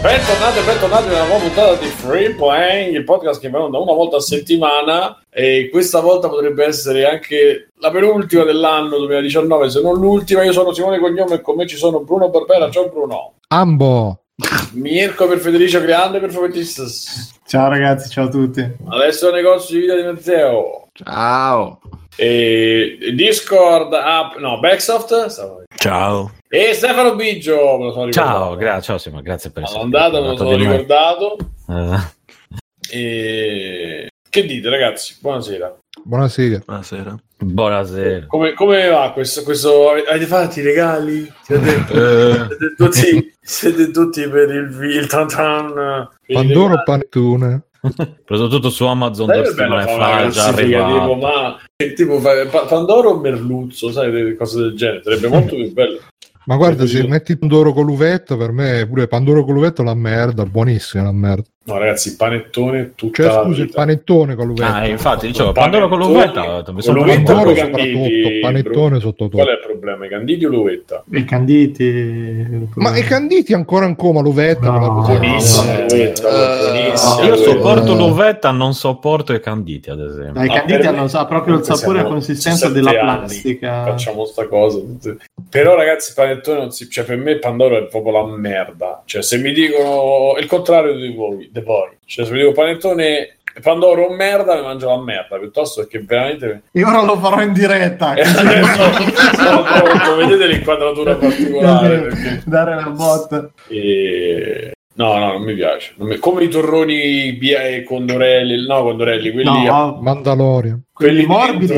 Bentornati nella nuova puntata di Free Playing, il podcast che va in onda una volta a settimana, e questa volta potrebbe essere anche la penultima dell'anno 2019, se non l'ultima. Io sono Simone Cognome e con me ci sono Bruno Barbera. Ciao Bruno. Ambo. Mirko per Federico Grande per Fovetistas. Ciao ragazzi, ciao a tutti. Adesso negozio di vita di Matteo. Ciao. E Discord Backsoft. Ciao. E Stefano Biggio, me lo sono ricordato. Ciao Simone, grazie per essere andata, me lo sono ricordato. E... Che dite ragazzi? Buonasera. Buonasera. Come va questo? Avete fatto i regali? Siete tutti per il Tantan? Pandoro panettone. Preso tutto su Amazon 2 settimane fa, già arrivato. Tipo Pandoro o Merluzzo, sai, cose del genere, sarebbe molto più bello. Ma guarda, se metti Pandoro con l'uvetta, per me pure Pandoro con l'uvetta è la merda, buonissima la merda. No ragazzi, il panettone tutta la vita. Il panettone con l'uvetta. Infatti dicevo Pandoro con l'uvetta. Pandoro soprattutto, panettone sotto tutto. Qual è il problema? I canditi o l'uvetta? I canditi. Ma i canditi ancora in coma, l'uvetta buonissima. Io sopporto l'uvetta, non sopporto i canditi, ad esempio. I canditi hanno proprio il sapore e la consistenza della plastica. Facciamo sta cosa. Però ragazzi, il panettone non si... Cioè per me Pandoro è proprio la merda. Cioè se mi dicono il contrario di voi, cioè se mi dico panettone e Pandoro merda, mi mangio la merda piuttosto, perché veramente io ora lo farò in diretta. Vedete l'inquadratura particolare perché... dare la botta. No, non mi piace. Come i torroni Condorelli, quelli Mandalorian. Quelli morbidi,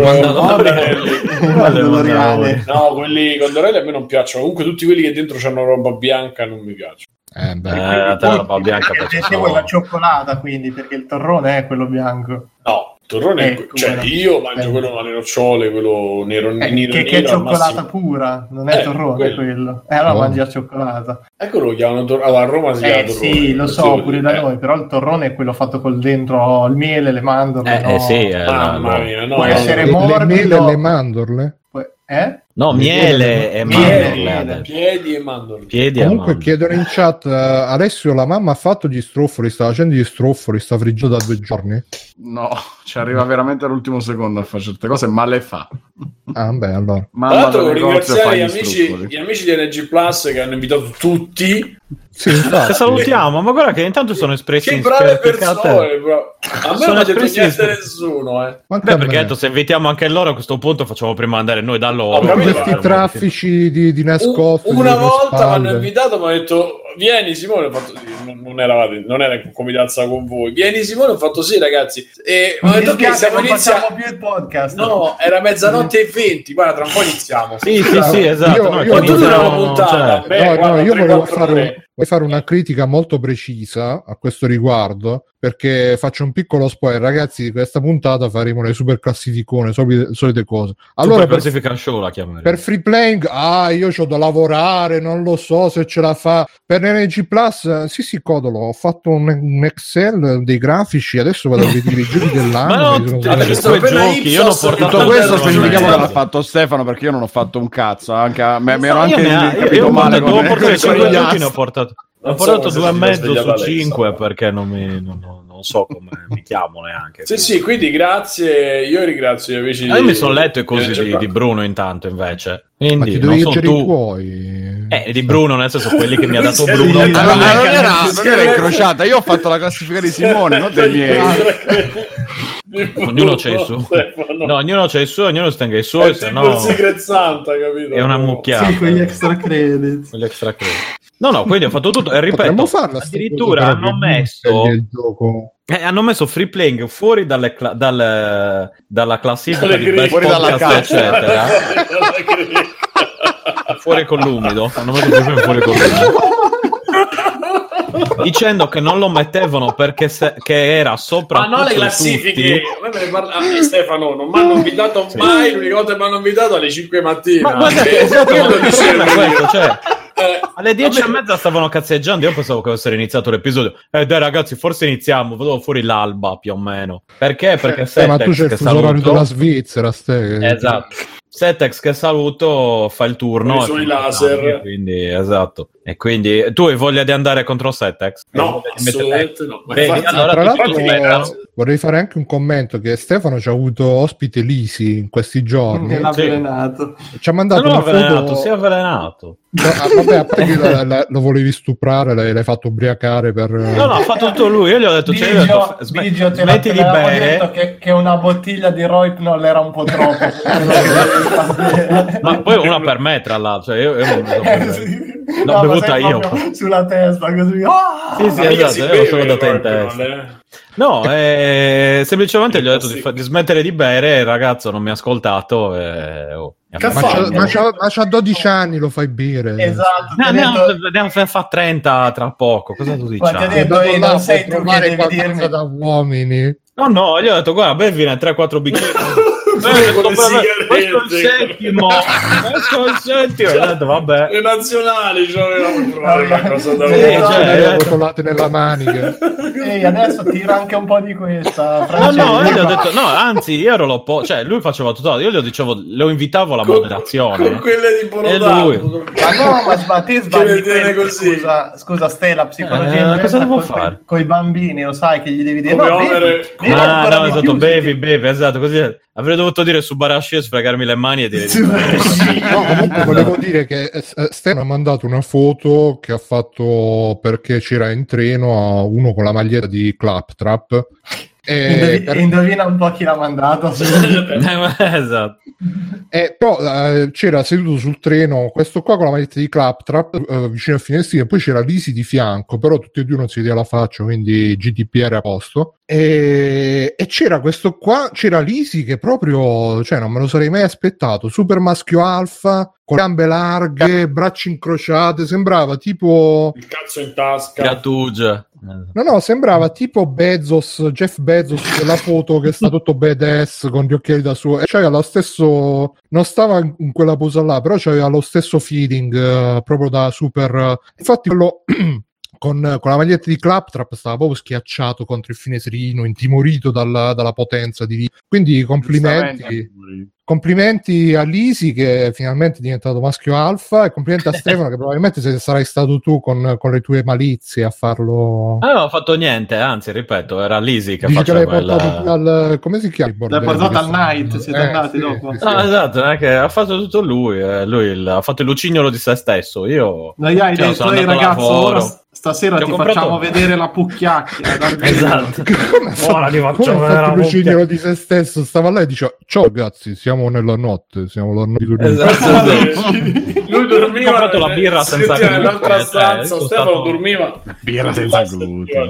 Mandaloriani. No, quelli Condorelli a me non piacciono. Comunque tutti quelli che dentro c'hanno roba bianca non mi piacciono. La roba bianca è quella cioccolata, quindi, perché il torrone è quello bianco. No, il torrone io mangio quello alle nocciole, quello nero che è cioccolata pura, non è torrone quello. Allora mangi la cioccolata. Ecco, lo chiamano a Roma si chiama torrone. Sì, lo so, pure da noi, però il torrone è quello fatto col dentro il miele, le mandorle. Mamma mia, no. Può essere morbido. Le mele e le mandorle? No, miele e mandorle. Piedi e mandorle. Comunque chiedono in chat, Alessio, la mamma ha fatto gli struffoli, sta facendo gli struffoli, sta friggendo da 2 giorni? No, ci arriva veramente all'ultimo secondo a fare certe cose, ma le fa. Allora. Tra l'altro devo ringraziare gli amici di NG Plus che hanno invitato tutti. Sì, che salutiamo, ma guarda che intanto sono espressi che brave persone, bro. A me non ha detto niente nessuno, perché se invitiamo anche loro a questo punto facciamo prima andare noi da loro. Questi traffici di nascosto. Una volta mi hanno invitato, mi hanno detto vieni Simone, ho fatto non era in comitanza con voi, vieni Simone, ho fatto sì ragazzi, e mi hanno detto che stiamo iniziando più il podcast. No, era mezzanotte e 20, guarda, tra un po' iniziamo. Sì, esatto. Io una puntata. Io volevo fare una critica molto precisa a questo riguardo, perché faccio un piccolo spoiler, ragazzi. Questa puntata faremo le super classificone, solite cose. Allora, super classifica show la chiameremo. Per Free Playing, io c'ho da lavorare, non lo so se ce la fa. Per NG Plus, sì, Codolo, ho fatto un Excel dei grafici, adesso vado a vedere i giochi dell'anno. Io non ho portato tutto questo, specifichiamo che l'ha fatto Stefano, perché io non ho fatto un cazzo, mi ero anche capito male con ho portato 2,5 su 5 perché non so come mi chiamo neanche. Sì, quindi grazie, io ringrazio gli amici. Io mi sono letto i cosi di Bruno intanto invece. Quindi, ma ti devi leggere i tuoi? Di Bruno, nel senso quelli che mi ha dato Bruno. Non era incrociata, io ho fatto la classifica di Simone, non dei miei. Ognuno c'è il suo. No, ognuno c'è il suo, ognuno stenga i suoi, se no Secret Santa, capito? È una mucchiata. Sì, quegli extra credit. No, quindi ho fatto tutto e ripeto, addirittura hanno messo Free Playing fuori dalla classifica di Best Podcast, eccetera. Fuori con l'umido, hanno messo fuori con l'umido. Dicendo che non lo mettevano perché che era sopra. Ma non le classifiche. Stefano, non mi hanno invitato mai. L'unica volta che mi hanno invitato alle 5 mattina. Ma guarda che questo, cioè. Alle 10:30 stavano cazzeggiando. Io pensavo che avessero iniziato l'episodio. Dai ragazzi, forse iniziamo. Vedevo fuori l'alba più o meno. Perché? Perché ma tu c'è il fuso orario della Svizzera, esatto. Setex, che saluto, fa il turno. Sui laser. Quindi, esatto. E quindi tu hai voglia di andare contro Setex? No, assolutamente no. Allora, tra l'altro vorrei fare anche un commento che Stefano ci ha avuto ospite Lisi in questi giorni. L'ha avvelenato. Ci ha mandato una foto. Si è avvelenato. No, vabbè, a parte lo volevi stuprare, l'hai fatto ubriacare per... No, ha fatto tutto lui. Io gli ho detto, Bigio, smetti di bere. Detto che una bottiglia di Rohypnol era un po' troppo. Ma poi una per me, tra l'altro. Cioè, io l'ho bevuta io. Sulla testa, così. Sì, esatto, io solo da te in testa. No, semplicemente gli ho detto di smettere di bere, il ragazzo non mi ha ascoltato. Ma c'ha 12 anni, lo fai bere. Esatto. Ne fa 30 tra poco. Cosa tu dici? Non sei tu che devi dirmi da uomini. No, gli ho detto, guarda, bevine 3-4 bicchieri. Questo è il settimo. Ho detto, vabbè. Le nazionali c'avevano provare qualcosa da rotolate nella manica. Ehi, adesso tira anche un po' di questa. No, io gli ho detto, no, anzi, io ero l'opposto. Cioè, lui faceva tutto. Io gli dicevo, lo invitavo alla moderazione. Con quelle di Borodato. Ma te sbagli così. Scusa, Stella, psicologia. Cosa devo fare? Con i bambini, lo sai che gli devi dire. No, esatto, bevi, esatto, così. Avrei dovuto dire su Barashi e sfregarmi le mani e dire no, comunque volevo dire che Stefano ha mandato una foto che ha fatto perché c'era in treno a uno con la maglietta di Claptrap indovina un po' chi l'ha mandato. Esatto. Però c'era seduto sul treno questo qua con la maglietta di Claptrap vicino al finestrino, e poi c'era Lisi di fianco, però tutti e due non si vedeva la faccia, quindi GDPR a posto. E c'era questo qua, c'era Lisi che proprio, cioè non me lo sarei mai aspettato, super maschio alfa, con gambe larghe, braccia incrociate, sembrava tipo il cazzo in tasca. Gattugia. No, sembrava tipo Jeff Bezos della foto, che sta tutto badass con gli occhiali da suo, e c'aveva lo stesso, non stava in quella posa là, però c'aveva lo stesso feeling proprio da super, infatti quello con la maglietta di Claptrap stava proprio schiacciato contro il finestrino, intimorito dalla potenza di lì. Quindi complimenti a Lisi che finalmente è diventato maschio alfa, e complimenti a Stefano che probabilmente sarai stato tu con le tue malizie a farlo. Non ho fatto niente, anzi ripeto, era Lisi che faceva quella... come si chiama? L'hai portato al night, siete andati dopo. Sì. No, esatto, non è che ha fatto tutto lui ha fatto il lucignolo di se stesso. Io hai detto, ragazzo, ora stasera ti facciamo vedere la pucchiacchia. Esatto. Ora ti faccio vedere il lucignolo di se stesso. Stava là e diceva, ciao ragazzi, siamo nella notte, siamo la notte di lui dormiva, ho comprato la birra senza glutine nell'altra stanza. Stefano dormiva birra senza glutine.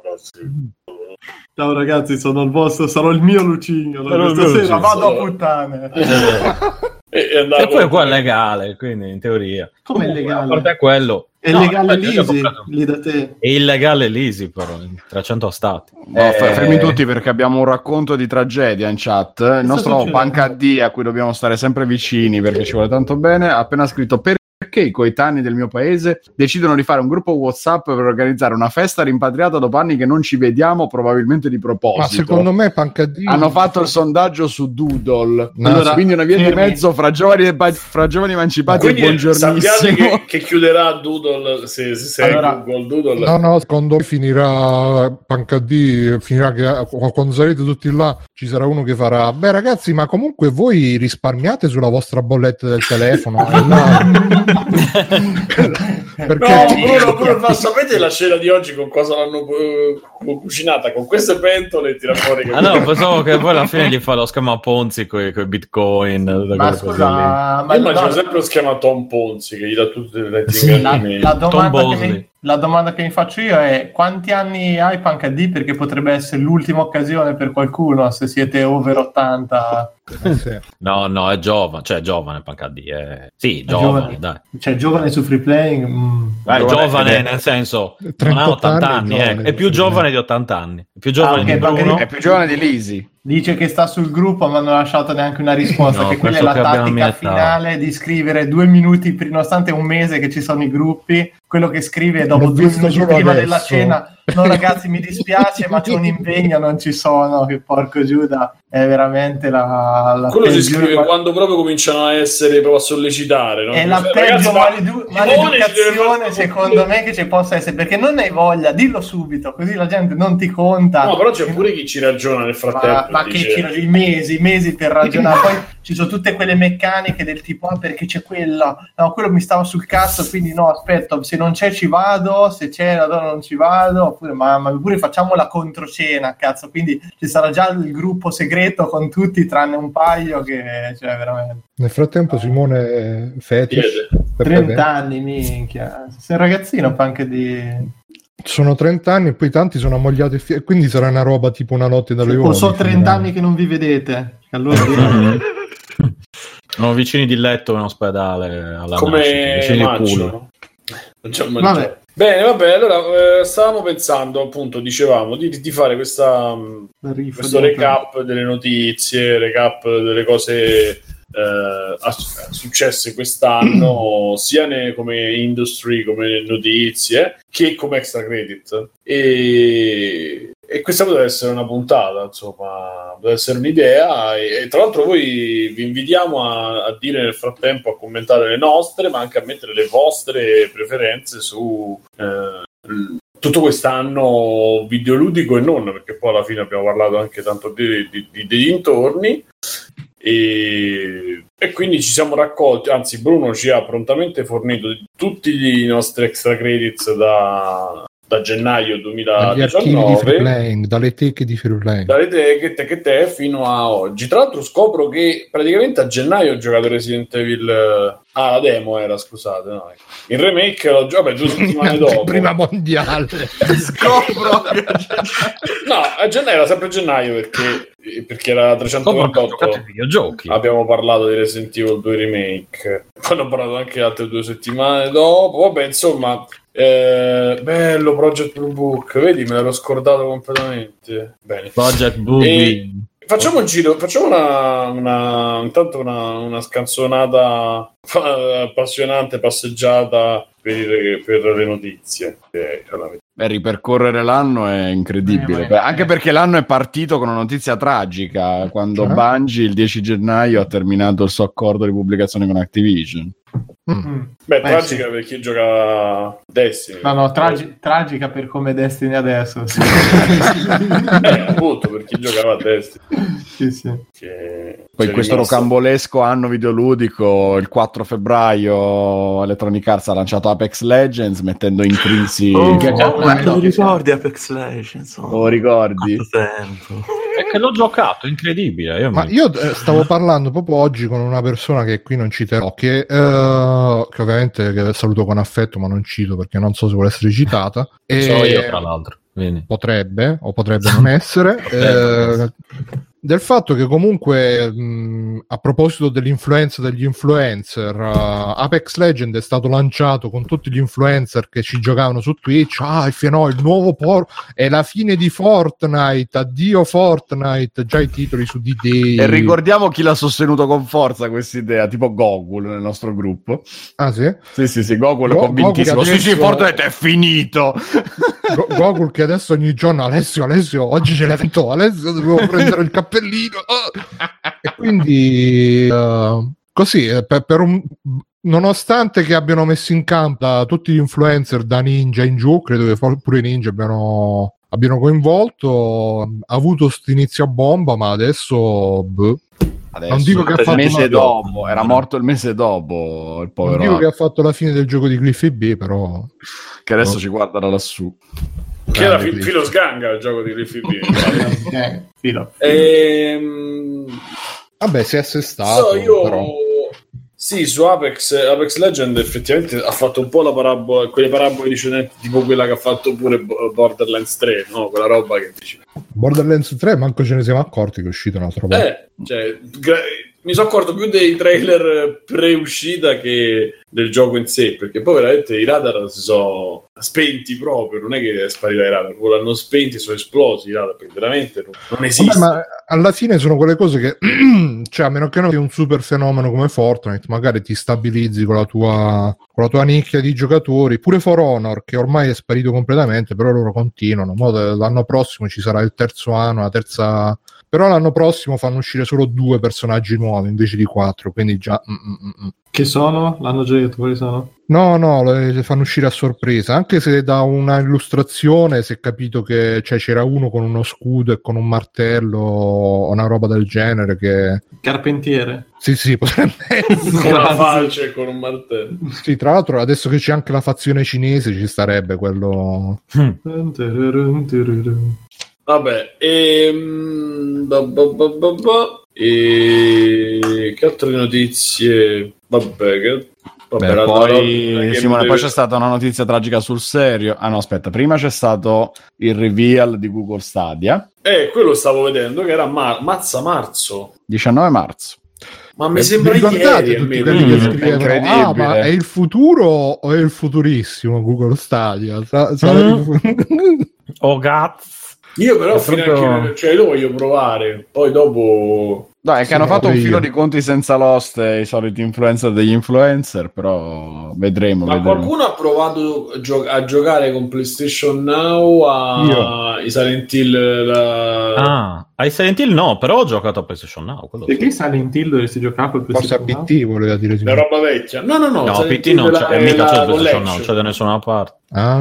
Ciao ragazzi, sarò il mio lucignolo stasera, vado a puttane. E poi qua è legale, quindi in teoria. Come è legale? A parte quello, è legale lì da te. È illegale l'Easy però in 300 stati. Fermi tutti perché abbiamo un racconto di tragedia in chat. Il nostro PancAD, a cui dobbiamo stare sempre vicini perché ci vuole tanto bene, ha appena scritto: perché i coetanei del mio paese decidono di fare un gruppo WhatsApp per organizzare una festa rimpatriata dopo anni che non ci vediamo, probabilmente di proposito. Ma secondo me PancAD hanno fatto il sondaggio su Doodle, allora, quindi una via di mezzo fra giovani emancipati e buongiornissimo. Sappiate che chiuderà Doodle se allora, Google Doodle. No, secondo me finirà PancAD, finirà che quando sarete tutti là ci sarà uno che farà: beh ragazzi, ma comunque voi risparmiate sulla vostra bolletta del telefono. Perché Bruno, sapete la scena di oggi con cosa l'hanno cucinata? Con queste pentole tira fuori no, pensavo che poi alla fine gli fa lo schema Ponzi con i bitcoin. Ma scusa, ma immagino sempre lo schema Tom Ponzi che gli dà tutte le la domanda che mi faccio io è: quanti anni hai PancAD? Perché potrebbe essere l'ultima occasione per qualcuno se siete over 80. No, è giovane, cioè giovane PancAD. Sì, giovane, dai. Cioè giovane su free playing. Giovane nel senso non ha 80 anni, è più giovane di 80 anni. È più giovane di Bruno. È più giovane di Lisi. Dice che sta sul gruppo, ma non ha lasciato neanche una risposta. Che quella è la tattica finale di scrivere 2 minuti, nonostante un mese che ci sono i gruppi. Quello che scrive dopo 2 minuti prima della cena: no ragazzi mi dispiace ma c'è un impegno, non ci sono, che porco Giuda, è veramente la quello si scrive quando proprio cominciano a essere proprio a sollecitare, no? È la peggio maleducazione secondo me che ci possa essere, perché non hai voglia, dillo subito così la gente non ti conta. No, però c'è pure chi ci ragiona nel frattempo, ma che ci ragiona i mesi per ragionare. Poi ci sono tutte quelle meccaniche del tipo perché c'è quello, no, quello mi stava sul cazzo, quindi no, aspetta, se non c'è ci vado, se c'è allora non ci vado, oppure ma pure facciamo la controcena, cazzo, quindi ci sarà già il gruppo segreto con tutti tranne un paio che, cioè, veramente. Nel frattempo Simone fetish 30 anni, minchia, sei un ragazzino fa anche di... Sono 30 anni e poi tanti sono ammogliati e quindi sarà una roba tipo Una notte da leoni. O so 30 anni che non vi vedete, allora sono vicini di letto in ospedale alla come culo. Vabbè. Bene, vabbè, allora stavamo pensando, appunto, dicevamo di fare questo recap delle notizie, recap delle cose successe quest'anno sia come industry, come notizie, che come extra credit, e questa potrebbe essere una puntata, insomma, potrebbe essere un'idea, e tra l'altro voi vi invitiamo a dire nel frattempo, a commentare le nostre, ma anche a mettere le vostre preferenze su tutto quest'anno videoludico e non, perché poi alla fine abbiamo parlato anche tanto dei dintorni. E quindi ci siamo raccolti, anzi Bruno ci ha prontamente fornito tutti i nostri extra credits da gennaio 2019, dalle teche di Free dalle teche fino a oggi. Tra l'altro scopro che praticamente a gennaio ho giocato Resident Evil, la demo era, scusate, no, il remake l'ho giocato 2 settimane dopo, prima mondiale. Scopro no, a gennaio era sempre gennaio perché era 328 videogiochi. Abbiamo parlato di Resident Evil 2 remake, poi ho parlato anche altre 2 settimane dopo, vabbè, insomma. Bello Project Blue Book, vedi, me l'ero scordato completamente. Bene. Project Blue facciamo un giro, facciamo intanto una scanzonata appassionante passeggiata per le notizie. Ripercorrere l'anno è incredibile, anche perché l'anno è partito con una notizia tragica, quando Bungie il 10 gennaio ha terminato il suo accordo di pubblicazione con Activision. Tragica per chi giocava Destiny. No, tragica per come Destiny adesso. Sì. Appunto, per chi giocava a Destiny. Sì. Poi questo rocambolesco anno videoludico, il 4 febbraio Electronic Arts ha lanciato Apex Legends mettendo in crisi... lo ricordi Apex Legends? Lo ricordi? Tempo. È che l'ho giocato, incredibile. Io stavo parlando proprio oggi con una persona che qui non citerò, che ovviamente saluto con affetto, ma non cito perché non so se vuole essere citata. So io, tra l'altro. Potrebbe non essere. Del fatto che comunque a proposito dell'influenza degli influencer, Apex Legends è stato lanciato con tutti gli influencer che ci giocavano su Twitch. Il nuovo è la fine di Fortnite, addio Fortnite, già i titoli su D-Day. E ricordiamo chi l'ha sostenuto con forza questa idea, tipo Gogul nel nostro gruppo. Ah sì? Sì, Gogul è convintissimo. Adesso... Sì, Fortnite è finito. Gogul che adesso ogni giorno Alessio, oggi ce l'hai fatto, Alessio, devo prendere il cappellino. E quindi così nonostante che abbiano messo in campo tutti gli influencer da Ninja in giù, credo che pure i Ninja abbiano coinvolto, ha avuto st'inizio a bomba, ma adesso non dico che ha fatto il mese dopo, era morto il mese dopo il povero. Non dico che ha fatto la fine del gioco di Cliffy B, però che adesso ci guarda da lassù. Che era filo sganga il gioco di Cliffy B. Filo. Vabbè, si è assestato. Però. Sì, su Apex Legends effettivamente ha fatto un po' quelle parabole precedenti, tipo quella che ha fatto pure Borderlands 3, no? Quella roba che dice. Borderlands 3 manco ce ne siamo accorti che è uscita un'altra roba. Mi sono accorto più dei trailer pre-uscita che del gioco in sé, perché poi veramente i radar si sono spenti proprio, non è che è sparita i radar, l'hanno spenti, sono esplosi i radar, perché veramente non esiste. Vabbè, ma alla fine sono quelle cose che cioè, a meno che non sia un super fenomeno come Fortnite, magari ti stabilizzi con la tua nicchia di giocatori. Pure For Honor, che ormai è sparito completamente, però loro continuano. L'anno prossimo ci sarà il terzo anno, la terza, però l'anno prossimo fanno uscire solo 2 personaggi nuovi invece di 4, quindi già Che sono? L'hanno già detto quali sono? No, le fanno uscire a sorpresa, anche se da una illustrazione si è capito che c'era uno con uno scudo e con un martello o una roba del genere che... Carpentiere. Sì, potrebbe essere. Con una falce e con un martello. Sì, tra l'altro adesso che c'è anche la fazione cinese ci starebbe quello... Vabbè, che altre notizie? Vabbè, poi Simone, poi c'è stata una notizia tragica sul serio. Ah no, aspetta, prima c'è stato il reveal di Google Stadia. Quello stavo vedendo, che era marzo. 19 marzo. Ma mi sembra ieri tutti quelli che scrivono, ma è il futuro o è il futurissimo Google Stadia? Oh cazzo. Io però cioè lo voglio provare, poi dopo... Dai, che hanno fatto un filo di conti senza l'host e i soliti influencer degli influencer, però vedremo. Qualcuno ha provato a giocare con PlayStation Now i Silent Hill? Ai Silent Hill no, però ho giocato a PlayStation Now. Perché Silent Hill dovresti giocare col PlayStation Now? Forse a PT voleva dire la roba vecchia. No, PT non c'è, mica c'è il PlayStation Now, c'è da nessuna parte.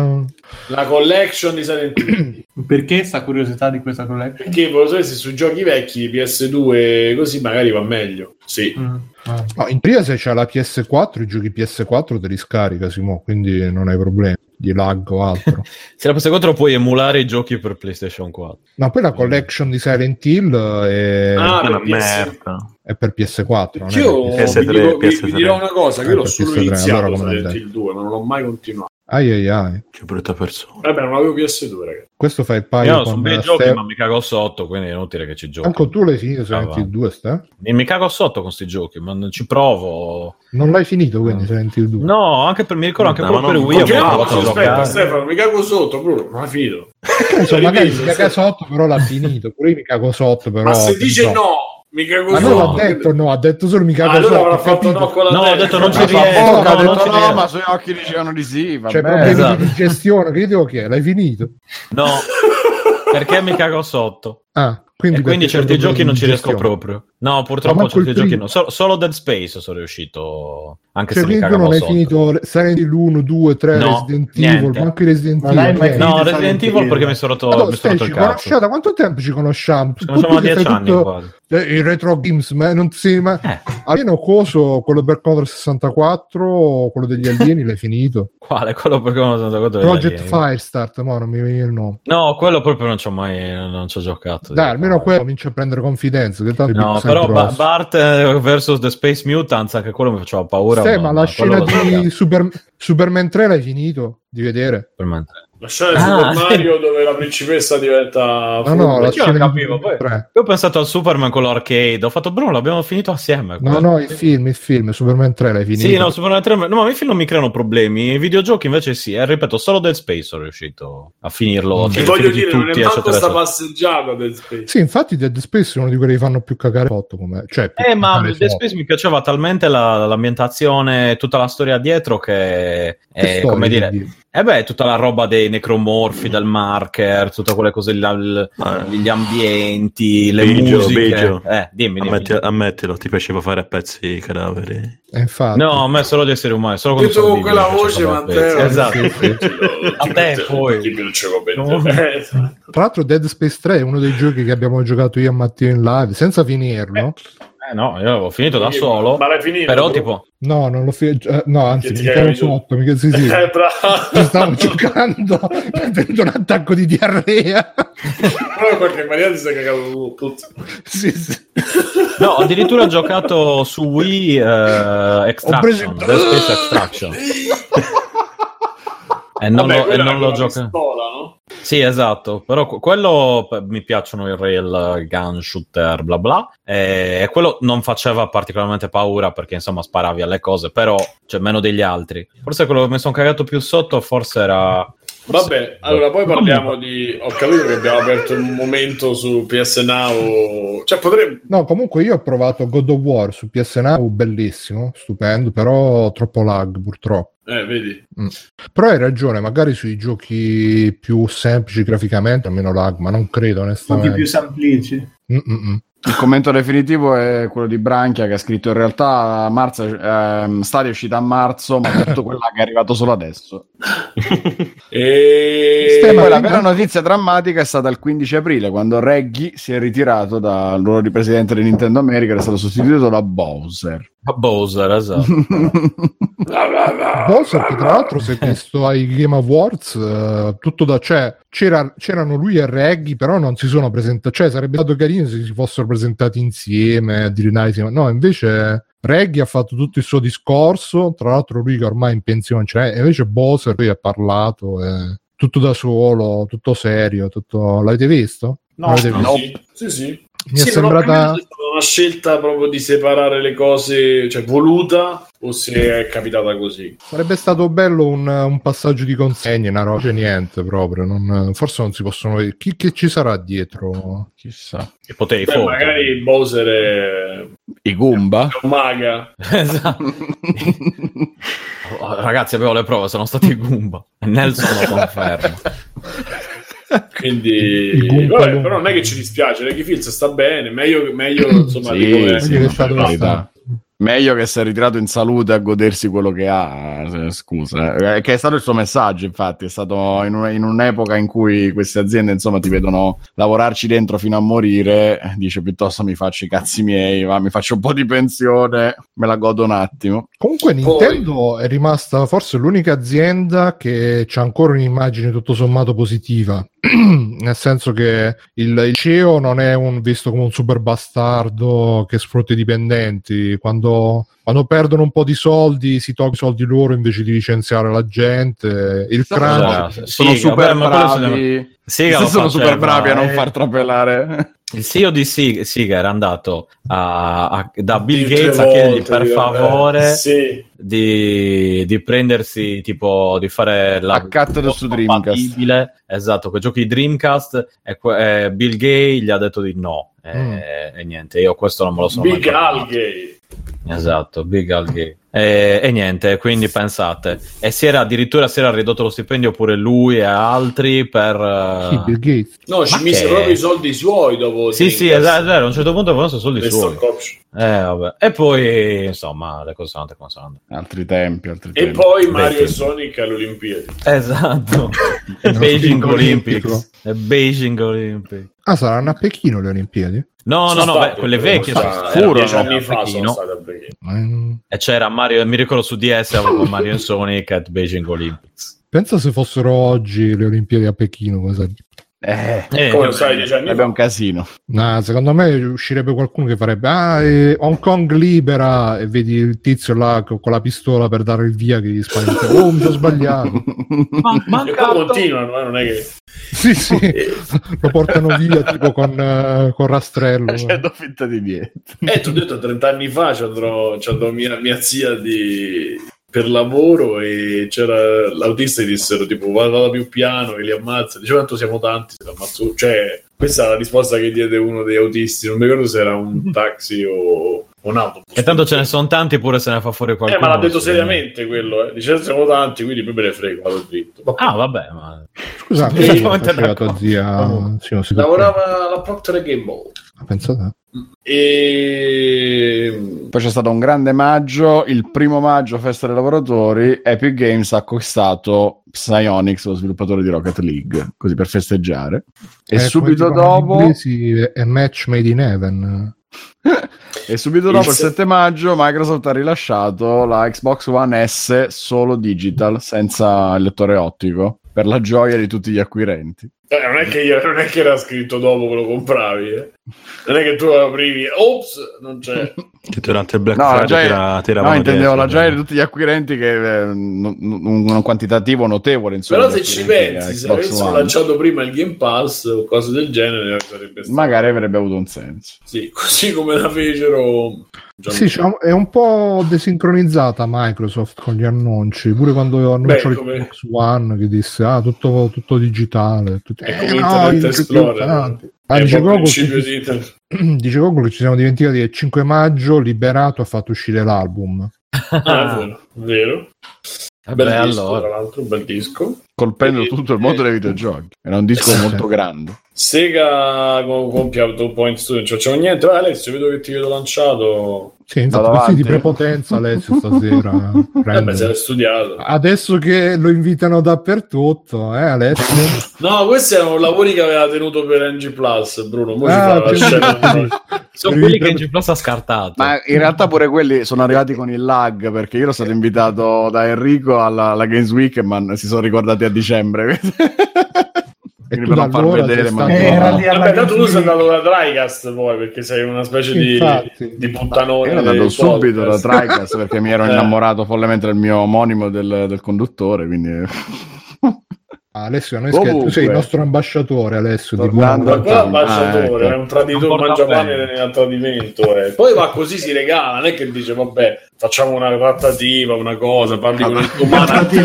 La collection di Silent Hill. Perché sta curiosità di questa collection? Perché volevo sapere se sui giochi vecchi PS2 così magari va meglio. Sì. No, in teoria se c'è la PS4 i giochi PS4 te li scarica, Simo, quindi non hai problemi di lag o altro. Se la PS4 puoi emulare i giochi per PlayStation 4. No, poi la collection di Silent Hill è una merda. È per PS4. Non io è per PS3, vi dirò una cosa, che io l'ho solo PS3, iniziato allora Silent Hill 2, ma non l'ho mai continuato. Ai. Che brutta persona. Vabbè, non avevo PS2, ragazzi. Questo fa il paio. Io sono bei giochi, ma mi cago sotto, quindi è inutile che ci giochi. Anche tu l'hai finito Silent Hill 2, sta? E mi cago sotto con sti giochi, ma non ci provo. Non l'hai finito quindi Silent Hill 2? No, anche per mi ricordo anche proprio per Wii. Aspetta, Stefano, mi cago sotto, Bruno, non hai finito. Magari mi caga sotto, però l'ha finito. Pure io mi cago sotto, però. Ma se dice no, mi cago sotto. Ma non l'ha detto no, ha detto solo mi cago sotto. Allora fatto no con la ho detto non ci riesco. Ha detto no, ma sui occhi dicevano di sì. C'è problemi di gestione, che io devo chiedere, l'hai finito? No, perché mi cago sotto. Quindi certi giochi non ci riesco proprio. No, purtroppo certi giochi no. Solo Dead Space sono riuscito. Anche se mi cagavo non hai sotto. finito Silent Hill 1, 2, 3, no, Resident Evil, ma anche Resident Evil. No, Resident Evil perché mi sono rotto il cazzo. Da quanto tempo ci conosciamo? Ci conosciamo da 10 anni quasi. Il retro games, ma non si ma almeno coso, quello per Commodore 64, quello degli alieni l'hai finito? Quale? Quello per Commodore 64 Project Firestart, ma non mi viene il nome. No, quello proprio non ci ho giocato. Dai, almeno quello comincia a prendere confidenza. No, però Bart vs The Space Mutants, anche quello mi faceva paura. Ma la scena di Superman 3 l'hai finito di vedere? Superman 3. La scena di Super Mario dove la principessa diventa la scena io non capivo. Poi io ho pensato al Superman con l'arcade, ho fatto Bruno, l'abbiamo finito assieme. No, il film Superman 3 l'hai finito. Sì, no, Superman 3 no, ma i film non mi creano problemi, i videogiochi invece sì, ripeto, solo Dead Space sono riuscito a finirlo. Ti voglio dire, non è tanto sta passeggiata Dead Space. Sì, infatti Dead Space è uno di quelli che fanno più cagare sotto, ma Dead Space mi piaceva talmente l'ambientazione, tutta la storia dietro che è, come dire... tutta la roba dei necromorfi, del marker, tutte quelle cose, gli ambienti, le musiche. Dimmi. Ammettilo, ti piaceva fare a pezzi i cadaveri. Infatti. No, a me solo di esseri umani. Solo io con quella voce, Matteo. Esatto. A te poi. Tra l'altro Dead Space 3 è uno dei giochi che abbiamo giocato io e Matteo in live, senza finirlo. No, io l'avevo finito da solo. Ma l'hai finito? Però tipo... No, non l'ho finito. No, anzi, mi cavo sotto. Sì. Stavo giocando, mi è venuto un attacco di diarrea. Però in qualche maniera ti sei cagato tutto. Sì. No, addirittura ho giocato su Wii Extraction, Dead Space Extraction. E non l'ho giocato. No? Sì, esatto, però quello mi piacciono i rail gun shooter bla bla, e quello non faceva particolarmente paura perché insomma sparavi alle cose, però cioè meno degli altri. Forse quello che mi sono cagato più sotto forse era... Vabbè, allora poi parliamo di... Ho capito che abbiamo aperto un momento su PS Now, cioè potremmo... No, comunque io ho provato God of War su PS Now, bellissimo, stupendo, però troppo lag purtroppo. Vedi. Però hai ragione, magari sui giochi più semplici graficamente almeno lag, ma non credo onestamente. Giochi più semplici. Il commento definitivo è quello di Branchia, che ha scritto: in realtà Stadia è uscita a marzo, ma tutto quella che è arrivato solo adesso. E poi la vera notizia drammatica è stata il 15 aprile, quando Reggie si è ritirato dal ruolo di presidente di Nintendo America ed è stato sostituito da Bowser. Bowser, esatto. Bowser, che tra l'altro si è visto ai Game Awards, tutto da... cioè c'erano lui e Reggie, però non si sono presentati, cioè sarebbe stato carino se si fossero presentati insieme a dire no, invece Reggie ha fatto tutto il suo discorso, tra l'altro lui che ormai è in pensione, cioè, e invece Bowser lui ha parlato tutto da solo, tutto serio, tutto... L'avete visto? No, sì. Mi è sembrata una scelta proprio di separare le cose, cioè voluta, o se è capitata così? Sarebbe stato bello un passaggio di consegne, una roba, cioè niente proprio, forse non si possono vedere. Che ci sarà dietro? Chissà. I poteri magari Bowser è... I Goomba? È un maga. Esatto. Ragazzi, avevo le prove, sono stati i Goomba. E Nelson lo conferma. Quindi vabbè, però non è che ci dispiace, Reggie Fils sta bene, meglio insomma, sì, meglio che si è ritirato in salute a godersi quello che ha, scusa, che è stato il suo messaggio. Infatti è stato in un'epoca in cui queste aziende insomma ti vedono lavorarci dentro fino a morire, dice piuttosto mi faccio i cazzi miei, mi faccio un po' di pensione, me la godo un attimo. Comunque Nintendo è rimasta forse l'unica azienda che c'ha ancora un'immagine tutto sommato positiva, nel senso che il CEO non è visto come un super bastardo che sfrutta i dipendenti. Quando perdono un po' di soldi si tolgono i soldi loro invece di licenziare la gente. Il crunch sono super bravi, sono super bravi a non far trapelare. Il CEO di Sega era andato da Bill Gates a chiedergli per favore di prendersi, tipo, di fare la cut su Dreamcast. Esatto, quei giochi Dreamcast, e Bill Gates gli ha detto di no. E niente, io questo non me lo sono Big Al Gay. Esatto, Big Al Gay. E niente, quindi pensate, e si era ridotto lo stipendio pure lui e altri per Bill Gates. No, ci mise proprio i soldi suoi dopo. Sì, esatto, a un certo punto sono soldi suoi. Vabbè. E poi insomma le cose sono andate come sono andate. Altri tempi. E poi Mario e Sonic alle Olimpiadi. Esatto. Beijing Olympics. Beijing Olympics. Saranno a Pechino le Olimpiadi? No, quelle vecchie furono 10 anni fa sono state a Pechino. E c'era Mario, mi ricordo su DS avevo Mario e Sonic at Beijing Olympics. Pensa se fossero oggi le Olimpiadi a Pechino, cosa... come sai, 10 anni è un casino. No, secondo me uscirebbe qualcuno che farebbe Hong Kong libera, e vedi il tizio là con la pistola per dare il via che gli spara. Mi sono sbagliato. E poi continuano, non è che sì lo portano via tipo con rastrello, facendo finta di niente. Ti ho detto 30 anni fa ci andrò mia zia per lavoro, e c'era l'autista e dissero tipo vada più piano che li ammazza. Dicevo tanto siamo tanti, se l'ammazzo. Cioè questa è la risposta che diede uno degli autisti, non mi ricordo se era un taxi o un autobus. E tanto ce ne sono tanti, pure se ne fa fuori qualcuno. Ma l'ha detto seriamente quello, dice siamo tanti, quindi poi me ne frego, vado dritto. Vabbè, ma scusa, la tua zia lavorava alla Procter & Gamble. Pensate. E poi c'è stato un grande maggio, il 1° maggio, festa dei lavoratori. Epic Games ha acquistato Psyonix, lo sviluppatore di Rocket League, così per festeggiare. E subito dopo è match made in heaven. E subito dopo il 7 maggio Microsoft ha rilasciato la Xbox One S solo digital, senza il lettore ottico, per la gioia di tutti gli acquirenti. Non è che era scritto dopo che lo compravi. Non è che tu aprivi, ops, non c'è. Che durante il Black Friday no, intendevo la gioia di tutti gli acquirenti che un quantitativo notevole. Insomma, però se ci pensi, se avessimo lanciato prima il Game Pass o cose del genere, sarebbe stato... magari avrebbe avuto un senso. Sì, così come la fecero. Sì, è un po' desincronizzata Microsoft con gli annunci, pure quando annunciò l'Xbox One che disse tutto digitale, Internet Explorer. Dice Google che ci siamo dimenticati che il 5 maggio Liberato ha fatto uscire l'album. Vero. Bel disco, tra l'altro, un bel disco. Colpendo tutto il mondo dei videogiochi. Era un disco molto grande. Sega compie Point Studio, non c'è niente. Alessio, vedo che ti vedo lanciato. Sì, infatti questi di prepotenza Alessio stasera. Se l'hai studiato. Adesso che lo invitano dappertutto, Alessio? No, questi erano lavori che aveva tenuto per NG Plus, Bruno. Sono quelli che NG Plus ha scartato. Ma in realtà pure quelli sono arrivati con il lag, perché io ero stato invitato da Enrico alla Games Week, ma si sono ricordati a dicembre. E tu da allora vedere, tu sei andato da TriCast poi, perché sei una specie di puttanone. Io ero andato subito da TriCast perché mi ero innamorato follemente del mio omonimo del conduttore, quindi... Alessio, tu sei il nostro ambasciatore, Alessio. L'ambasciatore è un traditore, un mangiapane nel tradimento. Poi va così, si regala, non è che dice vabbè, facciamo una trattativa, una cosa, parli con il tuo manager,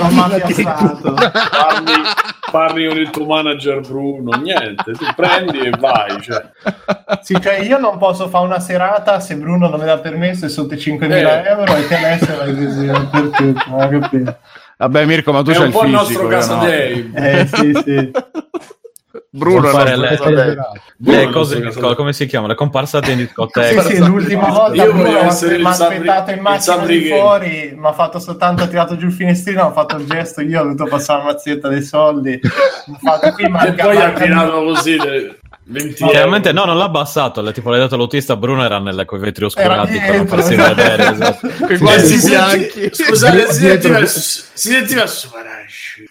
parli con il tuo manager Bruno, niente, tu prendi e vai. Sì, cioè io non posso fare una serata se Bruno non mi dà permesso e sotto i 5.000 euro e che Alessio vai così, perché non ho capito. Vabbè Mirko, ma tu c'hai il fisico. È un po' il nostro caso Dave. Sì. Bruno fare le cose, come si chiama? Le comparsate in discoteca. Sì, l'ultima volta io voglio essere mi ha aspettato in macchina di fuori, mi ha fatto soltanto, ha tirato giù il finestrino, ha fatto il gesto, io ho dovuto passare la mazzetta dei soldi. E poi ha tirato così... Chiaramente no, non l'ha abbassato, tipo l'hai dato l'autista, Bruno era con i vetri oscurati per non farsi vedere, esatto. Scusate, si sentiva Subarasci.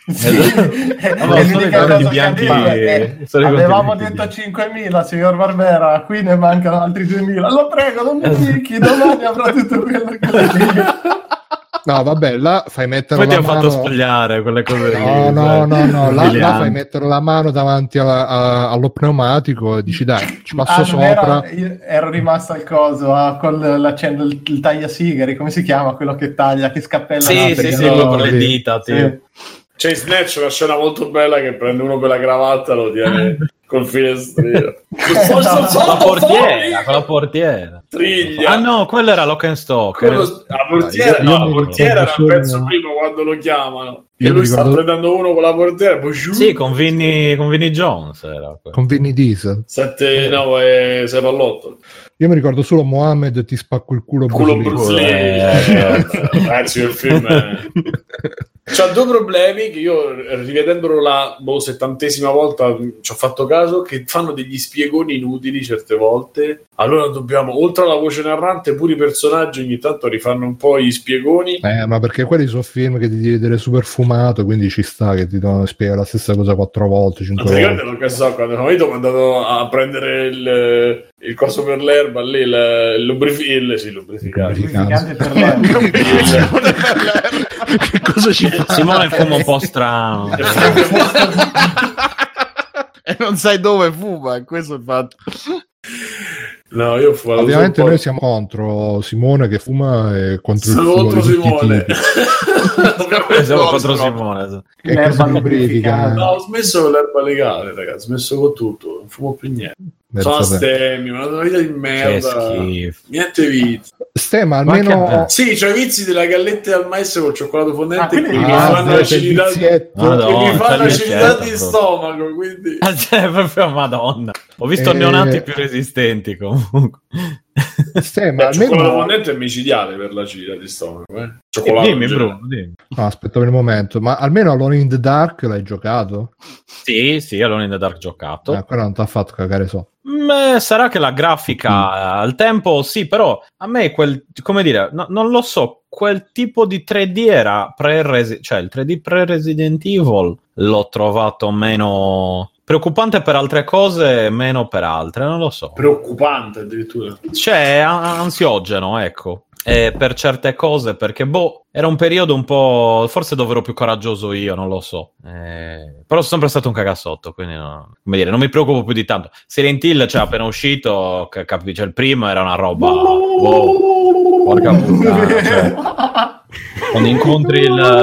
Bianchi. Avevamo detto 5.000, signor Barbera, qui ne mancano altri 2.000. Lo prego, non mi picchi, domani avrò tutto quello che le dico. No, vabbè, là fai mettere poi la ti mano... ha fatto spogliare quelle cose. No, là fai mettere la mano davanti allo pneumatico e dici dai, ci passo sopra. Io ero rimasto al coso con il tagliasigari, come si chiama quello che taglia, che scappella? Sì, con le dita. Sì. C'è in Snatch una scena molto bella che prende uno per la cravatta e lo tiene col finestrino. Con la portiera. Triglia. Ah no, quello era Lock and Stock. La portiera era un pezzo prima quando lo chiamano. E lui sta prendendo uno con la portiera. Poi sì, con Vinnie Jones era. Con Vinnie Diesel. 7 all'8. Io mi ricordo solo Mohammed ti spacco il culo Bruce Lee. Ragazzi, il film c'ha due problemi che io, rivedendolo la 70ª volta, ci ho fatto caso, che fanno degli spiegoni inutili certe volte. Allora dobbiamo, oltre alla voce narrante, pure i personaggi ogni tanto rifanno un po' gli spiegoni. Ma perché quelli sono film che ti devi vedere super fumato, quindi ci sta che ti devono spiegare la stessa cosa 4 volte, 5 volte. Ricordo che so, quando mio marito mi è andato a prendere il coso per l'erba lì, il lubrificante per l'erba. Che cosa ci fa? Simone fuma un po' strano e non sai dove fuma, questo è il fatto. No, io fumo. Ovviamente noi siamo contro Simone che fuma e contro il fumo contro Simone. Siamo contro Simone. L'erba lubrificata. No, ho smesso l'erba legale, ragazzi, ho smesso con tutto, non fumo più niente. Sono astemio, una vita di merda. Niente vizi. Stemma, almeno sì, c'ho i vizi della galletta al mais col cioccolato fondente che mi fanno acidità di stomaco, quindi proprio Madonna. Ho visto neonati più resistenti comunque. Stemma, il cioccolato fondente è micidiale per l'acidità di stomaco, Dimmi Bruno, dimmi. No, aspetta per il momento, ma almeno Alone in the Dark l'hai giocato? Sì, Alone in the Dark giocato. Quello non ti ha fatto cagare sarà che la grafica al tempo sì, però a me come dire, non lo so, quel tipo di 3D era cioè il 3D pre-Resident Evil l'ho trovato meno preoccupante per altre cose, meno per altre, non lo so. Preoccupante addirittura. Cioè, ansiogeno, ecco. Per certe cose, perché era un periodo un po', forse dove ero più coraggioso io, non lo so, però sono sempre stato un cagassotto, quindi come dire, non mi preoccupo più di tanto. Silent Hill, cioè, appena uscito, cioè, il primo era una roba, wow, porca puttana, cioè, quando incontri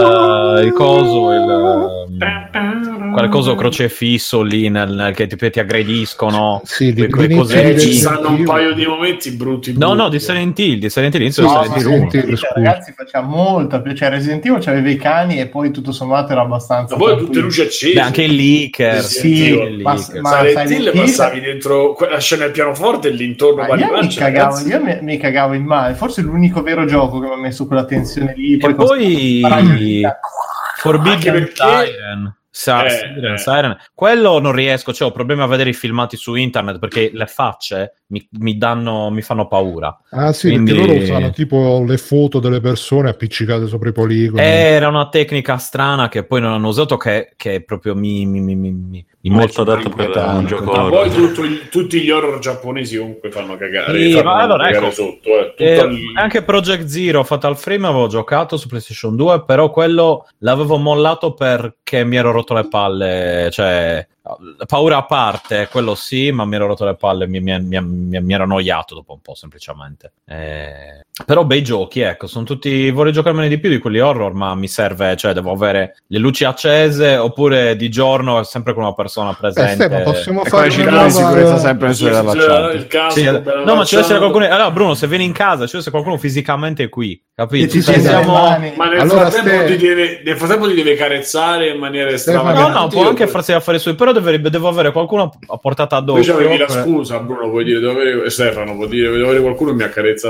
il coso, quel coso crocefisso lì nel che ti aggrediscono, sì, quei cose ci stanno un paio di momenti brutti. No, di Silent Hill inizio ragazzi, faceva molta piacere. Resident Evil c'aveva i cani e poi tutto sommato era abbastanza. Ma poi tutte luci accese. Beh, anche il leaker. Sì, ma Silent Hill passavi dentro la scena del pianoforte e l'intorno. Io mi cagavo in male. Forse è l'unico vero gioco che mi ha messo quella tensione lì. Poi Forbidden Siren. Siren. Quello non riesco, cioè ho problemi a vedere i filmati su internet perché le facce mi fanno paura. Ah sì, quindi perché loro usano tipo le foto delle persone appiccicate sopra i poligoni. Era una tecnica strana che poi non hanno usato, che proprio mi molto adatto per un gioco. Ma poi tutti gli horror giapponesi comunque fanno cagare. Sì, ma allora ecco, sotto, anche Project Zero Fatal Frame avevo giocato su PlayStation 2, però quello l'avevo mollato perché mi ero rotto le palle, cioè paura a parte, quello sì, ma mi ero rotto le palle, mi ero annoiato dopo un po' semplicemente. Però bei giochi, ecco, sono tutti, vorrei giocarmene di più di quelli horror, ma mi serve, cioè devo avere le luci accese oppure di giorno sempre con una persona presente. Ma possiamo fare una sicurezza sempre il caso, sì, no, ma ci deve essere qualcuno. Allora Bruno, se vieni in casa ci deve essere qualcuno fisicamente qui, capito? Ma nel frattempo ti deve carezzare in maniera estravagante. No, può anche farsi affari suoi, però devo avere qualcuno a portata addosso. Poi c'avevi la scusa, Bruno, puoi dire, Stefano può dire, devo avere qualcuno che mi accarezza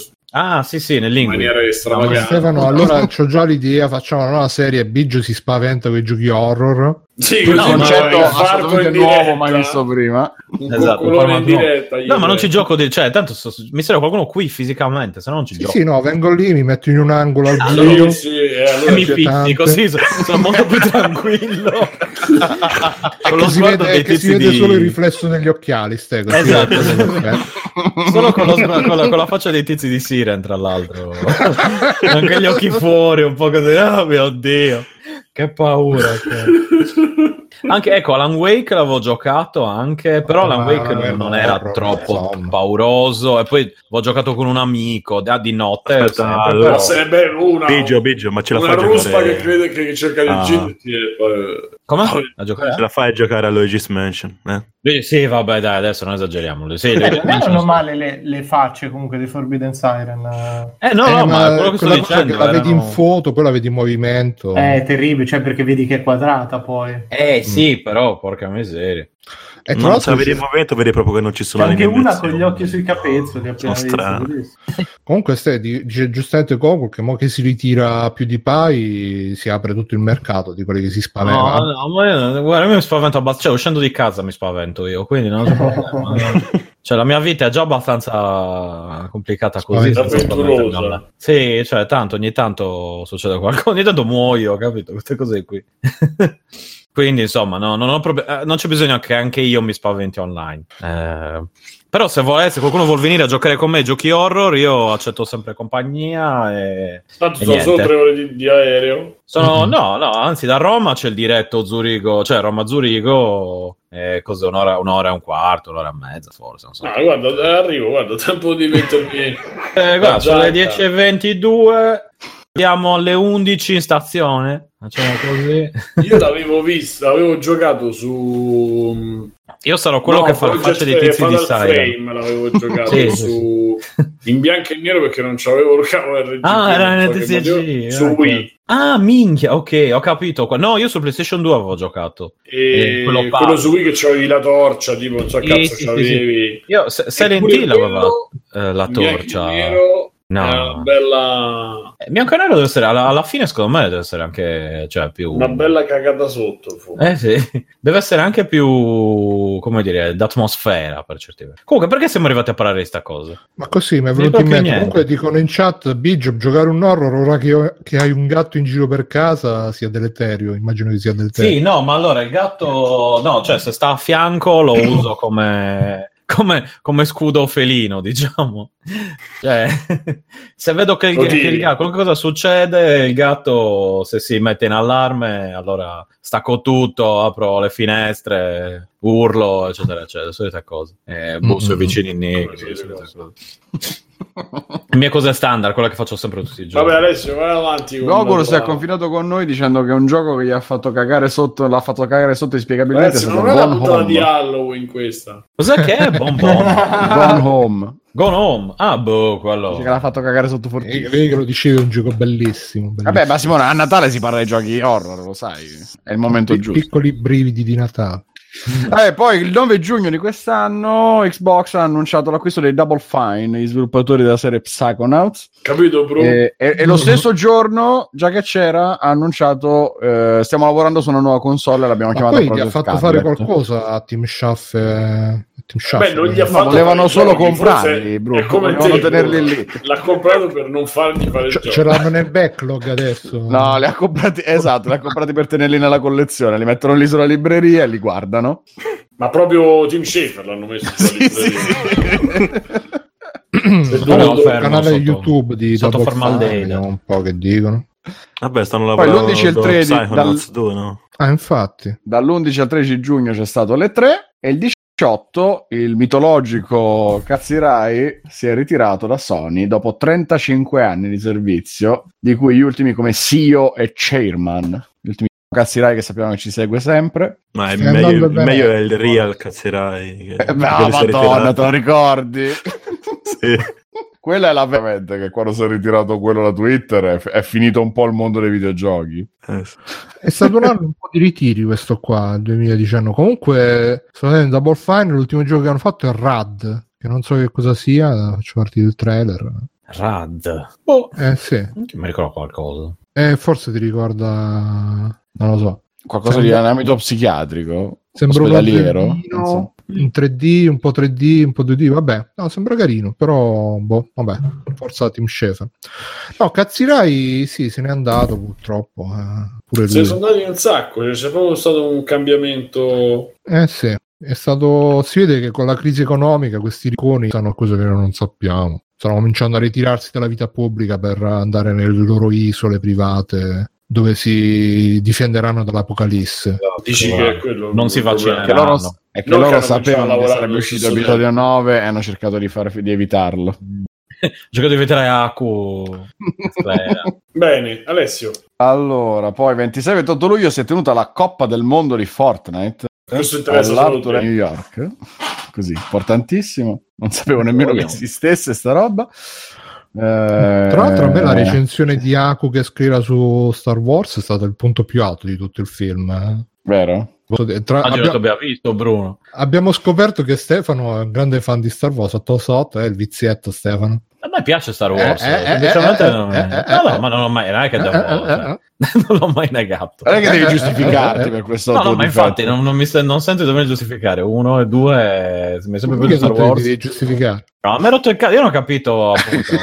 sì, nel link. In maniera estravagante. Stefano, allora c'ho già l'idea, facciamo una serie Biggio si spaventa con i giochi horror. Sì, un concetto assolutamente nuovo, mai visto prima. Esatto, in diretta. No, ma non ci gioco, cioè, tanto mi serve qualcuno qui fisicamente, se no non ci gioco. Sì, no, vengo lì, mi metto in un angolo al giro. allora e mi pizzi, così sono molto più tranquillo. Con lo sguardo si vede solo il riflesso degli occhiali, Stego. Esatto. Solo con la faccia dei tizi di Siren, tra l'altro. Anche gli occhi fuori, un po' così. Oh mio Dio, che paura. Anche, ecco, Alan Wake l'avevo giocato anche, però Alan Wake non era troppo pauroso, e poi avevo giocato con un amico di notte. Però sarebbe una Biggio, ma ce la fai ruspa giocare... che crede che cerca di ucciderti. Come? Ce la fai a giocare a Luigi's Mansion? Sì, vabbè, dai, adesso non esageriamo. Sì, non sono male le facce comunque di Forbidden Siren. Ma quello che sto dicendo, la vedi in foto, poi la vedi in movimento. È terribile, cioè perché vedi che è quadrata poi. Sì, però porca miseria. E tra l'altro vedi il momento, vedi proprio che non ci sono anche una con gli occhi sui capezzoli. Comunque dice giustamente Goku che mo che si ritira PewDiePie si apre tutto il mercato di quelli che si spaventa. Guarda, io mi spavento abbastanza, cioè uscendo di casa mi spavento io, quindi non so. Cioè la mia vita è già abbastanza complicata così. Sì, cioè ogni tanto succede qualcosa, ogni tanto muoio, capito? Queste cose qui. Quindi insomma non c'è bisogno che anche io mi spaventi online. Però se qualcuno vuol venire a giocare con me giochi horror, io accetto sempre compagnia. Tanto sono solo 3 ore di aereo. No, anzi da Roma c'è il diretto Zurigo, cioè Roma-Zurigo, cos'è, un'ora e un quarto, un'ora e mezza forse. Non so. Guarda, arrivo, tempo di mettermi. Guarda, sono le 10:22. Siamo alle 11 in stazione. Facciamo così. Io l'avevo giocato su. Io sarò quello che fa la faccia dei tizi di Siren. L'avevo giocato in bianco e nero perché non c'avevo il cavolo RGB. Era NTSC su Wii. Ah, minchia, ok, ho capito. No, io su PlayStation 2 avevo giocato. E quello su Wii che c'avevi la torcia, tipo, non so cazzo c'avevi. Io Silent Hill aveva la torcia. una bella bianco e nero deve essere alla fine, secondo me deve essere anche, cioè, più una bella cagata sotto. sì, deve essere anche più, come dire, d'atmosfera per certi versi. Comunque, perché siamo arrivati a parlare di sta cosa? Ma così mi è venuto in mente. Comunque dicono in chat, Biggio, giocare un horror ora che hai un gatto in giro per casa sia deleterio. Immagino che sia deleterio. Sì, no, ma allora il gatto, no, cioè se sta a fianco lo uso come scudo felino, diciamo. Cioè, se vedo che il gatto, qualcosa succede, il gatto, se si mette in allarme, allora stacco tutto, apro le finestre, urlo, eccetera, eccetera, solite cose. Busso i vicini negri, le mie cose standard, quella che faccio sempre tutti i giorni. Vabbè, Alessio, vai avanti. Gogol si è confinato con noi dicendo che è un gioco che gli ha fatto cagare sotto, l'ha fatto cagare sotto inspiegabilmente. Alessio, non è la puntata di Halloween questa. Cos'è che è? Gone Home. Gone Home. Ah, boh, quello. Dice che l'ha fatto cagare sotto fortissimo. Vedi che lo dicevi, è un gioco bellissimo. Vabbè, ma Simone, a Natale si parla di giochi horror, lo sai. È il momento giusto. Piccoli brividi di Natale. Poi il 9 giugno di quest'anno Xbox ha annunciato l'acquisto dei Double Fine, gli sviluppatori della serie Psychonauts. Capito, bro? E lo stesso giorno, già che c'era, ha annunciato stiamo lavorando su una nuova console, l'abbiamo chiamata Project Scarlet. Gli ha fatto fare qualcosa a Team Schaff. Beh, non gli ha fatto volevano solo comprarli, bro. Volevano tenerli lì. L'ha comprato per non fargli fare il gioco. Ce l'hanno nel backlog adesso. No, li ha comprati, esatto, li ha comprati per tenerli nella collezione, li mettono lì sulla libreria e li guardano. Ma proprio Tim Schafer l'hanno messo sulla libreria. Il canale YouTube di Double Fine, un po' che dicono. Vabbè, stanno lavorando. Poi l'11 e il 13 no? Infatti. Dall'11 al 13 giugno c'è stato le 3 e il 18 il mitologico Cazzirai si è ritirato da Sony dopo 35 anni di servizio, di cui gli ultimi come CEO e Chairman. Gli ultimi Cazzirai che sappiamo che ci segue sempre. Ma è meglio è il real Cazzirai. Madonna, te lo ricordi? Sì. Quella è la veramente che quando si è ritirato quello da Twitter è finito un po' il mondo dei videogiochi. È stato un anno un po' di ritiri questo qua, il 2019. Comunque, sto vedendo Double Fine, l'ultimo gioco che hanno fatto è Rad, che non so che cosa sia, faccio partire il trailer. Rad? Sì. Mi ricordo qualcosa. Forse ti ricorda, non lo so. Qualcosa di ambito psichiatrico? Sembra ospedaliero? un in 3D, un po' 3D, un po' 2D, vabbè, no, sembra carino, però vabbè, forza Tim Schafer. No, Cazzirai sì, se n'è andato purtroppo, pure lui. Se ne sono andati un sacco, c'è proprio stato un cambiamento. Sì, è stato, si vede che con la crisi economica questi ricconi sanno cose che noi non sappiamo, stanno cominciando a ritirarsi dalla vita pubblica per andare nelle loro isole private dove si difenderanno dall'apocalisse. No, dici che è quello, non si vaccineranno. È che loro sapevano che sarebbe uscito l'episodio 9 e hanno cercato di evitarlo. Giocato di evitare Aku. Bene, Alessio. Allora, poi 26-28 luglio si è tenuta la Coppa del Mondo di Fortnite all'Arthur New York. Così, importantissimo. Non sapevo nemmeno che esistesse sta roba. Tra l'altro a me la recensione di Aku che scrive su Star Wars è stato il punto più alto di tutto il film. Vero? Abbiamo visto Bruno. Abbiamo scoperto che Stefano è un grande fan di Star Wars. Sotto è il vizietto Stefano. A me piace Star Wars. No, ma non l'ho mai, non è che non l'ho mai negato. Non è che devi giustificarti per questo. No, ma infatti non sento di dover giustificare. 1 e 2 mi è sempre piaciuto Star Wars. Devi giustificare. No, mi ha rotto il cazzo. Io non ho capito appunto.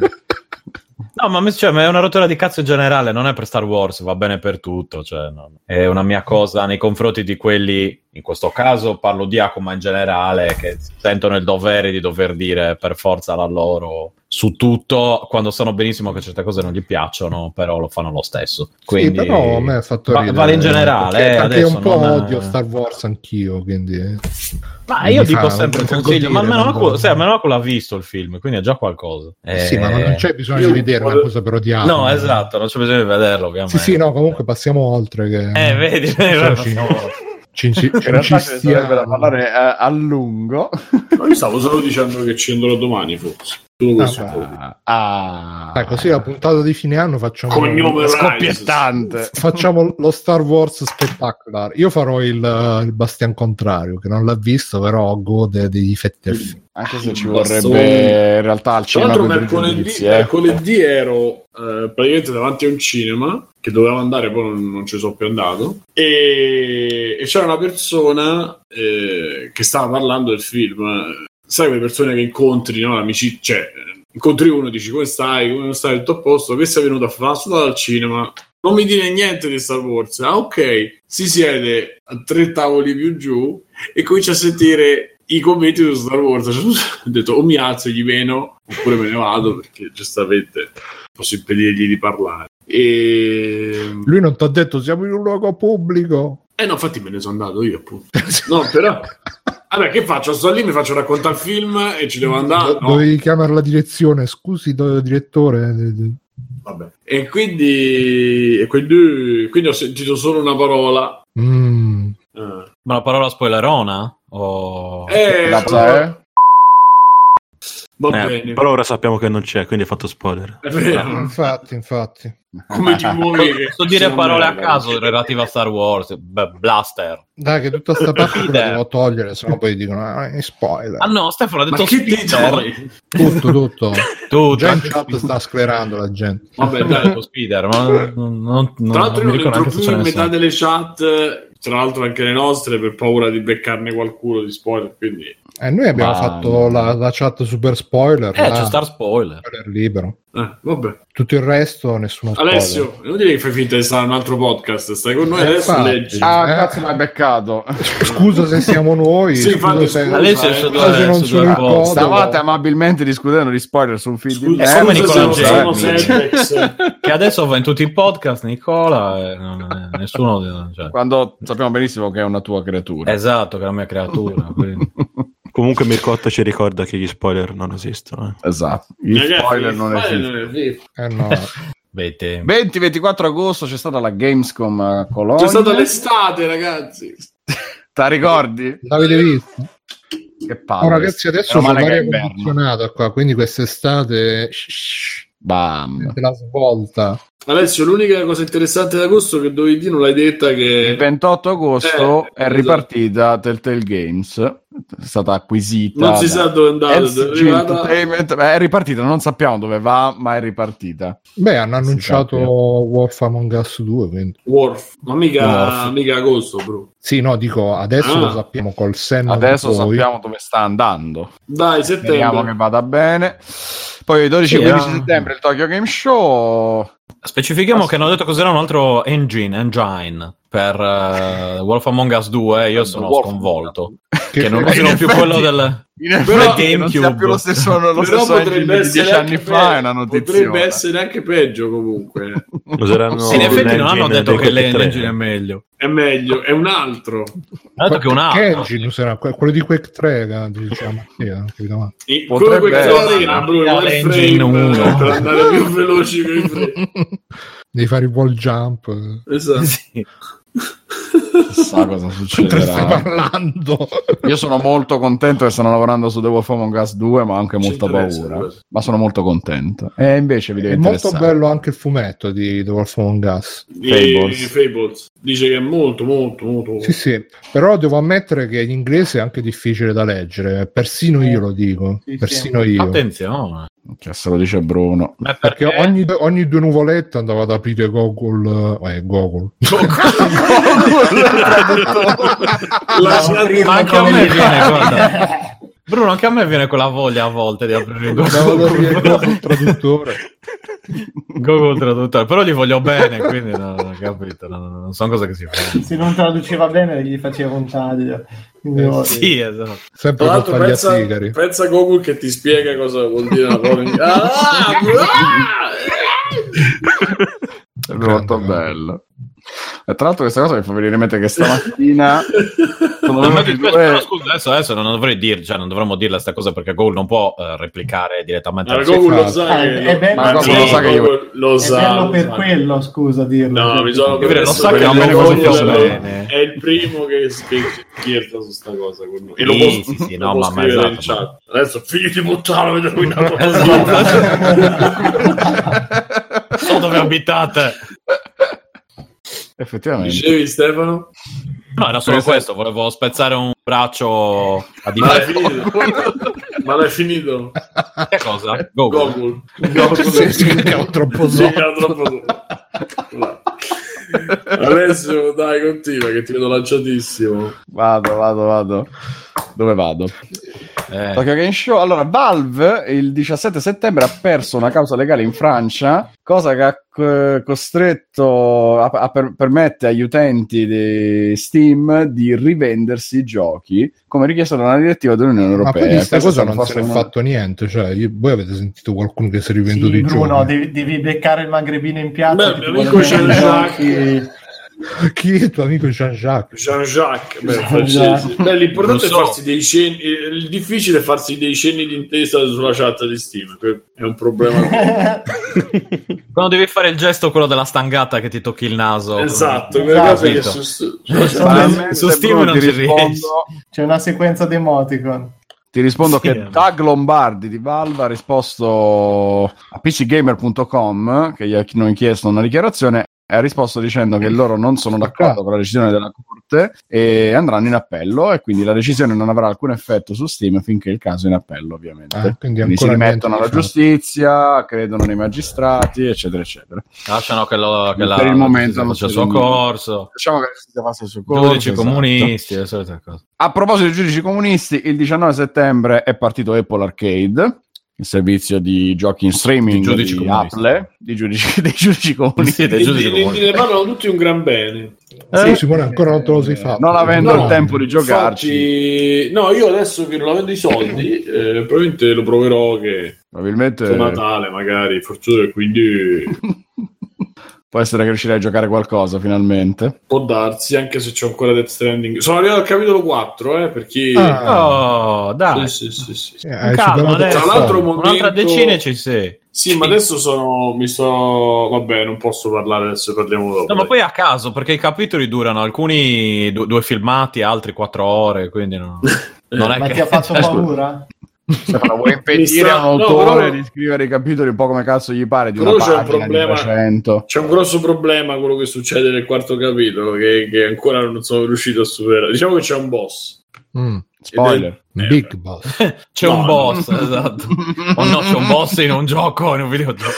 No, ma è una rottura di cazzo in generale, non è per Star Wars, va bene per tutto, cioè, no. È una mia cosa nei confronti di quelli, in questo caso parlo di Akuma in generale, che sentono il dovere di dover dire per forza la loro su tutto, quando sanno benissimo che certe cose non gli piacciono, però lo fanno lo stesso. Quindi, sì, però a me ha fatto ridere. Vale in generale, perché un po' odio Star Wars anch'io, quindi... Ma io dico sempre consiglio, ma almeno Aku l'ha visto il film, quindi è già qualcosa. Sì, ma non c'è bisogno di vedere una cosa per odiare. No, esatto, non c'è bisogno di vederlo, ovviamente. Sì, no, comunque passiamo oltre che... Vedi, ci sarebbe da parlare a lungo. Ma io stavo solo dicendo che ci andrò domani, forse. Così la puntata di fine anno facciamo cognome scoppiettante. Facciamo lo Star Wars Spectacular. Io farò il Bastian contrario, che non l'ha visto, però gode dei difetti del film. Anche se ci vorrebbe in realtà al cinema. Tra l'altro mercoledì ero praticamente davanti a un cinema che dovevo andare, poi non ci sono più andato, e c'era una persona che stava parlando del film. Sai quelle persone che incontri, no? Amici, cioè incontri uno e dici come stai tutto a posto, che sei venuto a fare? Sono andato al cinema, non mi dire niente di Star Wars. Ok, si siede a 3 tavoli più giù e comincia a sentire i commenti su Star Wars. Ho detto o mi alzo e gli meno oppure me ne vado, perché giustamente posso impedirgli di parlare. E lui non ti ha detto siamo in un luogo pubblico? No, infatti me ne sono andato io, appunto. No, però vabbè, che faccio? Sto lì, mi faccio raccontare il film e ci devo andare. No? Dovevi chiamare la direzione, scusi, direttore. Vabbè. E quindi ho sentito solo una parola. Ma la parola spoilerona? Va bene. Però ora sappiamo che non c'è, quindi hai fatto spoiler. È vero. Infatti. Come ti muovi? Posso dire parole a caso relative a Star Wars? Blaster. Dai, che tutta sta parte la devo togliere, sennò poi dicono è spoiler. Ah no, Stefano ha detto tutto. Tu già in chat sta sclerando la gente. Vabbè, dai, Spider, ma non tra l'altro non io non entro più in metà delle chat, tra l'altro anche le nostre, per paura di beccarne qualcuno di spoiler, quindi noi abbiamo fatto la chat super spoiler. C'è Star spoiler libero. Vabbè. Tutto il resto nessuno spoiler. Alessio, non dire che fai finta di stare in un altro podcast, stai con noi adesso infatti, leggi. Cazzo, mi hai beccato. Scusa se siamo noi. Sì, scusa se Alessio non sono il codo. Stavate amabilmente discutendo di spoiler su un film di come Nicola Sedex. che adesso va in tutti i podcast, Nicola, nessuno cioè. Quando sappiamo benissimo che è una tua creatura. Esatto, che è la mia creatura. Comunque Mircotta ci ricorda che gli spoiler non esistono. Esatto, gli spoiler non esistono. No. 20-24 agosto c'è stata la Gamescom a Colonia. C'è stata l'estate, ragazzi. Te la ricordi? L'avete visto? Che palle. Ragazzi, adesso sono l'aria condizionata qua, quindi quest'estate bam, la svolta. Alessio, l'unica cosa interessante d'agosto che dovevi dire non l'hai detta, che il 28 agosto è ripartita Telltale Games, è stata acquisita, non si sa dove è andata, è ripartita, non sappiamo dove va, ma è ripartita. Hanno annunciato Wolf Among Us 2, quindi ma mica agosto, bro. Sì, no, dico, adesso lo sappiamo col senno. Adesso sappiamo dove sta andando. Dai, settembre. Speriamo che vada bene. Poi il 12-15 settembre il Tokyo Game Show. Specifichiamo che hanno detto cos'era un altro engine per Wolf Among Us 2. Io sono sconvolto che non usino più quello del GameCube. Non sia più lo stesso engine di 10 anni fa. È una notizia. Potrebbe essere anche peggio, comunque. In effetti non hanno detto che l'engine è meglio. È meglio, è un altro. Ha detto che è un altro. Che engine userà? Quello di Quake 3, diciamo. Potrebbe essere l'engine 1 per andare più veloci con i frame. Devi fare il wall jump. Esatto. Sì. Chissà cosa succederà. Stai parlando. Io sono molto contento che stanno lavorando su The Wolf Among Us 2, ma ho anche molta paura. Ma sono molto contento. E invece vi deve interessare. È molto bello anche il fumetto di The Wolf Among Us. Fables. Dice che è molto. Sì. Però devo ammettere che in inglese è anche difficile da leggere. Persino io lo dico. Persino io. Attenzione. Che se lo dice Bruno. Ma perché ogni due nuvolette andavo ad aprire Google. Ma anche a me viene, guarda. Bruno, anche a me viene quella voglia a volte di aprire Google Traduttore. Google Traduttore, però li voglio bene, quindi non capito, non sono cose che si fanno. Se non traduceva bene gli faceva un taglio. Sì, esatto. Sempre tra l'altro pensa a Google che ti spiega cosa vuol dire una parola. È molto bello. E tra l'altro questa cosa mi fa venire in mente che stamattina Scusa, adesso non dovrei dire, cioè non dovremmo dirle questa cosa perché Google non può replicare direttamente. Google lo sa che lo sa. È bello per quello, scusa dirlo. No, bisogna dire, lo sa che è il primo che scherza su sta cosa con noi. E lo può scrivere in chat. Adesso figli di puttana, avete rovinato. So dove abitate. Effettivamente. Dicevi, Stefano? No, era solo questo, volevo spezzare un braccio a Ma l'hai finito? Che cosa? Google. Troppo sotto. Adesso dai, continua che ti vedo lanciatissimo. Vado. Dove vado? Tokyo Game Show. Allora, Valve il 17 settembre ha perso una causa legale in Francia, cosa che ha costretto permette agli utenti di Steam di rivendersi i giochi come richiesto da una direttiva dell'Unione Europea. Ma questa cosa non se ne è fatto niente, cioè voi avete sentito qualcuno che si è rivenduto i giochi? No, devi beccare il magrebino in piazza. Beh, mio amico Jean-Jacques. Chi è il tuo amico Jean-Jacques? Francesi. L'importante è farsi dei cenni. Il difficile è farsi dei cenni d'intesa sulla chat di Steam. È un problema. Quando devi fare il gesto, quello della stangata che ti tocchi il naso. Esatto. Che su Steam non ci riesci. C'è una sequenza di emoticon. Ti rispondo che Doug Lombardi di Valve ha risposto a pcgamer.com, che gli hanno chiesto una dichiarazione, e ha risposto dicendo che loro non sono d'accordo con la decisione della Corte e andranno in appello, e quindi la decisione non avrà alcun effetto su Steam finché il caso è in appello, ovviamente. Quindi si rimettono alla giustizia, credono nei magistrati, eccetera, eccetera. Lasciano che per il momento faccia il suo corso. Facciamo che si faccia il suo corso. Giudici comunisti, le solite cose. A proposito di giudici comunisti, il 19 settembre è partito Apple Arcade, il servizio di giochi in streaming di Apple, dei giudici comunisti. Ne parlano tutti un gran bene. Sì, Simone, ancora non te lo sei fatto. Non avendo il tempo di giocarci. Infatti, no, io adesso che non avendo i soldi, probabilmente lo proverò, che probabilmente Natale magari, fortuna, quindi può essere che riuscirai a giocare qualcosa finalmente. Può darsi, anche se c'è ancora Death Stranding. Sono arrivato al capitolo 4, per chi... Oh, dai. Sì. Calma, adesso. Tra l'altro un'altra decina ci sei. Sì, ma adesso vabbè, non posso parlare adesso, parliamo dopo. No, ma poi a caso, perché i capitoli durano alcuni due filmati, altri 4 ore, quindi no. Non è ma che... ti ha fatto paura? Stefano, vuoi impedire a un autore di scrivere i capitoli un po' come cazzo gli pare di una pagina di 300? C'è un grosso problema quello che succede nel quarto capitolo che ancora non sono riuscito a superare. Diciamo che c'è un boss. Spoiler. Big boss. C'è un boss, esatto. O no, c'è un boss in un gioco, in un videogioco.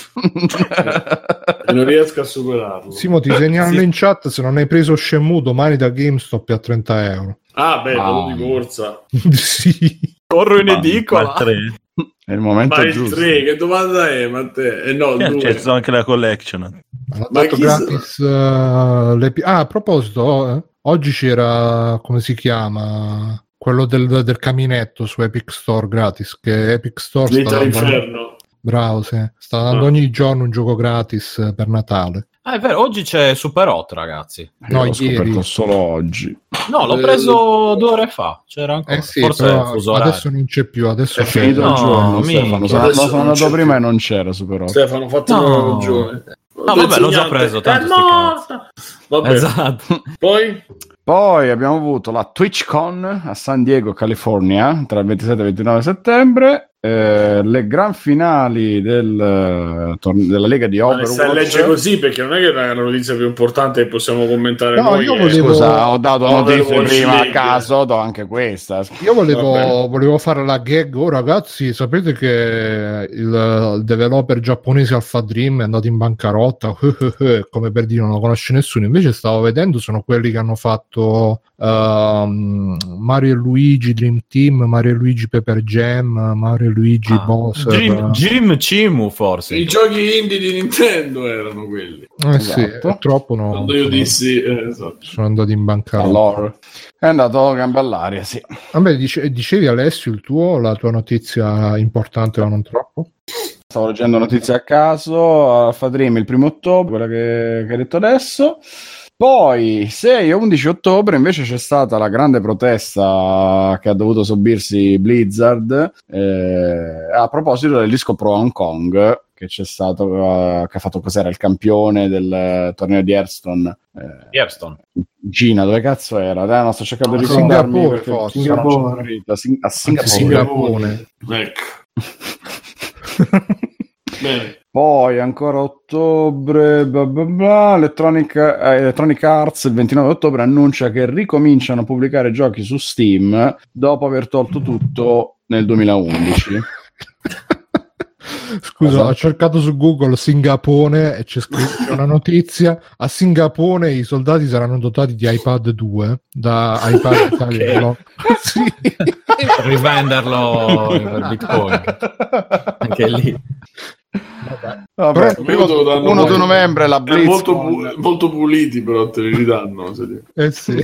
Non riesco a superarlo. Simo, ti segnalo in chat, se non hai preso Shenmue domani da GameStop è a 30 euro. Ah, beh, quello di corsa. Sì. Corro in edicola. È il momento ma giusto. Il 3, che domanda è, Matteo? No, c'è anche la collection. Hanno dato gratis a proposito, oggi c'era, come si chiama, quello del caminetto su Epic Store gratis, che Epic Store Inferno. Bravo, sì. Sta dando ogni giorno un gioco gratis per Natale. Ah, è vero, oggi c'è Super 8, ragazzi. No, l'ho scoperto solo oggi. No, l'ho preso 2 ore fa. C'era ancora. Sì, forse adesso non c'è più. Adesso è finito il giorno. Sono andato prima e non c'era Super 8. Stefano, fatti una ragione. No, vabbè, l'ho già preso. Tanto vabbè. Esatto. Poi abbiamo avuto la TwitchCon a San Diego, California, tra il 27 e il 29 settembre. Le gran finali della Lega di Overwatch. Stai a leggere così perché non è che è la notizia più importante che possiamo commentare noi. Scusa, ho dato notizie prima a caso, do anche questa. Io volevo fare la gag. Ragazzi, sapete che il developer giapponese Alpha Dream è andato in bancarotta? Come per dire, non lo conosce nessuno. Invece stavo vedendo, sono quelli che hanno fatto Mario e Luigi Dream Team, Mario e Luigi Paper Jam, Mario e Luigi Bowser, Dream Cimu, forse i giochi indie di Nintendo erano quelli. Sì, purtroppo no. Quando io dissi esatto. Sono andati in bancarotta. Allora, è andato gamba all'aria, sì. Vabbè, dicevi Alessio la tua notizia importante, ma non troppo? Stavo leggendo notizie a caso. Alpha Dream il 1 ottobre, quella che hai detto adesso. Poi 6 e 11 ottobre invece c'è stata la grande protesta che ha dovuto subirsi Blizzard a proposito del disco Pro Hong Kong che c'è stato, che ha fatto cos'era il campione del torneo di Hearthstone. Cina, dove cazzo era? Dai, no, sto cercando di Singapore, a Singapore. Ecco. Bene. Poi ancora ottobre, Electronic Arts il 29 ottobre annuncia che ricominciano a pubblicare giochi su Steam dopo aver tolto tutto nel 2011. Scusa, ho cercato su Google Singapore e c'è una notizia: a Singapore i soldati saranno dotati di iPad 2 da iPad italiano. Sì. Per rivenderlo per Bitcoin anche lì. Vabbè, però 1 novembre la Blitz molto puliti, però te li ridanno. Sì.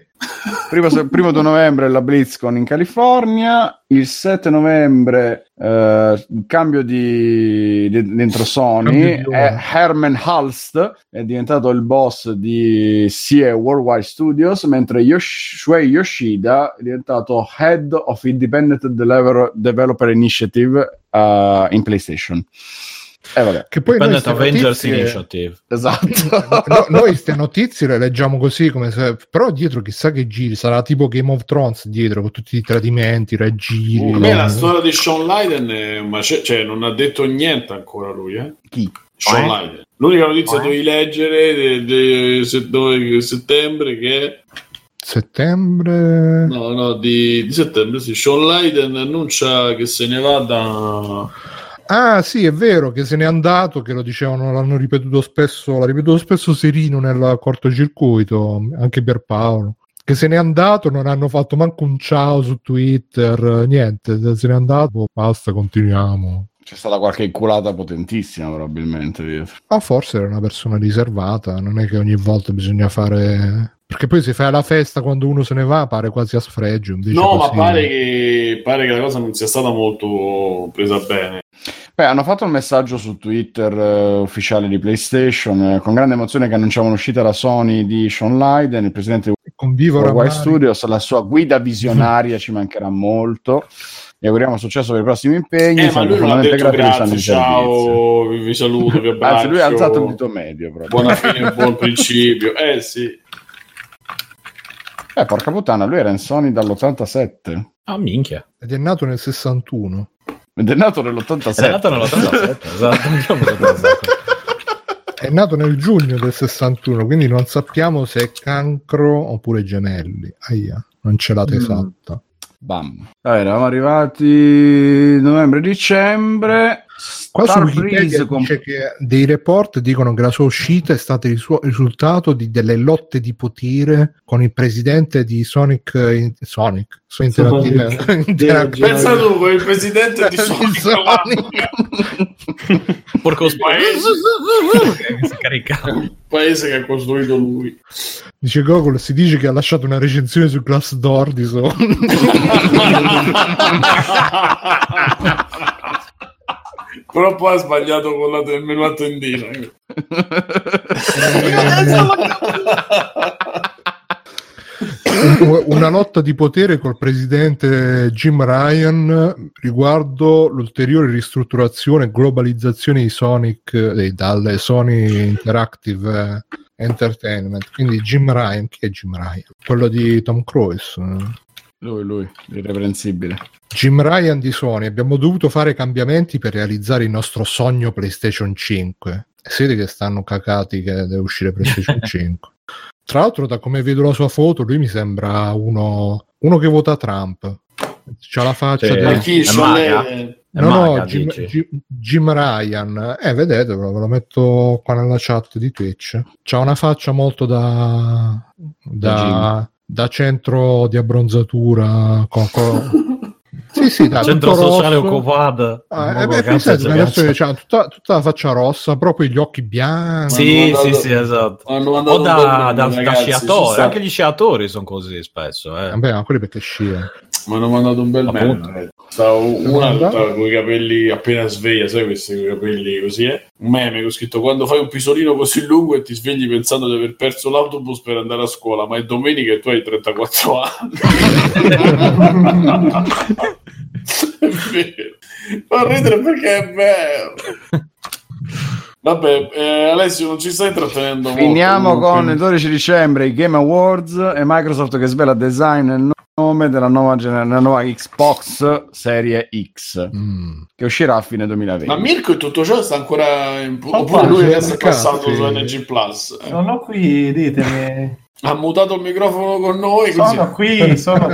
primo 2 novembre la BlizzCon in California, il 7 novembre cambio dentro Sony, Herman Hulst è diventato il boss di CE Worldwide Studios, mentre Shuei Yoshida è diventato Head of Independent Developer Initiative in PlayStation. Vabbè. Che poi Independent Avengers Initiative. Esatto. Noi queste notizie le leggiamo così, come se, però dietro chissà che giri, sarà tipo Game of Thrones dietro con tutti i tradimenti, raggiri. A me la storia di Sean Layden è cioè non ha detto niente ancora lui, Chi? Sean Layden. L'unica notizia che dovevi leggere di settembre che è settembre di settembre, sì. Sean Layden annuncia che se ne va da... Ah sì, è vero che se n'è andato, che lo dicevano, l'ha ripetuto spesso Serino nel cortocircuito, anche Pierpaolo, che se n'è andato, non hanno fatto manco un ciao su Twitter, niente, se n'è andato, basta, continuiamo. C'è stata qualche inculata potentissima probabilmente dietro. Ma forse era una persona riservata, non è che ogni volta bisogna fare... Perché poi se fai la festa quando uno se ne va pare quasi a sfregio. No, così... ma pare che la cosa non sia stata molto presa bene. Beh, hanno fatto un messaggio su Twitter ufficiale di PlayStation con grande emozione che annunciavano l'uscita da Sony di Sean Layden, il presidente di Worldwide Studios, la sua guida visionaria ci mancherà molto. E auguriamo successo per i prossimi impegni. Ma lui non ha detto grazie, ciao, vi saluto, vi abbraccio. Anzi, lui ha alzato il dito medio proprio. Buona fine, buon principio. Sì. Porca puttana, lui era in Sony dall'87. Ah, minchia. Ed è nato nel 61. Ed è nato nell'87. È nato nell'87, esatto. È nato nel giugno del 61, quindi non sappiamo se è cancro oppure gemelli. Ahia, non c'è la esatta. Bam. Eravamo arrivati novembre-dicembre. Qua su Wikipedia dice che dei report dicono che la sua uscita è stata il risultato di delle lotte di potere con il presidente di Sonic Interactive. Pensa tu con il presidente di Sonic. Porco che si carica. Un paese che ha costruito lui. Dice Gogol, si dice che ha lasciato una recensione su Glassdoor di Sony. Però poi ha sbagliato con il menu a tendina. Una lotta di potere col presidente Jim Ryan riguardo l'ulteriore ristrutturazione e globalizzazione di Sonic dalle Sony Interactive Entertainment. Quindi Jim Ryan, chi è Jim Ryan? Quello di Tom Cruise. Lui, irreprensibile. Jim Ryan di Sony: abbiamo dovuto fare cambiamenti per realizzare il nostro sogno PlayStation 5. Siete che stanno cacati che deve uscire PlayStation 5. Tra l'altro, da come vedo la sua foto, lui mi sembra uno che vota Trump. C'ha la faccia Jim Ryan. Vedetelo, ve lo metto qua nella chat di Twitch. C'ha una faccia molto da centro di abbronzatura sì, da centro sociale occupato. Tutta la faccia rossa, proprio gli occhi bianchi. Sì, esatto. O da sciatore, anche gli sciatori sono così spesso. Vabbè, ma quelli perché scia. Mi hanno mandato un bel meme. Stavo una con i capelli appena sveglia, sai questi capelli così, un meme che ho scritto: quando fai un pisolino così lungo e ti svegli pensando di aver perso l'autobus per andare a scuola, ma è domenica e tu hai 34 anni. È vero, fa ridere perché è vero. Vabbè, Alessio, non ci stai trattenendo Finiamo molto, con il 12 dicembre i Game Awards e Microsoft che svela design e nome della nuova Xbox Serie X che uscirà a fine 2020. Ma Mirko in tutto ciò sta ancora oppure lui adesso è passato su NG Plus? Sono qui, ditemi. Ha mutato il microfono con noi. Sono qui.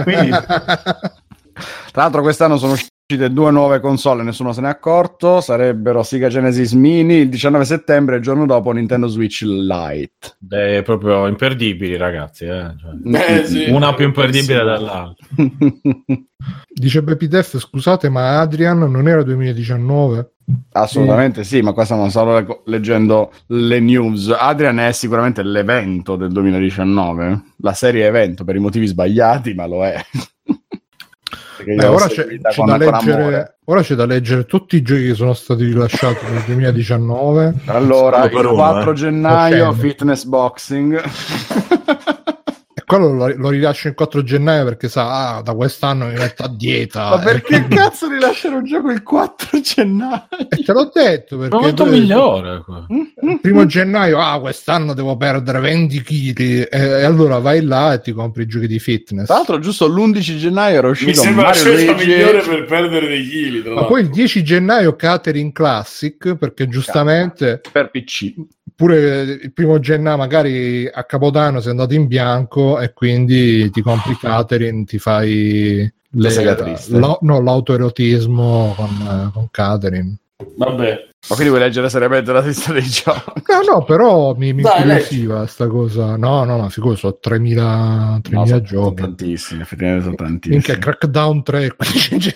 Tra l'altro quest'anno sono uscite 2 nuove console, nessuno se n'è accorto, sarebbero Sega Genesis Mini il 19 settembre e il giorno dopo Nintendo Switch Lite. Proprio imperdibili, ragazzi. Sì, una più imperdibile dall'altra. Dice Bepidef, scusate, ma Adrian non era 2019? Assolutamente sì, ma questa non stavo leggendo le news. Adrian è sicuramente l'evento del 2019, la serie evento per i motivi sbagliati, ma lo è. Ora c'è da leggere tutti i giochi che sono stati rilasciati nel 2019. Allora, il 4 gennaio Fitness Boxing. E quello lo rilascio il 4 gennaio perché sa, da quest'anno mi metto a dieta. Ma perché cazzo rilasciare un gioco il 4 gennaio? E te l'ho detto, perché molto migliore. Il 1 gennaio, quest'anno devo perdere 20 kg e allora vai là e ti compri i giochi di fitness. Tra l'altro giusto l'11 gennaio era uscito mi sembra Mario la scelta Luigi migliore per perdere dei chili. Ma poi il 10 gennaio Catering Classic, perché giustamente per PC. Pure il 1 gennaio magari a Capodanno sei andato in bianco e quindi ti compri Catering, ti fai l'autoerotismo con Catering. Vabbè. Ma quindi vuoi leggere seriamente la lista dei giochi? No, però mi incuriosiva sta cosa. No, figurati, sono 3.000 giochi. Sono tantissimi, effettivamente sono tantissimi. Minchia, Crackdown 3, 15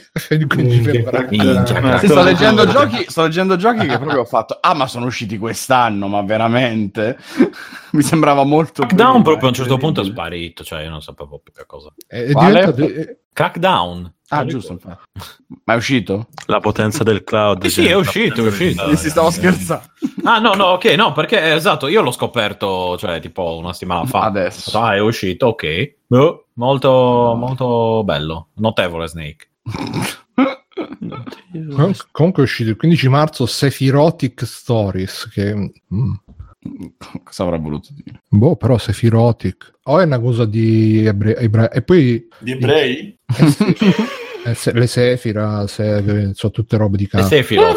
sto leggendo giochi che proprio ho fatto. Ma sono usciti quest'anno, ma veramente? Mi sembrava molto Crackdown proprio a un certo punto è sparito, cioè io non sapevo più che cosa. Crackdown. Giusto, infatti. Ma è uscito? La potenza del cloud. Sì, è uscito. Si stavo scherzando. No, perché esatto, io l'ho scoperto, cioè tipo una settimana fa. Adesso. È uscito, ok. Molto, molto bello. Notevole Snake. Comunque è uscito il 15 marzo Sephirotic Stories, che... Cosa avrà voluto dire? Però Sephirotic o è una cosa di ebrei e poi di ebrei? Le Sefira sono tutte robe di cazzo. Sephiroth.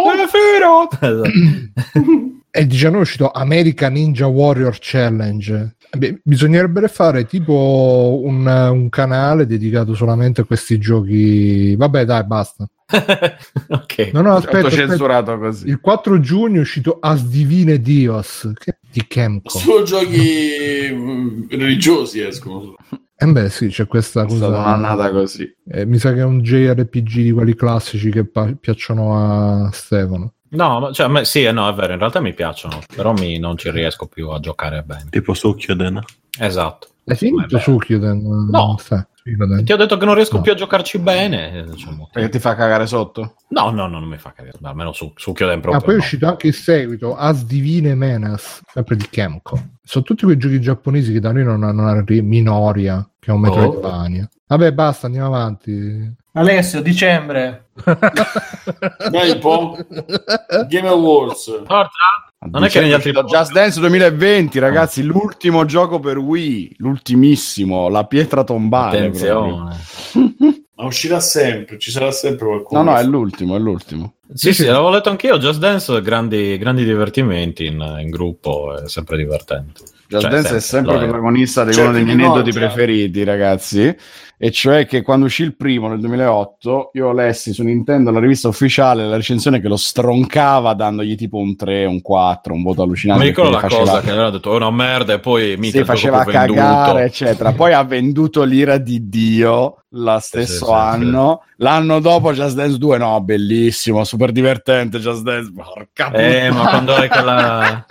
E il 19 è uscito American Ninja Warrior Challenge. Bisognerebbe fare tipo un canale dedicato solamente a questi giochi. Vabbè, dai, basta. Ok. No, aspetta. Censurato così. Il 4 giugno è uscito As Divine Dios di Kemco. Solo giochi religiosi escono. Sì, c'è questa cosa. È stata un'annata così. Mi sa che è un JRPG di quelli classici che piacciono a Stefano. No, cioè, sì, no, è vero, in realtà mi piacciono, però non ci riesco più a giocare bene. Tipo Sukkyoden. Esatto. È finito Sukkyoden? No. Ti ho detto che non riesco più a giocarci bene. Perché ti fa cagare sotto? No, non mi fa cagare. Almeno Sukkyoden proprio. Poi è uscito anche il seguito, As Divine Menace, sempre di Kemco. Sono tutti quei giochi giapponesi che da noi non hanno Minoria, che è un Metroidvania. Vabbè, basta, andiamo avanti. Alessio, dicembre. Dai un po'. Game Awards. Non è che negli altri Just Dance 2020, ragazzi, l'ultimo gioco per Wii, l'ultimissimo, la pietra tombale. Attenzione. Ma uscirà sempre, ci sarà sempre qualcuno. No, è l'ultimo. Sì, l'avevo letto anch'io. Just Dance, grandi divertimenti in gruppo, è sempre divertente. Just Dance è sempre protagonista di uno dei miei aneddoti preferiti, ragazzi. E cioè che quando uscì il primo nel 2008 io lessi su Nintendo, la rivista ufficiale, la recensione che lo stroncava dandogli tipo un 3, un 4, un voto allucinante. Mi ricordo la cosa che aveva detto è una merda e poi mica faceva cagare eccetera. Poi ha venduto l'ira di Dio lo stesso anno. L'anno dopo Just Dance 2, no, bellissimo, super divertente Just Dance, porca ma quando è quella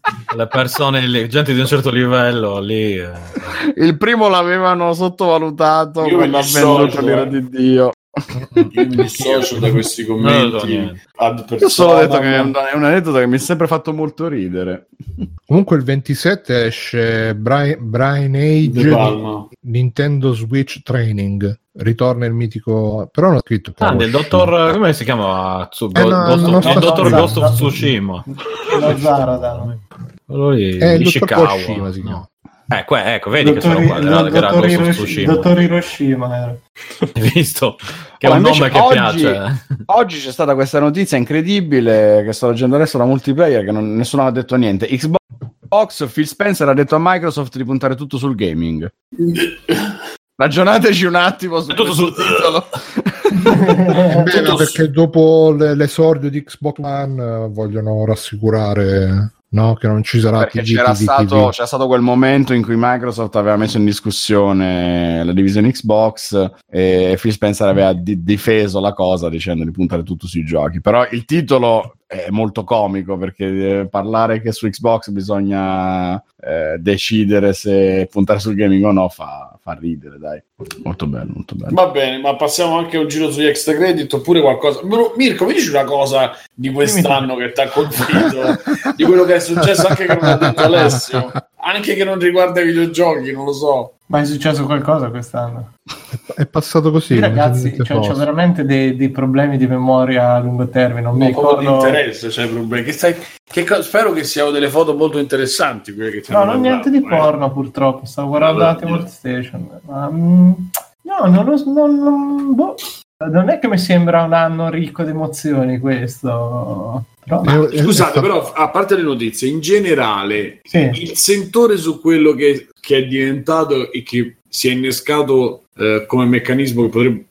Le persone, gente di un certo livello lì. Il primo l'avevano sottovalutato quando ha venduto l'ira di Dio. Io mi dissocio da questi commenti. Io solo detto che è un aneddoto che mi è sempre fatto molto ridere. Comunque il 27 esce Brain Age Nintendo Switch Training. Ritorna il mitico, però non ho scritto del dottor, come si chiama? Il dottor Ghost of Tsushima. Lo Zaradan. Il dottor Koshima si chiama. Ecco, vedi che sono qua. Dottor Hiroshima. Hai visto? Che è un nome che piace. Oggi c'è stata questa notizia incredibile che sto leggendo adesso da multiplayer che nessuno ha detto niente. Xbox, Phil Spencer ha detto a Microsoft di puntare tutto sul gaming. Ragionateci un attimo su tutto sul titolo. Bene, perché dopo l'esordio di Xbox One vogliono rassicurare, no, che non ci sarà, perché c'era stato quel momento in cui Microsoft aveva messo in discussione la divisione Xbox e Phil Spencer aveva difeso la cosa dicendo di puntare tutto sui giochi. Però il titolo è molto comico, perché parlare che su Xbox bisogna decidere se puntare sul gaming o no fa ridere, dai. Molto bello, molto bello. Va bene, ma passiamo anche un giro sugli extra credit oppure qualcosa. Mirko, mi dici una cosa di quest'anno che ti ha colpito, di quello che è successo, anche che non ha detto Alessio, anche che non riguarda i videogiochi, non lo so. Ma è successo qualcosa quest'anno? È passato così. Ragazzi, c'ho veramente dei problemi di memoria a lungo termine. Non mi ricordo. Di interesse, c'è problemi. Spero che siano delle foto molto interessanti. Quelle che no, non niente di porno, purtroppo. Stavo guardando Ultimate Station. Ma, non è che mi sembra un anno ricco di emozioni questo. Però, scusate, però a parte le notizie, in generale, il sentore su quello che è diventato e che si è innescato come meccanismo che potrebbe,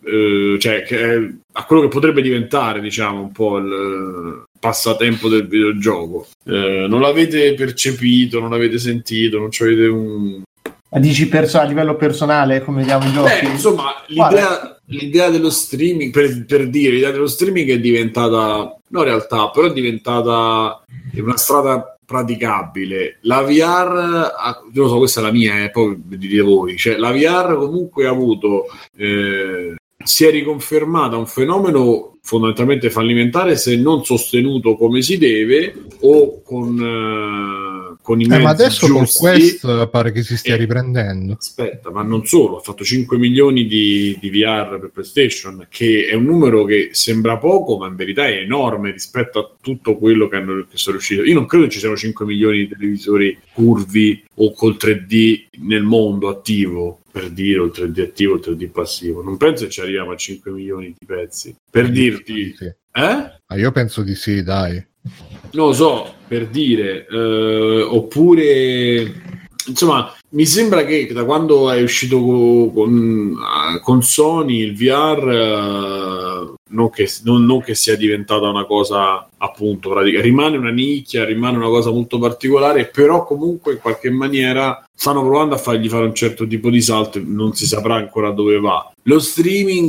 a quello che potrebbe diventare, diciamo, un po' il passatempo del videogioco. Non l'avete percepito, non l'avete sentito, non ci avete un... Dici a livello personale come vediamo i giochi? Insomma, l'idea dello streaming, per dire, l'idea dello streaming è diventata, no, in realtà, però è diventata una strada praticabile. La VR, non lo so, questa è la mia, poi dite voi, cioè la VR comunque ha avuto, si è riconfermata un fenomeno fondamentalmente fallimentare se non sostenuto come si deve o con i mezzi ma adesso giusti. Con Quest pare che si stia riprendendo. Aspetta, ma non solo, ha fatto 5 milioni di VR per PlayStation, che è un numero che sembra poco, ma in verità è enorme rispetto a tutto quello che sono riusciti. Io non credo ci siano 5 milioni di televisori curvi o col 3D nel mondo attivo, per dire, o il 3D attivo o il 3D passivo. Non penso che ci arriviamo a 5 milioni di pezzi. Per dirti... Sì. Io penso di sì, dai. Non lo so, per dire, oppure insomma, mi sembra che da quando è uscito con Sony il VR, non che sia diventata una cosa appunto pratica, rimane una nicchia, rimane una cosa molto particolare, però comunque in qualche maniera stanno provando a fargli fare un certo tipo di salto, non si saprà ancora dove va. Lo streaming,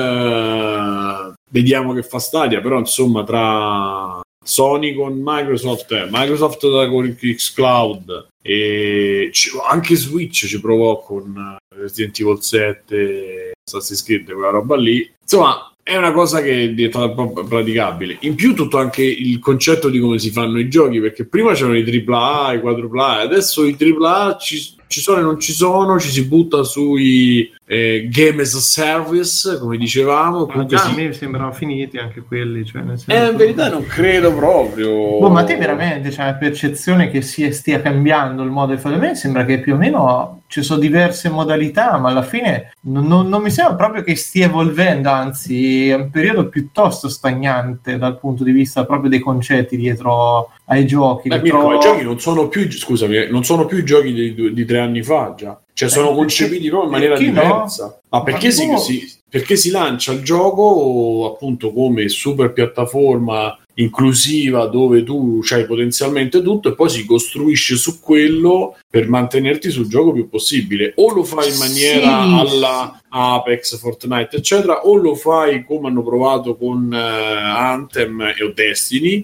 vediamo che fa Stadia, però insomma tra Sony con Microsoft con xCloud e anche Switch ci provò con Resident Evil 7, Assassin's Creed, quella roba lì, insomma è una cosa che è diventata praticabile. In più tutto anche il concetto di come si fanno i giochi, perché prima c'erano i AAA, i quadrupla, adesso i AAA ci sono e non ci sono, ci si butta sui game as a service, come dicevamo. Ma già a me sembrano finiti anche quelli, cioè nel senso... in verità non credo proprio. Ma te veramente c'è la percezione che stia cambiando il modo di fare? A me sembra che più o meno ci sono diverse modalità, ma alla fine non mi sembra proprio che stia evolvendo, anzi è un periodo piuttosto stagnante dal punto di vista proprio dei concetti dietro ai giochi. I giochi non sono più, scusami, non sono più i giochi di 3 anni fa già, cioè sono concepiti proprio in maniera diversa. No? Ma perché perché si lancia il gioco appunto come super piattaforma inclusiva dove tu c'hai potenzialmente tutto e poi si costruisce su quello per mantenerti sul gioco più possibile. O lo fai in maniera alla Apex, Fortnite eccetera, o lo fai come hanno provato con Anthem o Destiny,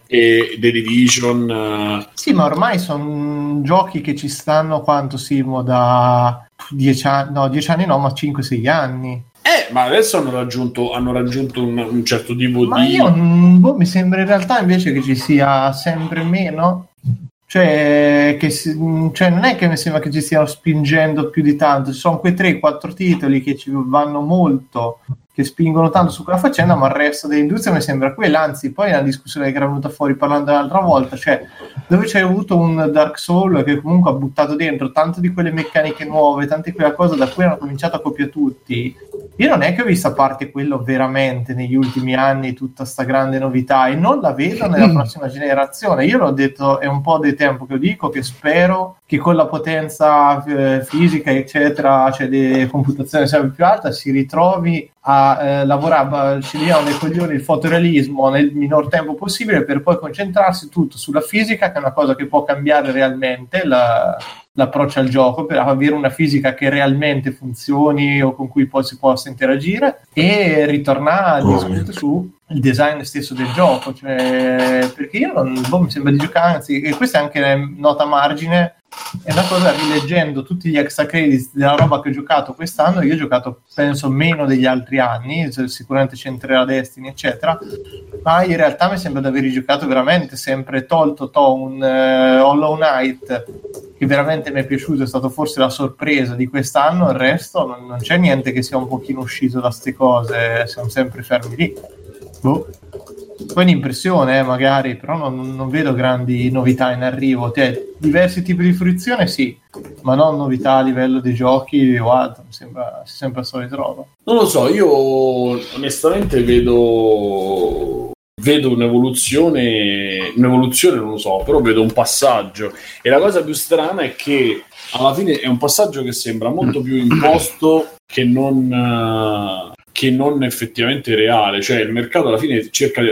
e The Division. Sì, ma ormai sono giochi che ci stanno quanto Simo da 10 anni, no 10 anni no, ma 5-6 anni. Ma adesso hanno raggiunto un certo tipo ma di... io mi sembra in realtà invece che ci sia sempre meno. Cioè non è che mi sembra che ci stiano spingendo più di tanto, ci sono quei 3-4 titoli che ci vanno molto, che spingono tanto su quella faccenda, ma il resto dell'industria mi sembra quella. Anzi, poi la discussione che era venuta fuori parlando l'altra volta, cioè dove c'è avuto un Dark Souls che comunque ha buttato dentro tanto di quelle meccaniche nuove, tante di quella cosa da cui hanno cominciato a copiare tutti. Io non è che ho visto, a parte quello, veramente negli ultimi anni tutta sta grande novità, e non la vedo nella prossima generazione. Io l'ho detto, è un po' di tempo che lo dico, che spero che con la potenza fisica eccetera, cioè di computazione sempre più alta, si ritrovi a lavorare, ci diano dei coglioni il fotorealismo nel minor tempo possibile, per poi concentrarsi tutto sulla fisica, che è una cosa che può cambiare realmente l'approccio al gioco, per avere una fisica che realmente funzioni o con cui poi si possa interagire, e ritornare a discutere su il design stesso del gioco, cioè, perché io mi sembra di giocare, anzi, e questa è anche nota a margine, è una cosa, rileggendo tutti gli extra credits della roba che ho giocato quest'anno, io ho giocato penso meno degli altri anni, sicuramente c'entrerà Destiny eccetera, ma in realtà mi sembra di aver giocato veramente sempre, tolto un Hollow Knight che veramente mi è piaciuto, è stato forse la sorpresa di quest'anno, il resto non c'è niente che sia un pochino uscito da ste cose, siamo sempre fermi lì. Poi un'impressione magari, però non vedo grandi novità in arrivo, diversi tipi di fruizione sì, ma non novità a livello di giochi o altro, mi sembra sempre la solita roba. Non lo so, io onestamente vedo un'evoluzione non lo so, però vedo un passaggio, e la cosa più strana è che alla fine è un passaggio che sembra molto più imposto che non effettivamente reale, cioè il mercato alla fine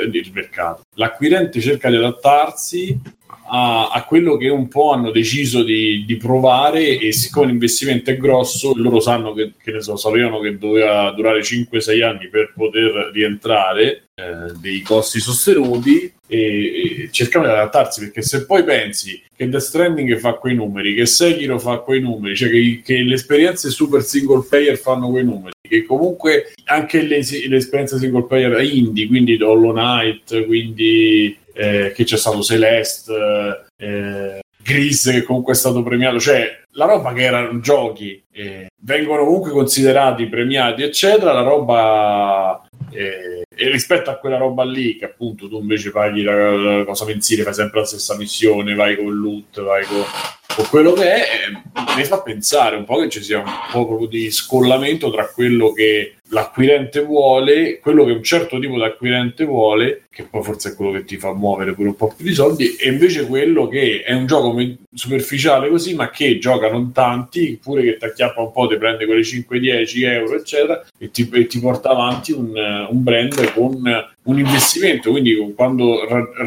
l'acquirente cerca di adattarsi a quello che un po' hanno deciso di provare, e siccome l'investimento è grosso, loro sanno che ne so, sapevano che doveva durare 5-6 anni per poter rientrare dei costi sostenuti, e cercano di adattarsi, perché se poi pensi che Death Stranding fa quei numeri, che Sekiro fa quei numeri, cioè che le esperienze super single player fanno quei numeri, che comunque anche le esperienze single player indie, quindi Hollow Knight, quindi che c'è stato Celeste, Gris, che comunque è stato premiato, cioè la roba che erano giochi vengono comunque considerati, premiati eccetera, la roba e rispetto a quella roba lì, che appunto tu invece paghi la cosa mensile, fai sempre la stessa missione, vai con loot, vai con quello che è, mi fa pensare un po' che ci sia un po' proprio di scollamento tra quello che l'acquirente vuole, quello che un certo tipo di acquirente vuole, che poi forse è quello che ti fa muovere pure un po' più di soldi, e invece quello che è un gioco superficiale così, ma che giocano tanti, pure che ti acchiappa un po', ti prende quelle 5-10 euro eccetera, e ti porta avanti un brand con un investimento. Quindi quando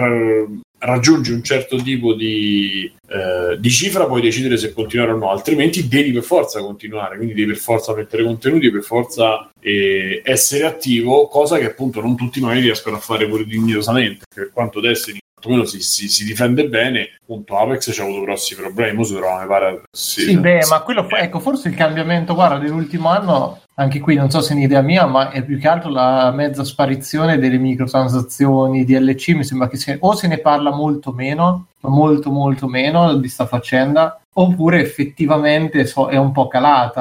raggiungi un certo tipo di cifra puoi decidere se continuare o no, altrimenti devi per forza continuare, quindi devi per forza mettere contenuti, per forza essere attivo, cosa che appunto non tutti magari riescono a fare pure dignitosamente, perché per quanto Destiny quello si difende bene, appunto Apex c'ha avuto grossi problemi, mo si trovano, mi pare ma quello ecco, forse il cambiamento, guarda, dell'ultimo anno, anche qui non so se è un'idea mia, ma è più che altro la mezza sparizione delle microtransazioni DLC. Mi sembra che se ne parla molto meno di sta faccenda, oppure effettivamente è un po'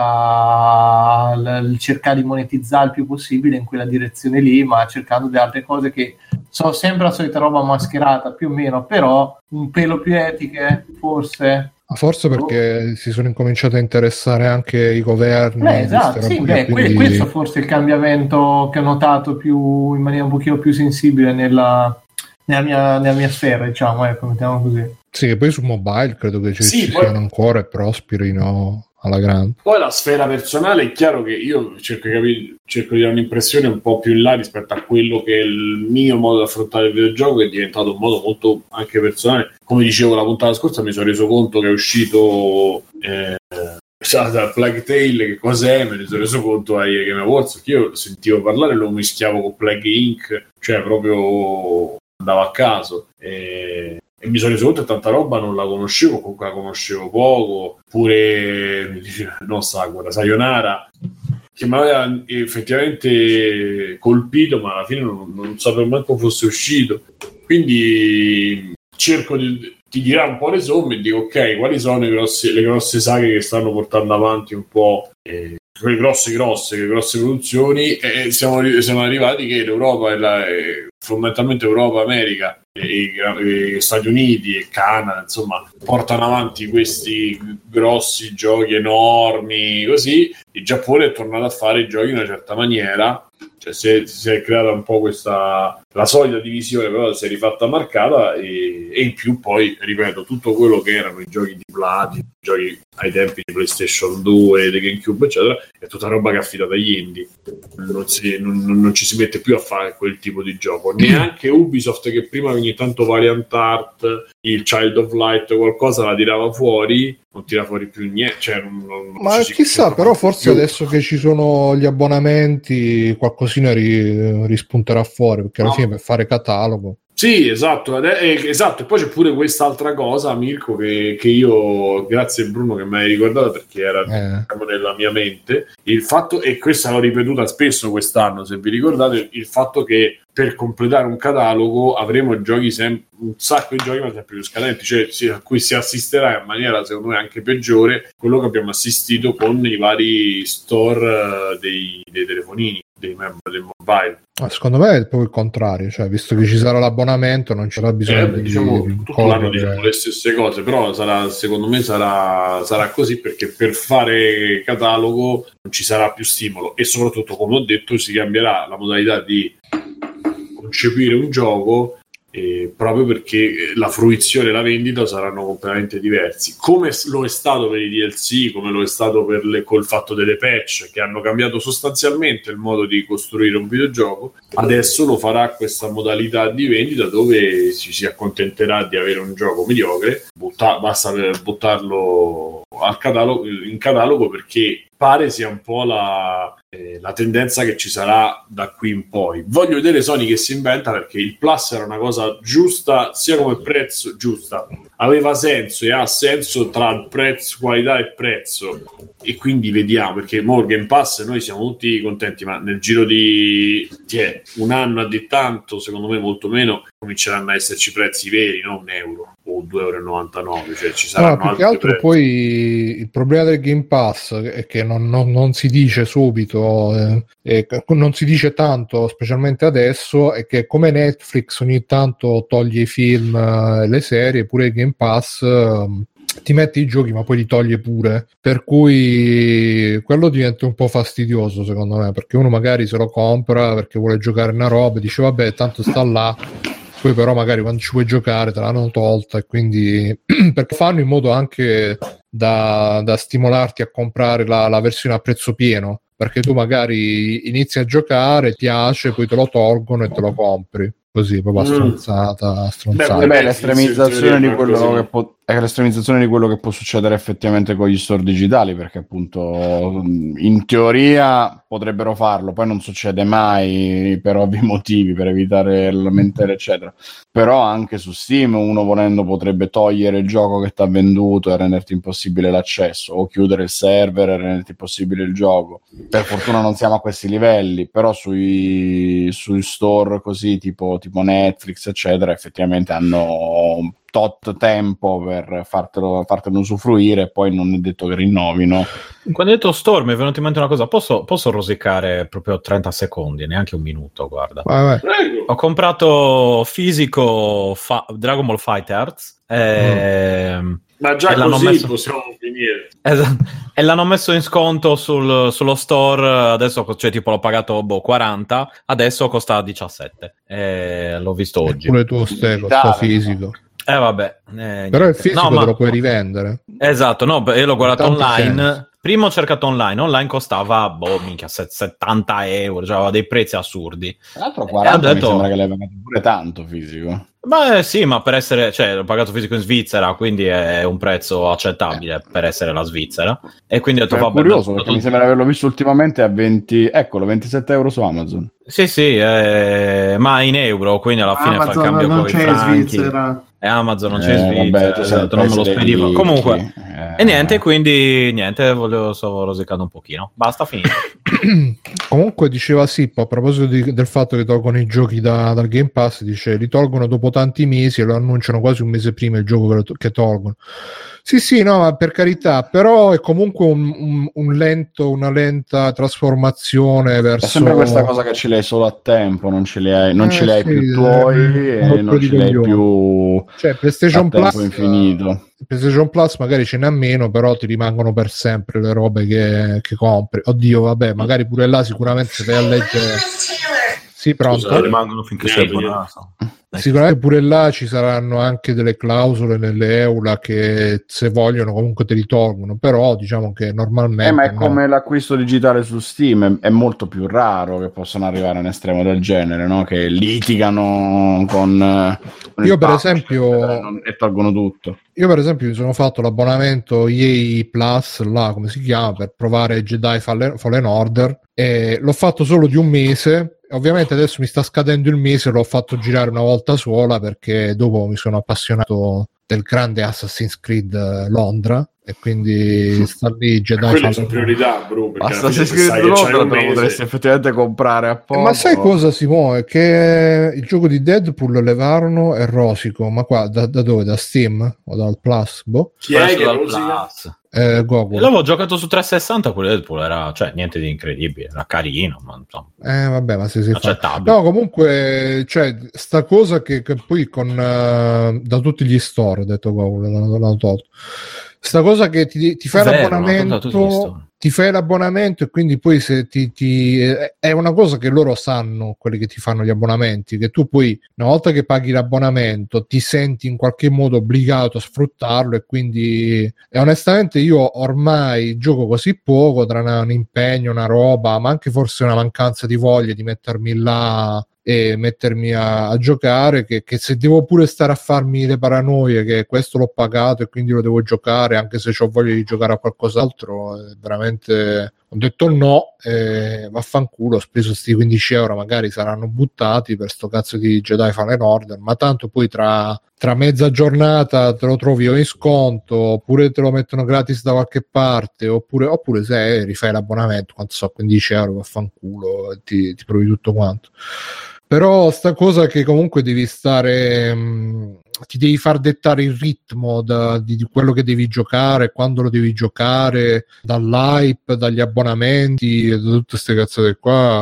calata il cercare di monetizzare il più possibile in quella direzione lì, ma cercando di altre cose che sono sempre la solita roba mascherata più o meno, però un pelo più etiche forse. Forse perché si sono incominciati a interessare anche i governi. Esatto, sì, quindi... questo forse è il cambiamento che ho notato più in maniera un pochino più sensibile nella mia sfera, diciamo, mettiamo così. Sì, che poi su mobile credo che ci siano ancora e prosperino alla grande. Poi la sfera personale è chiaro che io cerco di dare un'impressione un po' più in là rispetto a quello che è il mio modo di affrontare il videogioco, che è diventato un modo molto anche personale. Come dicevo la puntata scorsa, mi sono reso conto che è uscito da Plague Tale, che cos'è, me ne sono reso conto ai Game Awards, che io sentivo parlare, lo mischiavo con Plague Inc., cioè proprio andava a caso. E mi sono reso conto che tanta roba non la conoscevo, comunque la conoscevo poco, pure no, Sakura, Sayonara, che mi aveva effettivamente colpito, ma alla fine non sapevo manco fosse uscito. Quindi cerco di tirare un po' le somme e dico ok, quali sono le grosse saghe che stanno portando avanti un po' quelle grosse produzioni, e siamo arrivati che l'Europa fondamentalmente Europa, America e Stati Uniti e Canada, insomma, portano avanti questi grossi giochi enormi, così il Giappone è tornato a fare i giochi in una certa maniera, cioè si è creata un po' la solita divisione, però si è rifatta marcata, e in più poi, ripeto, tutto quello che erano i giochi di Platinum, i giochi ai tempi di PlayStation 2, di GameCube, eccetera, è tutta roba che è affidata agli indie. Non ci si mette più a fare quel tipo di gioco. Neanche Ubisoft, che prima ogni tanto Valiant Art, il Child of Light, qualcosa la tirava fuori, non tira fuori più niente. Cioè, ma chissà, però forse più. Adesso che ci sono gli abbonamenti qualcosina rispunterà fuori, perché alla fine per fare catalogo. Sì, esatto, esatto. E poi c'è pure quest'altra cosa, Mirko, che io, grazie Bruno che mi hai ricordato, perché era nella mia mente, il fatto, e questa l'ho ripetuta spesso quest'anno, se vi ricordate, il fatto che per completare un catalogo avremo giochi un sacco di giochi ma sempre più scadenti, cioè a cui si assisterà in maniera secondo me anche peggiore quello che abbiamo assistito con i vari store dei telefonini, del mobile. Secondo me è proprio il contrario, cioè visto che ci sarà l'abbonamento non c'era bisogno di tutto l'anno diciamo le stesse cose, però secondo me sarà così, perché per fare catalogo non ci sarà più stimolo, e soprattutto, come ho detto, si cambierà la modalità di concepire un gioco, proprio perché la fruizione e la vendita saranno completamente diversi, come lo è stato per i DLC, come lo è stato col fatto delle patch che hanno cambiato sostanzialmente il modo di costruire un videogioco. Adesso lo farà questa modalità di vendita, dove si accontenterà di avere un gioco mediocre, basta buttarlo in catalogo, perché pare sia un po' la tendenza che ci sarà da qui in poi. Voglio vedere Sony che si inventa, perché il Plus era una cosa giusta, sia come prezzo, giusta, aveva senso e ha senso tra prezzo, qualità e prezzo, e quindi vediamo, perché mo il Game Pass noi siamo tutti contenti, ma nel giro di un anno a di tanto, secondo me molto meno, cominceranno a esserci prezzi veri, non €1 o €2,99, cioè ci saranno più che altro prezzi. Poi il problema del Game Pass è che non si dice subito, non si dice tanto, specialmente adesso, è che come Netflix ogni tanto toglie i film e le serie, pure il Game Pass ti mette i giochi ma poi li toglie pure, per cui quello diventa un po' fastidioso secondo me, perché uno magari se lo compra perché vuole giocare una roba e dice vabbè tanto sta là, poi però magari quando ci puoi giocare te l'hanno tolta, e quindi perché fanno in modo anche da stimolarti a comprare la versione a prezzo pieno, perché tu magari inizi a giocare, piace, poi te lo tolgono e te lo compri così proprio stronzata. Beh, l'estremizzazione di quello che può succedere effettivamente con gli store digitali, perché appunto in teoria potrebbero farlo, poi non succede mai per ovvi motivi, per evitare lamentele eccetera, però anche su Steam uno volendo potrebbe togliere il gioco che t'ha venduto e renderti impossibile l'accesso, o chiudere il server e renderti impossibile il gioco. Per fortuna non siamo a questi livelli, però sui store così tipo Netflix eccetera effettivamente hanno tot tempo per fartelo usufruire, e poi non è detto che rinnovino. Quando hai detto store mi è venuta in mente una cosa, posso rosicare proprio 30 secondi, neanche un minuto, guarda. Vai. Ho comprato fisico Dragon Ball FighterZ ma già così possiamo finire. Esatto. E l'hanno messo in sconto sullo store, adesso cioè tipo l'ho pagato 40, adesso costa 17, l'ho visto oggi. Pure tu costa fisico. Vabbè. Però il fisico te lo puoi rivendere. Esatto, no, io l'ho guardato online. Prima ho cercato online costava, minchia, 70 euro, cioè aveva dei prezzi assurdi. Tra l'altro 40 mi sembra che l'hai pagato pure tanto fisico. Beh sì, ma per essere, cioè l'ho pagato fisico in Svizzera, quindi è un prezzo accettabile per essere la Svizzera, e quindi ho detto è curioso perché mi sembra di averlo visto ultimamente a 27 euro su Amazon. Sì, ma in euro, quindi alla fine Amazon fa il cambio non con i c'è franchi. Amazon Non c'è in Svizzera, Vabbè, non me lo spediva. Comunque, e niente, quindi niente, stavo rosicando un pochino. Basta, finito. Comunque diceva Sippo a proposito del fatto che tolgono i giochi dal Game Pass, dice li tolgono dopo tanti mesi e lo annunciano quasi un mese prima il gioco che tolgono. Sì, no, ma per carità, però è comunque una lenta trasformazione verso... È sempre questa cosa che ce l'hai solo a tempo, non ce li hai più tuoi e non ce li hai più, cioè PlayStation a tempo Plus infinito. PlayStation Plus magari ce n'ha meno, però ti rimangono per sempre le robe che compri. Oddio, vabbè, magari pure là sicuramente se vai a leggere... Sì, pronto? Scusa, rimangono finché sei abbonato. Sicuramente pure là ci saranno anche delle clausole nelle EULA che se vogliono comunque te li tolgono, però diciamo che normalmente ma è come l'acquisto digitale su Steam, è molto più raro che possano arrivare a un estremo del genere, no? Che litigano con io per esempio e tolgono tutto. Io per esempio mi sono fatto l'abbonamento EA Plus, là come si chiama, per provare Jedi Fallen Order, e l'ho fatto solo di un mese. Ovviamente adesso mi sta scadendo il mese, l'ho fatto girare una volta sola perché dopo mi sono appassionato del grande Assassin's Creed Londra, e quindi sta lì Jedi quelle sono priorità, bro, Assassin's Creed Londra te lo potresti effettivamente comprare a poco. Ma sai cosa, Simone? Che il gioco di Deadpool levarono e rosico, ma qua da dove? Da Steam o dal Plus? Boh. Chi è che rosica? Google. L'avevo giocato su 360, quello Deadpool era, cioè, niente di incredibile, era carino, ma insomma, vabbè, ma se si accettabile. fa. No, comunque, cioè, sta cosa che poi con da tutti gli store, ho detto Google, l'hanno tolto. Sta cosa che ti fai l'abbonamento, ti fai l'abbonamento e quindi poi se è una cosa che loro sanno, quelli che ti fanno gli abbonamenti, che tu poi una volta che paghi l'abbonamento ti senti in qualche modo obbligato a sfruttarlo, e quindi e onestamente io ormai gioco così poco tra un impegno, una roba, ma anche forse una mancanza di voglia di mettermi là e mettermi a giocare, che se devo pure stare a farmi le paranoie che questo l'ho pagato e quindi lo devo giocare anche se ho voglia di giocare a qualcos'altro, veramente ho detto no, vaffanculo, ho speso sti 15 euro, magari saranno buttati per sto cazzo di Jedi Fallen Order, ma tanto poi tra mezza giornata te lo trovi o in sconto oppure te lo mettono gratis da qualche parte, oppure se rifai l'abbonamento, quanto so, 15 euro, vaffanculo, ti provi tutto quanto. Però sta cosa che comunque devi stare, ti devi far dettare il ritmo di quello che devi giocare, quando lo devi giocare, dall'hype, dagli abbonamenti e da tutte queste cazzate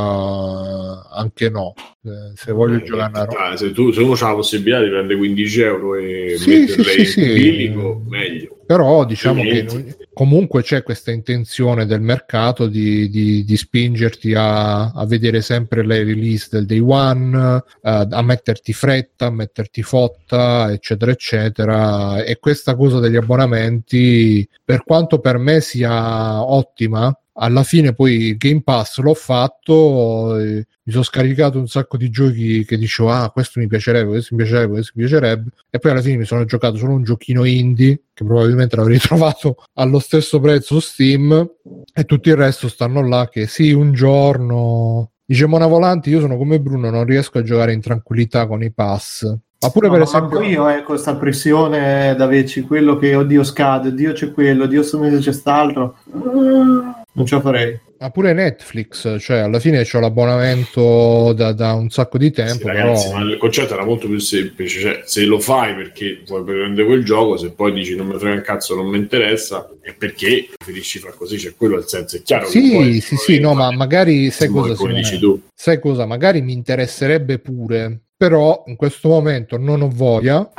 qua, anche no. Se voglio giocare una roba, se uno ha la possibilità di prendere 15 euro e metterle in bilico, meglio. Però diciamo che comunque c'è questa intenzione del mercato di spingerti a vedere sempre le release del day one, a metterti fretta, a metterti fotta, eccetera eccetera, e questa cosa degli abbonamenti, per quanto per me sia ottima, alla fine poi Game Pass l'ho fatto, mi sono scaricato un sacco di giochi che dicevo questo mi piacerebbe, questo mi piacerebbe, e poi alla fine mi sono giocato solo un giochino indie che probabilmente l'avrei trovato allo stesso prezzo su Steam, e tutto il resto stanno là che sì, un giorno dice Mona Volanti, io sono come Bruno, non riesco a giocare in tranquillità con i pass. Ma pure per esempio io con questa pressione da averci quello che oddio scade, oddio c'è quello, oddio sto mese c'è st'altro, non ce la farei. Ma pure Netflix, cioè alla fine c'ho l'abbonamento da un sacco di tempo, ragazzi, però ma il concetto era molto più semplice, cioè se lo fai perché vuoi prendere quel gioco, se poi dici non mi frega un cazzo, non mi interessa, è perché preferisci far così, cioè quello è il senso, è chiaro. Sì, no, ma magari sai cosa, come dici tu, sai cosa, magari mi interesserebbe pure, però in questo momento non ho voglia,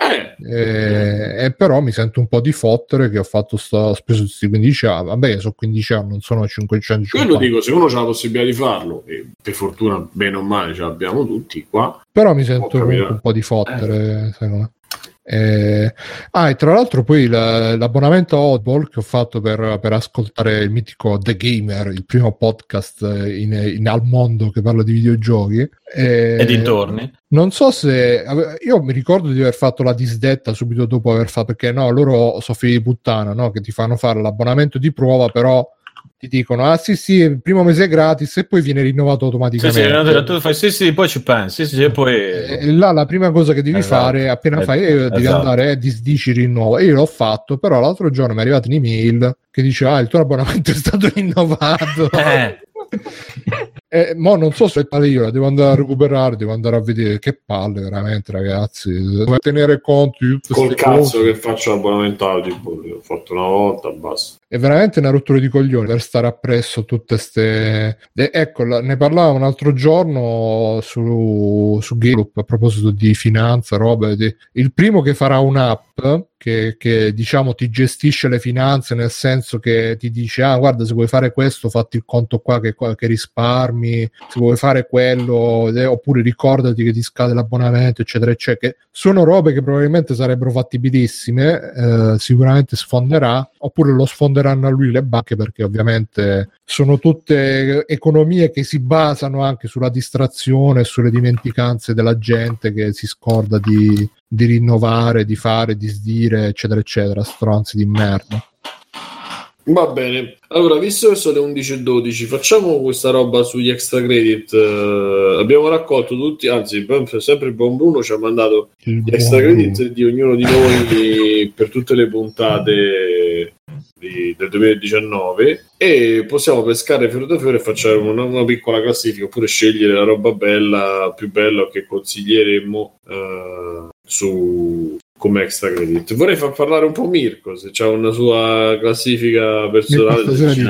e però mi sento un po' di fottere che ho speso questi 15 euro. Vabbè, sono 15 euro, non sono 550. Quello dico, se uno ha la possibilità di farlo, e per fortuna bene o male ce l'abbiamo tutti qua, però mi sento comunque un po' di fottere, secondo me. E tra l'altro poi l'abbonamento a Audible che ho fatto per ascoltare il mitico The Gamer, il primo podcast al mondo che parla di videogiochi e dintorni. Non so se io mi ricordo di aver fatto la disdetta subito dopo aver fatto, perché no, loro sono figli di puttana, no? Che ti fanno fare l'abbonamento di prova, però ti dicono sì, il primo mese è gratis e poi viene rinnovato automaticamente. Tu fai sì, poi ci pensi, sì, e poi e là la prima cosa che devi fare appena fai devi andare e disdici rinnovo. E io l'ho fatto, però l'altro giorno mi è arrivata un'email che dice il tuo abbonamento è stato rinnovato. Mo non so se io la devo andare a recuperare, devo andare a vedere. Che palle veramente, ragazzi, devo tenere conto di tutte col cose. cazzo che faccio l'abbonamento Audible, l'ho fatto una volta, basta. È veramente una rottura di coglioni per stare appresso tutte ste ecco, ne parlavo un altro giorno su Gameloop a proposito di finanza, roba il primo che farà un'app che diciamo ti gestisce le finanze, nel senso che ti dice guarda, se vuoi fare questo fatti il conto qua che risparmi, se vuoi fare quello, oppure ricordati che ti scade l'abbonamento, eccetera eccetera, che sono robe che probabilmente sarebbero fattibilissime, sicuramente sfonderà, oppure lo sfonderanno a lui le banche, perché ovviamente sono tutte economie che si basano anche sulla distrazione e sulle dimenticanze della gente che si scorda di rinnovare, di fare, di sdire, eccetera eccetera, stronzi di merda. Va bene, allora visto che sono le 11:12 facciamo questa roba sugli extra credit. Abbiamo raccolto tutti, anzi sempre il buon Bruno ci ha mandato gli extra credit di ognuno di noi per tutte le puntate del 2019 e possiamo pescare fiore da fiore e facciamo una piccola classifica, oppure scegliere la roba bella, più bella che consiglieremmo su come extra credit. Vorrei far parlare un po' Mirko, se c'ha una sua classifica personale.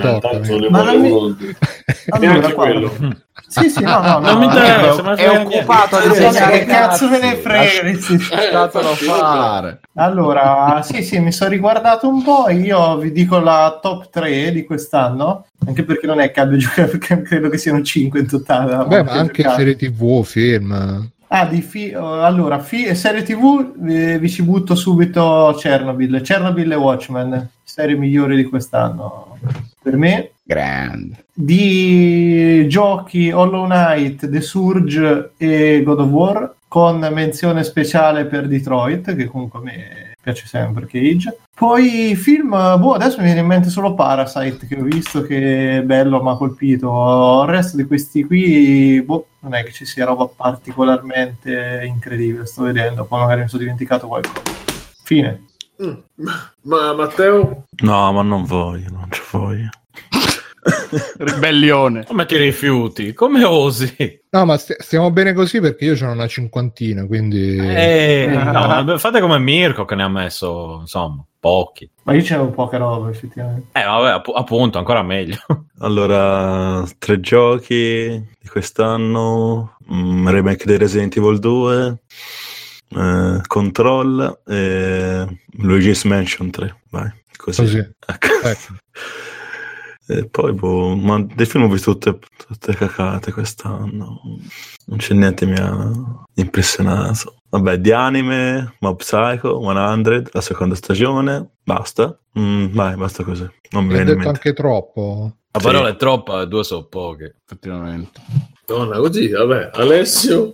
Allora, quello. Sì, no, non mi interessa, è occupato a che cazzo me ne frega, lasciatelo fare. Allora, sì, mi sono riguardato un po', io vi dico la top 3 di quest'anno, anche perché non è che abbia giocato, credo che siano 5 in totale. Beh, ma anche serie TV, film. Allora, serie TV vi ci butto subito Chernobyl e Watchmen, serie migliori di quest'anno per me. Grande. Di giochi Hollow Knight, The Surge e God of War, con menzione speciale per Detroit, che comunque a me piace sempre, Cage. Poi film, adesso mi viene in mente solo Parasite, che ho visto, che è bello, mi ha colpito. Il resto di questi qui, non è che ci sia roba particolarmente incredibile, sto vedendo, poi magari mi sono dimenticato qualcosa. Fine. Ma Matteo? No, ma non c'ho voglia. Ribellione. Come ti rifiuti? Come osi? No, ma stiamo bene così, perché io c'ho una 50, quindi no, fate come Mirko, che ne ha messo insomma pochi. Ma io c'avevo poca roba effettivamente. Vabbè, appunto, ancora meglio. Allora, 3 giochi di quest'anno, remake di Resident Evil 2, Control e Luigi's Mansion 3. Vai, così. Ecco. E poi ma dei film ho visto tutte cacate quest'anno, non c'è niente mi ha impressionato. Vabbè, di anime Mob Psycho 100, la seconda stagione, basta. Vai, basta così, non mi viene in mente. Anche troppo, la parola è troppa, 2 sono poche effettivamente. Donna, così, vabbè. Alessio?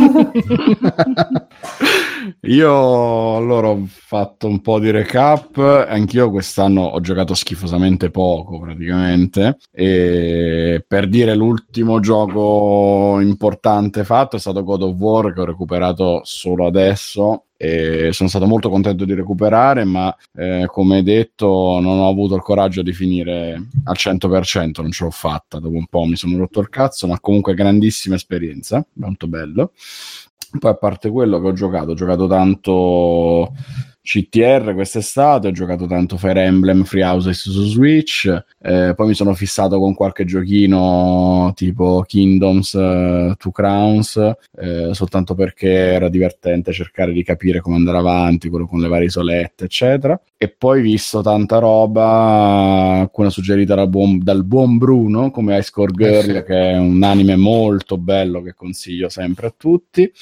Io allora ho fatto un po' di recap, anch'io quest'anno ho giocato schifosamente poco praticamente, e per dire l'ultimo gioco importante fatto è stato God of War, che ho recuperato solo adesso e sono stato molto contento di recuperare, ma come detto non ho avuto il coraggio di finire al 100%, non ce l'ho fatta, dopo un po' mi sono rotto il cazzo, ma comunque grandissima esperienza, molto bello. Poi a parte quello che ho giocato tanto CTR quest'estate, ho giocato tanto Fire Emblem Free Houses su Switch, poi mi sono fissato con qualche giochino tipo Kingdoms, Two Crowns, soltanto perché era divertente cercare di capire come andare avanti, quello con le varie isolette eccetera. E poi visto tanta roba, alcuna suggerita dal buon Bruno, come High Score Girl, che è un anime molto bello che consiglio sempre a tutti.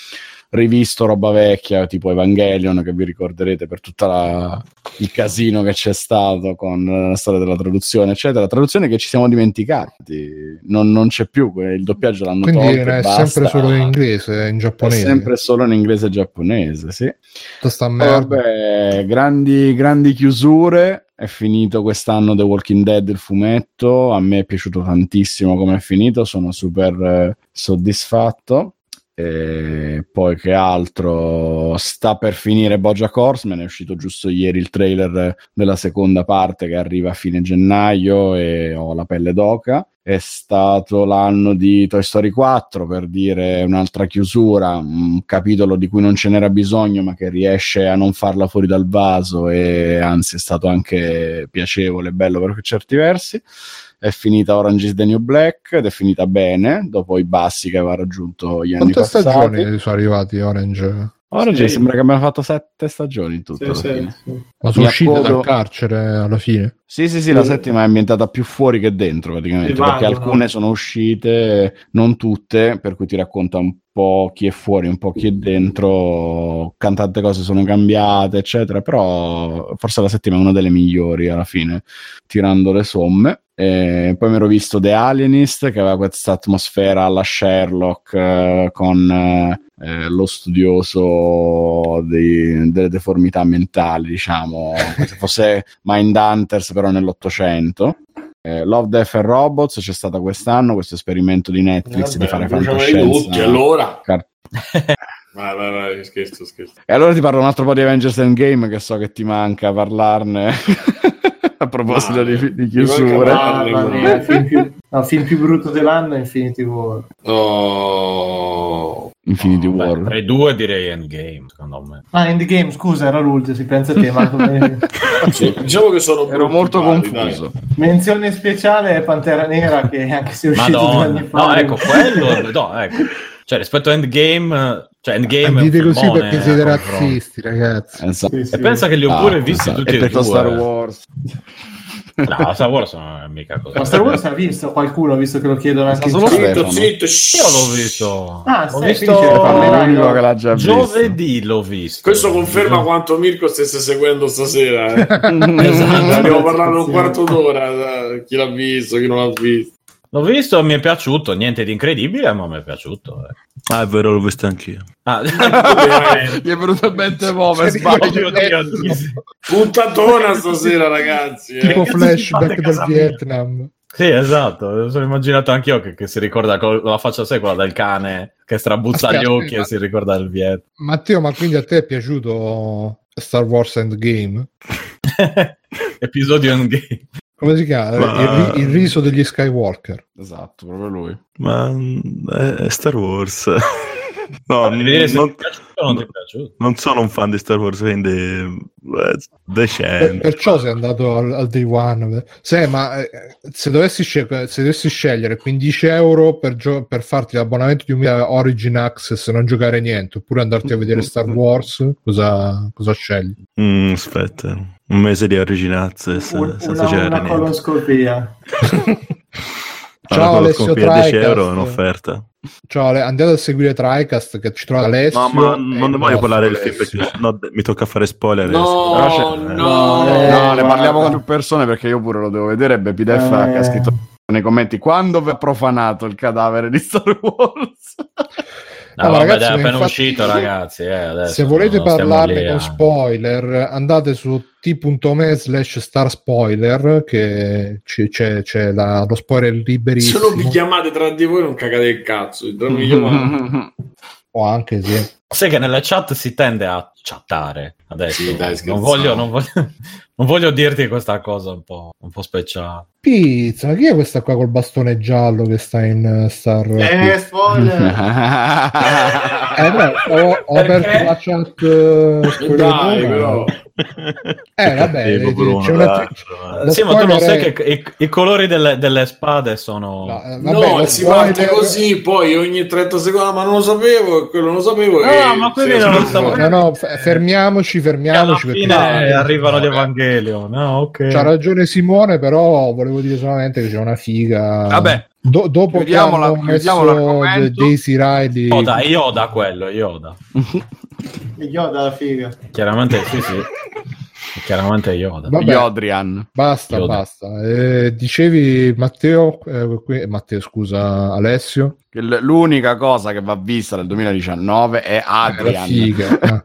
rivisto roba vecchia tipo Evangelion, che vi ricorderete per tutta il casino che c'è stato con la storia della traduzione eccetera, traduzione che ci siamo dimenticati, non c'è più, il doppiaggio l'hanno quindi tolto, è sempre solo in inglese, in giapponese, è sempre solo in inglese e giapponese, sì. Vabbè, grandi chiusure. È finito quest'anno The Walking Dead, il fumetto, a me è piaciuto tantissimo come è finito, sono super soddisfatto. E poi che altro, sta per finire BoJack Horseman, è uscito giusto ieri il trailer della seconda parte che arriva a fine gennaio e ho la pelle d'oca. È stato l'anno di Toy Story 4, per dire un'altra chiusura, un capitolo di cui non ce n'era bisogno ma che riesce a non farla fuori dal vaso, e anzi è stato anche piacevole, bello per certi versi. È finita Orange is the New Black ed è finita bene dopo i bassi che aveva raggiunto gli anni passati. Quante stagioni sono arrivati Orange? Orange sembra che abbiano fatto 7 stagioni in tutto. Sì. Ma sono uscite dal carcere alla fine? Sì, la settima è ambientata più fuori che dentro praticamente, perché alcune sono uscite, non tutte, per cui ti racconta un po' chi è fuori, un po' chi è dentro, tante cose sono cambiate eccetera, però forse la settima è una delle migliori alla fine, tirando le somme. Poi mi ero visto The Alienist, che aveva questa atmosfera alla Sherlock, con lo studioso delle deformità mentali, diciamo, come se fosse Mindhunters però nell'Ottocento. Love, Death and Robots c'è stata quest'anno, questo esperimento di Netflix di fare fantascienza tutti, allora vai, scherzo. E allora ti parlo un altro po' di Avengers Endgame, che so che ti manca parlarne. A proposito di chiusure, il film più brutto dell'anno è Infinity War. Infinity War. Tra i due direi Endgame, secondo me. Endgame, scusa, era l'ultimo, si pensa a te, ma sì, diciamo che ero molto confuso. Dai. Menzione speciale è Pantera Nera, che anche se è uscito 2 anni fa. No, ecco, quello, no, ecco. Cioè, rispetto a Endgame dite così perché siete razzisti, ragazzi. Esatto. E pensa che li ho pure visti tutti e due. Star Wars. No, Star Wars non è mica così. Ma Star Wars l'ha visto qualcuno, visto che lo chiedono anche zitto. Io l'ho visto. Ho visto giovedì, l'ho visto. Questo conferma quanto Mirko stesse seguendo stasera. Esatto. Abbiamo parlato un quarto d'ora. Chi l'ha visto, chi non l'ha visto. L'ho visto, mi è piaciuto, niente di incredibile, ma mi è piaciuto. Ah, è vero, l'ho visto anch'io. Gli è venuto in mente puntatona stasera, ragazzi. Tipo flashback del Vietnam. Sì, esatto, lo sono immaginato anch'io che si ricorda con la faccia, sai, quella del cane che strabuzza gli occhi e si ricorda del Vietnam. Matteo, ma quindi a te è piaciuto Star Wars Endgame? Episodio Endgame. Come si chiama? Il riso degli Skywalker. Esatto, proprio lui. Ma è Star Wars. No, non ti è piaciuto. Non sono un fan di Star Wars, quindi decente. Perciò sei andato al Day One. Ma se dovessi scegliere 15 euro per farti l'abbonamento di 1.000 Origin Access e non giocare niente, oppure andarti a vedere Star Wars, cosa scegli? Aspetta, un mese di Origin Access senza una coloscopia. Ciao Alessio Tricast. 10 euro è un'offerta. Ciao, andate a seguire Tricast che ci trova Alessio. No, ma non ne voglio parlare del film perché mi tocca fare spoiler. No, ne parliamo con più persone, perché io pure lo devo vedere. Baby Def ha scritto nei commenti: quando vi è profanato il cadavere di Star Wars? No, ragazzi, è appena uscito, ragazzi. Se volete parlarne con spoiler, andate su t.me/starspoiler, che c'è lo spoiler liberissimo. Se non vi chiamate tra di voi non cagate il cazzo. O anche sì. Sai che nelle chat si tende a chattare adesso. Sì, dai, non voglio dirti questa cosa un po' speciale. Pizza, ma chi è questa qua col bastone giallo che sta in Star Wars? Spoiler! Ho aperto la chat. Dai, però. Vabbè, c'è sì, ma tu non sai che i colori delle spade sono si parte così, poi ogni 30 secondi, ma non lo sapevo, quello non lo sapevo. Ma quelli non lo sapevo. No, fermiamoci alla fine arrivano gli Evangelion. No, ok. C'ha ragione Simone, però volevo dire solamente che c'è una figa. Vabbè, Dopo chiudiamo che messo Daisy Riley, Yoda quello Yoda la figa, chiaramente sì chiaramente Yoda. Vabbè, Yodrian. Basta. Dicevi Matteo, scusa, Alessio, che l'unica cosa che va vista nel 2019 è Adrian.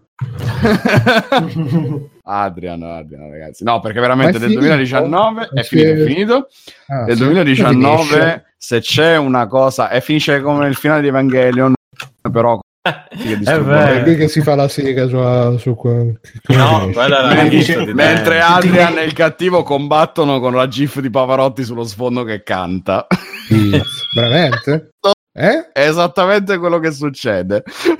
Adrian, ragazzi. No, perché veramente del 2019 è finito. Del 2019 se c'è una cosa finisce come nel finale di Evangelion, però è lì che si fa la sega su mentre Adrian e il cattivo combattono con la gif di Pavarotti sullo sfondo che canta. Veramente? È esattamente quello che succede.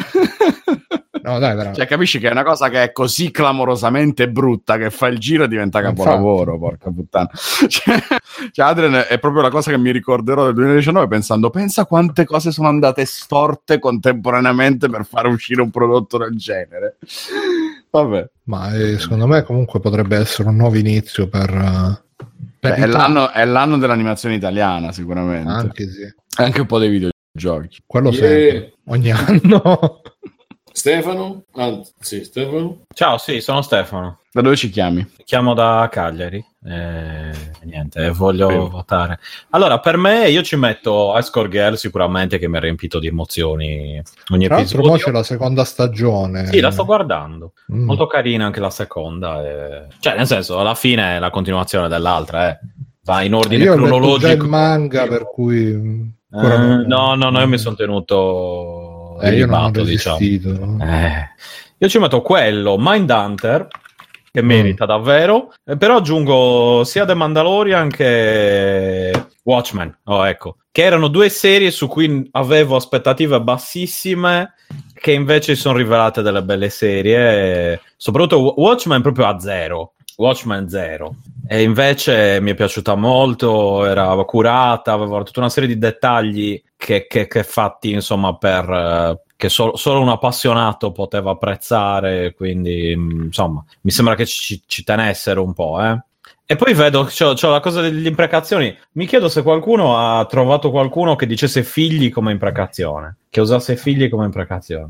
No, dai, veramente. Cioè, capisci che è una cosa che è così clamorosamente brutta che fa il giro e diventa capolavoro, porca puttana. Cioè, Adrian è proprio la cosa che mi ricorderò del 2019 pensando, pensa quante cose sono andate storte contemporaneamente per fare uscire un prodotto del genere. Vabbè. Ma secondo me comunque potrebbe essere un nuovo inizio per è l'anno dell'animazione italiana, sicuramente. Anche sì. Anche un po' dei videogiochi. Quello sempre, ogni anno. Stefano? Sì, Stefano. Ciao, sì, sono Stefano. Da dove ci chiami? Chiamo da Cagliari. Niente, voglio votare. Allora, per me, io ci metto Escort Girl sicuramente, che mi ha riempito di emozioni ogni Tra episodio. l'altro, c'è la seconda stagione. Sì, la sto guardando. Molto carina anche la seconda. Cioè, nel senso, alla fine è la continuazione dell'altra. Va in ordine cronologico. Io ho il manga, per cui... No, io mi sono tenuto... io non ho resistito, diciamo. Io ci metto quello Mindhunter, che merita davvero, però aggiungo sia The Mandalorian che Watchmen, ecco, che erano due serie su cui avevo aspettative bassissime, che invece sono rivelate delle belle serie, soprattutto Watchmen proprio a zero. Watchmen 0, e invece mi è piaciuta molto, era curata, aveva tutta una serie di dettagli che fatti insomma per che solo un appassionato poteva apprezzare, quindi insomma mi sembra che ci tenessero un po'. E poi vedo c'ho la cosa delle imprecazioni, mi chiedo se qualcuno ha trovato qualcuno che dicesse figli come imprecazione, che usasse figli come imprecazione.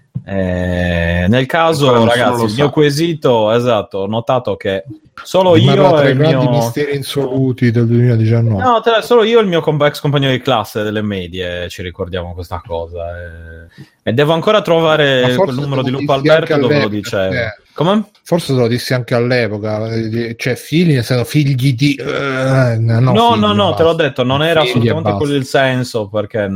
Nel caso, ragazzi, il mio quesito, esatto, ho notato che solo io e il mio misteri insoluti del 2019. No, solo io e il mio ex compagno di classe delle medie ci ricordiamo questa cosa. E devo ancora trovare quel numero di Lupo Alberto dove lo dicevo. Come? Forse te lo dissi anche all'epoca, cioè figli, nel senso figli di no, te l'ho detto, non era assolutamente quello il senso, perché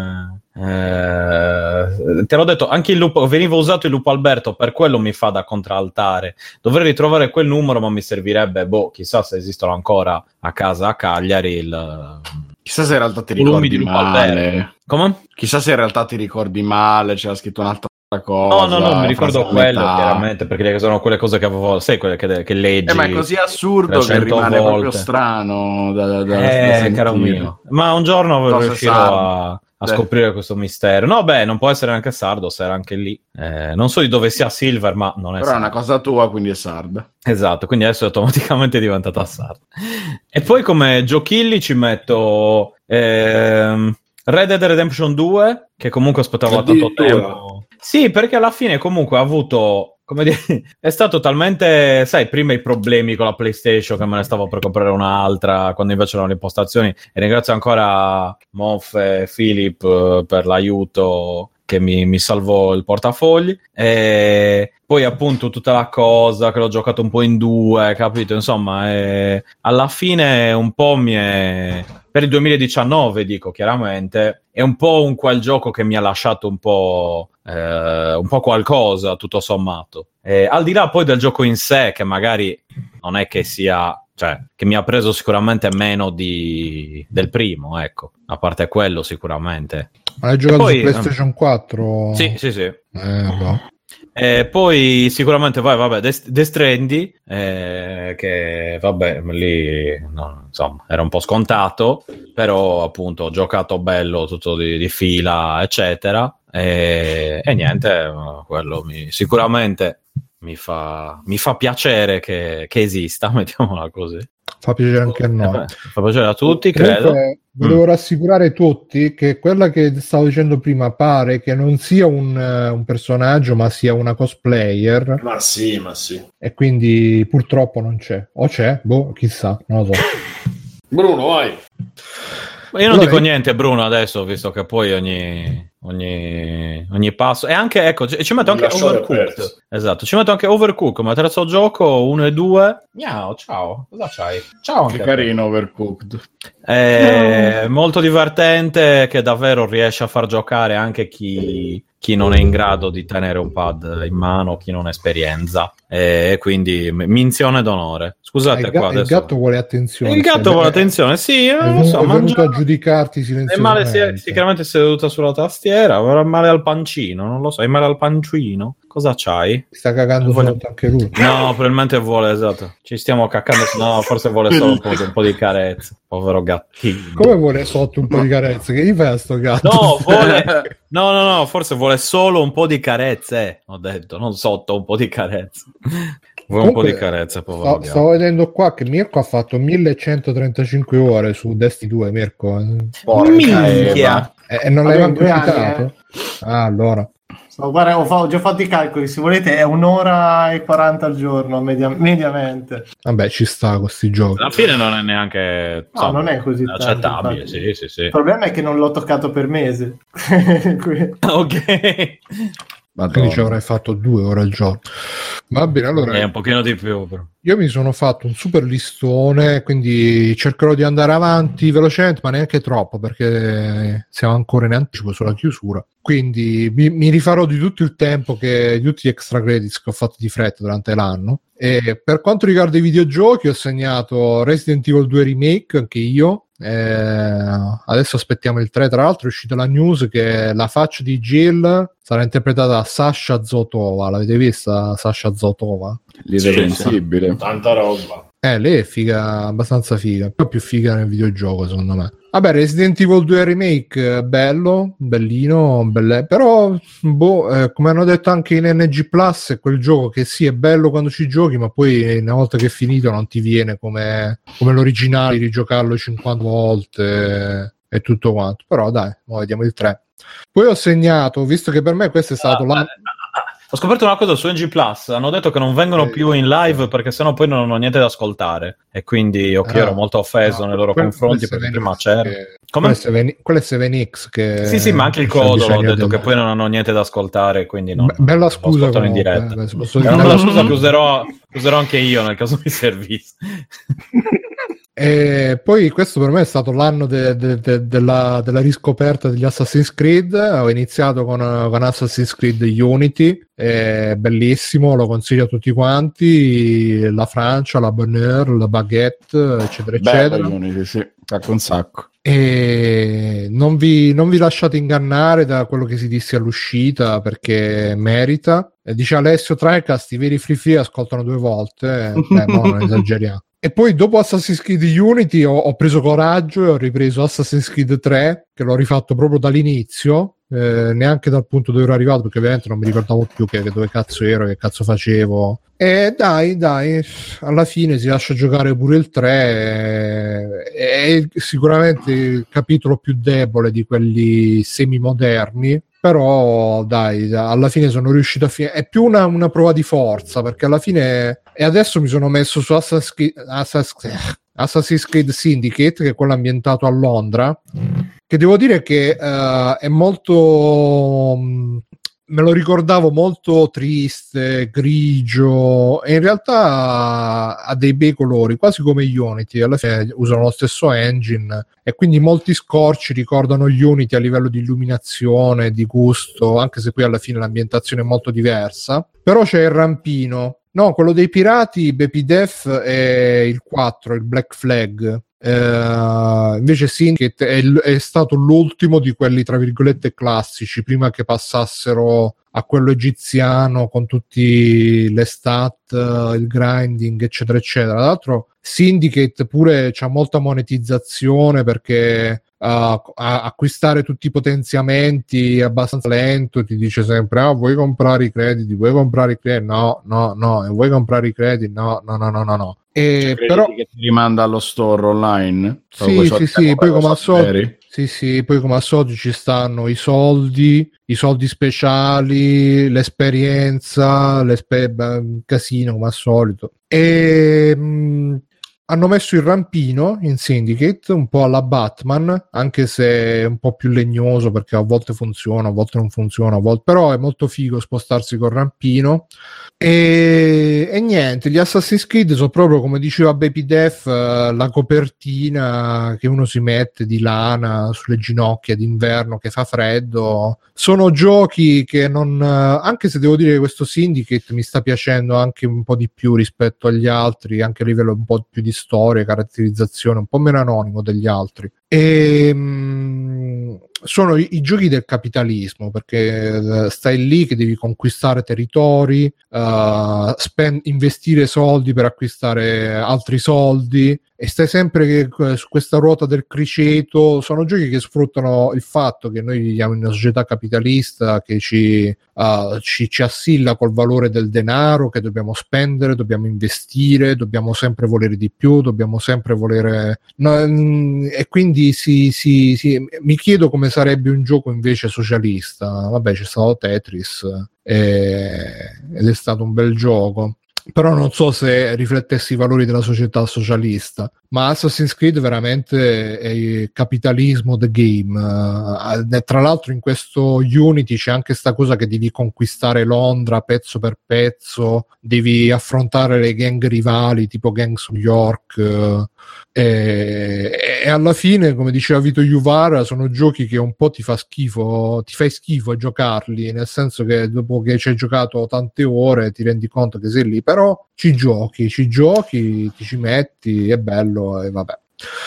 te l'ho detto, anche il lupo, veniva usato il Lupo Alberto, per quello mi fa da contraltare. Dovrei ritrovare quel numero, ma mi servirebbe, chissà se esistono ancora a casa a Cagliari chissà se in realtà ti ricordi male. Come? Chissà se in realtà ti ricordi male, c'era scritto un'altra cosa. No, mi ricordo quello chiaramente, perché sono quelle cose che avevo, sai, quelle che leggi. Ma è così assurdo che rimane proprio strano da caro mio. Ma un giorno riuscirò a scoprire questo mistero. No, non può essere anche sardo, se era anche lì. Non so di dove sia Silver, ma non è però sardo. È una cosa tua, quindi è sarda. Esatto, quindi adesso è automaticamente diventata sarda. E poi come giochilli ci metto Red Dead Redemption 2, che comunque aspettavo tanto tempo. Sì, perché alla fine comunque ha avuto, come dire, è stato talmente, sai, prima i problemi con la PlayStation, che me ne stavo per comprare un'altra, quando invece erano le impostazioni, e ringrazio ancora Moff e Philip per l'aiuto che mi salvò il portafogli. E poi appunto tutta la cosa che l'ho giocato un po' in due, capito? Insomma, alla fine un po' per il 2019, dico chiaramente, è un po' quel gioco che mi ha lasciato un po' qualcosa, tutto sommato. Al di là poi del gioco in sé, che magari non è che sia, cioè, che mi ha preso sicuramente meno del primo, ecco, a parte quello sicuramente. Ma l'hai giocato su PlayStation 4? Sì. No. Poi sicuramente Death Stranding, che vabbè lì insomma era un po' scontato, però appunto ho giocato bello tutto di fila eccetera, e niente, quello sicuramente mi fa piacere che esista, mettiamola così. Fa piacere anche a noi. Fa piacere a tutti, credo. Volevo rassicurare tutti che quella che stavo dicendo prima pare che non sia un personaggio, ma sia una cosplayer. Ma sì. E quindi purtroppo non c'è. O c'è? Boh, chissà, non lo so. Bruno, vai. Io non dico niente, Bruno, adesso, visto che poi ogni passo. E anche, ecco, ci metto anche Overcooked. Esatto, ci metto anche Overcooked, ma terzo gioco, 1 e 2. Miau, ciao, cosa c'hai? Ciao anche. Che carino Overcooked. È molto divertente, che davvero riesce a far giocare anche chi non è in grado di tenere un pad in mano, chi non ha esperienza. E quindi menzione d'onore. Scusate, qua adesso. Il gatto vuole attenzione. Il gatto vuole attenzione, sì. Non so, è venuto a giudicarti silenziosamente. È male, sicuramente seduta sulla tastiera. Avrà male al pancino, non lo so. È male al pancino? Cosa c'hai? Sta cagando sotto anche lui. No, probabilmente vuole, esatto. Ci stiamo caccando. No, forse vuole solo un po' di carezze. Povero gattino. Come vuole sotto un po' di carezze? Che gli fai a sto gatto? No, vuole... No, forse vuole solo un po' di carezze. Ho detto, non sotto un po' di carezze. Vuole un po' di carezze, povero. Stavo vedendo qua che Mirko ha fatto 1135 ore su Destiny 2, Mirko. Minchia! E non l'hai manco citato? Ah, allora. Guarda, ho già fatto i calcoli, se volete è 1 ora e 40 al giorno mediamente. Vabbè, ci sta con questi giochi. Alla fine non è neanche non è così accettabile. Tanto, sì. Il problema è che non l'ho toccato per mesi. Ok. Quindi ci avrei fatto 2 ore al giorno. Va bene, allora è un pochino di più, però. Io mi sono fatto un super listone, quindi cercherò di andare avanti velocemente, ma neanche troppo, perché siamo ancora in anticipo sulla chiusura. Quindi mi rifarò di tutto il tempo, di tutti gli extra credits che ho fatto di fretta durante l'anno. E per quanto riguarda i videogiochi, ho segnato Resident Evil 2 Remake, anche io. Adesso aspettiamo il 3. Tra l'altro è uscita la news che la faccia di Jill sarà interpretata da Sasha Zotova. L'avete vista Sasha Zotova? L'irreversibile. Tanta roba. Lei è figa, abbastanza figa, un po' più figa nel videogioco secondo me. Vabbè, Resident Evil 2 Remake, bello, bellino, però come hanno detto anche in NG Plus, è quel gioco che sì, è bello quando ci giochi, ma poi una volta che è finito non ti viene come l'originale, rigiocarlo 50 volte e tutto quanto. Però dai, vediamo il 3. Poi ho segnato, visto che per me questo è stato ho scoperto una cosa su NG Plus, hanno detto che non vengono più in live perché sennò poi non hanno niente da ascoltare, e quindi io ero molto offeso nei loro confronti perché prima c'era. Quello è 7X che sì, ma anche il Codolo ho detto che poi non hanno niente da ascoltare, quindi non bella scusa in diretta. Bella scusa che userò anche io nel caso mi servisse. E poi questo per me è stato l'anno della riscoperta degli Assassin's Creed. Ho iniziato con Assassin's Creed Unity, è bellissimo, lo consiglio a tutti quanti, la Francia, la Bonheur, la Baguette, eccetera eccetera. Unity, sì, un sacco. E non vi lasciate ingannare da quello che si disse all'uscita, perché merita. Dice Alessio Tricast, i veri free ascoltano 2 volte, non esageriamo. E poi dopo Assassin's Creed Unity ho preso coraggio e ho ripreso Assassin's Creed 3, che l'ho rifatto proprio dall'inizio, neanche dal punto dove ero arrivato, perché ovviamente non mi ricordavo più che dove cazzo ero, che cazzo facevo. E dai, alla fine si lascia giocare pure il 3, è sicuramente il capitolo più debole di quelli semi-moderni, però dai, alla fine sono riuscito a finire. È più una prova di forza, perché alla fine, e adesso mi sono messo su Assassin's Creed Syndicate, che è quello ambientato a Londra, che devo dire che è molto, me lo ricordavo molto triste, grigio, e in realtà ha dei bei colori, quasi come Unity. Alla fine usano lo stesso engine e quindi molti scorci ricordano gli Unity a livello di illuminazione, di gusto, anche se poi alla fine l'ambientazione è molto diversa. Però c'è il rampino, no, quello dei pirati, Baby Death è il 4, il Black Flag. Invece Syndicate è stato l'ultimo di quelli tra virgolette classici, prima che passassero a quello egiziano con tutti le stat, il grinding eccetera eccetera. Tra l'altro Syndicate pure c'ha molta monetizzazione, perché acquistare tutti i potenziamenti è abbastanza lento, ti dice sempre vuoi comprare i crediti, no, e vuoi comprare i crediti, no. Però che ti rimanda allo store online. Sì, poi come al solito poi come al solito ci stanno i soldi speciali, l'esperienza, casino come al solito. Hanno messo il rampino in Syndicate un po' alla Batman, anche se è un po' più legnoso perché a volte funziona, a volte non funziona, però è molto figo spostarsi col rampino. E niente, gli Assassin's Creed sono proprio, come diceva Baby Def, la copertina che uno si mette di lana sulle ginocchia d'inverno che fa freddo. Sono giochi che non, anche se devo dire che questo Syndicate mi sta piacendo anche un po' di più rispetto agli altri, anche a livello un po' più di storia, caratterizzazione, un po' meno anonimo degli altri. Sono i giochi del capitalismo, perché stai lì che devi conquistare territori, investire soldi per acquistare altri soldi, e stai sempre su questa ruota del criceto. Sono giochi che sfruttano il fatto che noi viviamo in una società capitalista che ci assilla col valore del denaro, che dobbiamo spendere, dobbiamo investire, dobbiamo sempre volere di più, dobbiamo sempre volere e quindi mi chiedo come sarebbe un gioco invece socialista. Vabbè, c'è stato Tetris ed è stato un bel gioco, però non so se riflettesse i valori della società socialista. Ma Assassin's Creed veramente è il capitalismo the game. Tra l'altro in questo Unity c'è anche sta cosa che devi conquistare Londra pezzo per pezzo, devi affrontare le gang rivali tipo Gangs of York, e alla fine, come diceva Vito Juvara, sono giochi che un po' ti fai schifo a giocarli, nel senso che dopo che ci hai giocato tante ore ti rendi conto che sei lì, però ci giochi, ti ci metti, è bello e vabbè.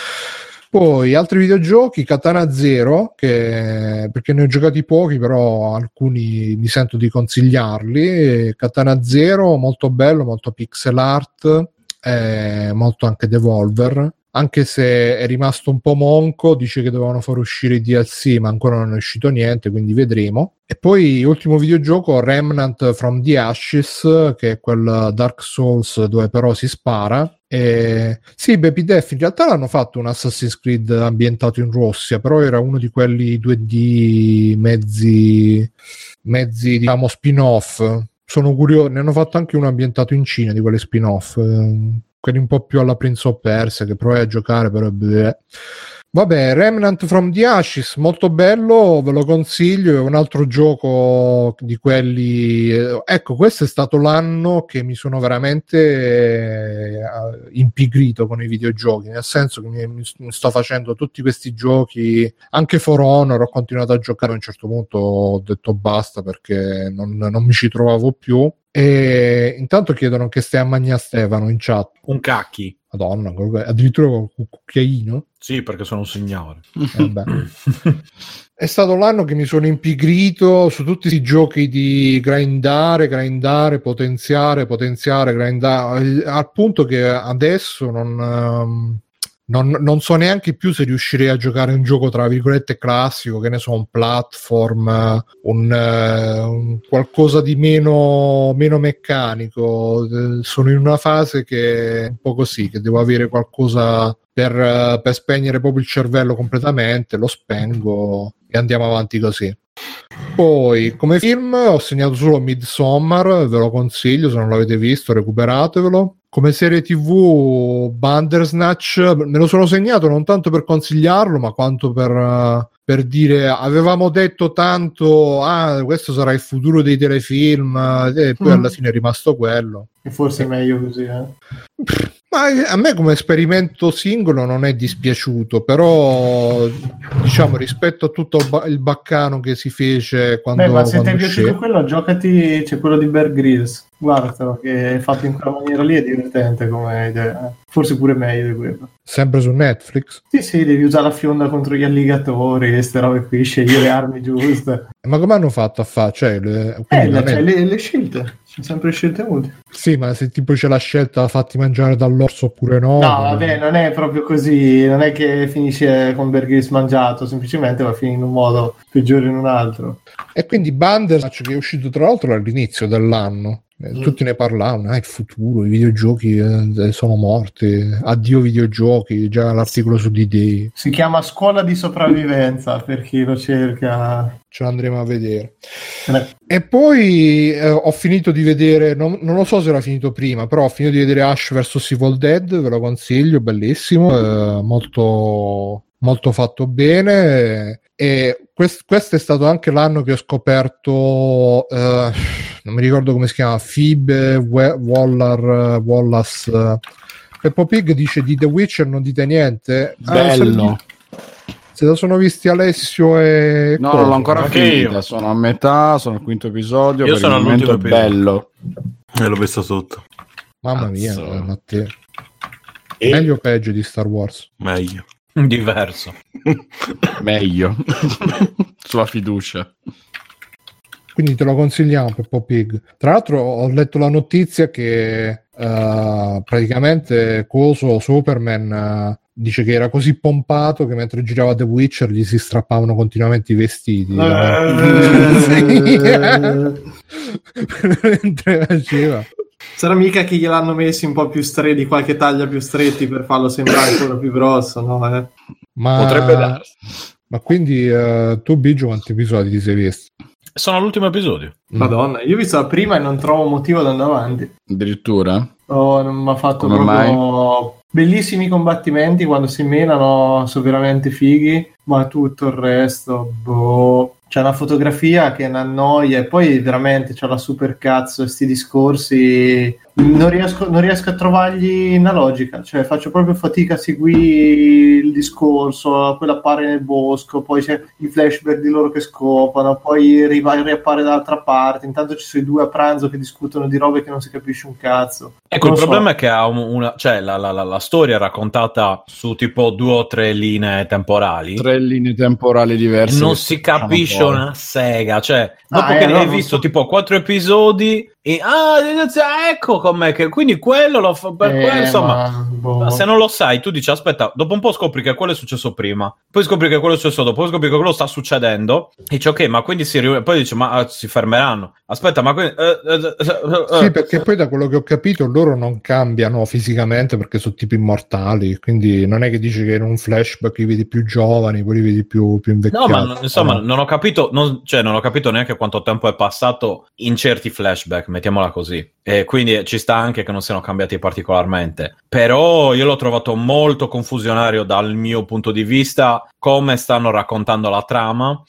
Poi altri videogiochi, Katana Zero, perché ne ho giocati pochi, però alcuni mi sento di consigliarli. Katana Zero, molto bello, molto pixel art, molto anche Devolver, anche se è rimasto un po' monco. Dice che dovevano far uscire i DLC, ma ancora non è uscito niente, quindi vedremo. E poi ultimo videogioco, Remnant from the Ashes, che è quel Dark Souls dove però si spara. Sì, Baby Def in realtà l'hanno fatto un Assassin's Creed ambientato in Russia, però era uno di quelli 2D mezzi diciamo spin-off. Sono curioso, ne hanno fatto anche uno ambientato in Cina, di quelle spin-off, quelli un po' più alla Prince of Persia, che provai a giocare, però vabbè. Remnant from the Ashes, molto bello, ve lo consiglio, è un altro gioco di quelli, ecco, questo è stato l'anno che mi sono veramente impigrito con i videogiochi, nel senso che mi sto facendo tutti questi giochi, anche For Honor ho continuato a giocare, a un certo punto ho detto basta perché non mi ci trovavo più. E intanto chiedono che stia a Magna Stefano in chat. Un cacchi. Madonna, addirittura con un cucchiaino. Sì, perché sono un signore. È stato l'anno che mi sono impigrito su tutti i giochi di grindare, potenziare, grindare, al punto che adesso non so neanche più se riuscirei a giocare un gioco tra virgolette classico, che ne so, un platform, un qualcosa di meno meccanico. Sono in una fase che è un po' così, che devo avere qualcosa per spegnere proprio il cervello completamente, lo spengo e andiamo avanti così. Poi come film ho segnato solo Midsommar, ve lo consiglio, se non l'avete visto recuperatevelo. Come serie TV Bandersnatch me lo sono segnato non tanto per consigliarlo, ma quanto per dire avevamo detto tanto, questo sarà il futuro dei telefilm, e poi alla fine è rimasto quello. E forse è meglio così, Ma a me come esperimento singolo non è dispiaciuto, però diciamo rispetto a tutto il baccano che si fece quando... ma se ti è piaciuto quello, giocati, c'è quello di Bear Grylls, guardatelo, che è fatto in quella maniera lì, è divertente come idea, forse pure meglio di quello. Sempre su Netflix? Sì, devi usare la fionda contro gli alligatori, queste robe qui, scegliere le armi giuste. Ma come hanno fatto a fare? Cioè, le scelte, sono sempre scelte utili. Sì, ma se tipo c'è la scelta fatti mangiare dall'orso oppure no? No, vabbè, non è proprio così, non è che finisce con Bear Grylls mangiato, semplicemente va a finire in un modo peggiore in un altro. E quindi Bandersnatch, che è uscito tra l'altro all'inizio dell'anno, Tutti ne parlavano, il futuro, i videogiochi sono morti, addio videogiochi, già l'articolo su D-Day. Si chiama Scuola di sopravvivenza per chi lo cerca. Ce l'andremo a vedere. E poi ho finito di vedere, non lo so se era finito prima, però ho finito di vedere Ash vs Evil Dead, ve lo consiglio, bellissimo, molto, molto fatto bene. E questo è stato anche l'anno che ho scoperto, non mi ricordo come si chiama, Phoebe Wallace. Peppo Pig dice di The Witcher non dite niente. Bello. Se lo sono visti Alessio e... No, non l'ho ancora finita, sono a metà, sono al quinto episodio. Io sono all'ultimo episodio. Bello. L'ho visto tutto. Mamma mia, Matteo. Meglio o peggio di Star Wars? Meglio. Diverso. Meglio. Sulla fiducia. Quindi te lo consigliamo, Peppo Pig. Tra l'altro ho letto la notizia che praticamente Superman dice che era così pompato che mentre girava The Witcher gli si strappavano continuamente i vestiti. Mentre faceva. Sarà mica che gliel'hanno messi un po' più di qualche taglia più stretti per farlo sembrare ancora più grosso, no? Potrebbe darsi. Ma quindi tu, Biggio, quanti episodi ti sei visto? Sono all'ultimo episodio. Madonna, io ho visto la prima e non trovo motivo ad andare avanti. Addirittura? Non mi ha fatto come proprio... mai? Bellissimi combattimenti quando si menano, sono veramente fighi, ma tutto il resto, boh... C'è una fotografia che è una noia e poi veramente c'è la super cazzo e sti discorsi non riesco a trovargli una logica, cioè faccio proprio fatica a seguire il discorso, poi appare nel bosco, poi c'è i flashback di loro che scopano, poi riappare dall'altra parte, intanto ci sono i due a pranzo che discutono di robe che non si capisce un cazzo. Ecco, il problema è che ha cioè la storia è raccontata su tipo 2 o 3 linee temporali. 3 linee temporali diverse. Non si capisce una sega, cioè dopo che ne hai visto tipo 4 episodi e ecco com'è che quindi quello lo fa per quello, insomma, se non lo sai tu dici aspetta, dopo un po' scopri che quello è successo prima, poi scopri che quello è successo dopo, poi scopri che quello sta succedendo e dici ok, ma quindi poi dici ma si fermeranno, aspetta, ma quindi sì, perché poi da quello che ho capito loro non cambiano fisicamente perché sono tipo immortali, quindi non è che dici che in un flashback li vedi più giovani, poi li vedi più invecchiati. No, ma insomma non ho capito non ho capito neanche quanto tempo è passato in certi flashback, mettiamola così, e quindi ci sta anche che non siano cambiati particolarmente, però io l'ho trovato molto confusionario dal mio punto di vista come stanno raccontando la trama.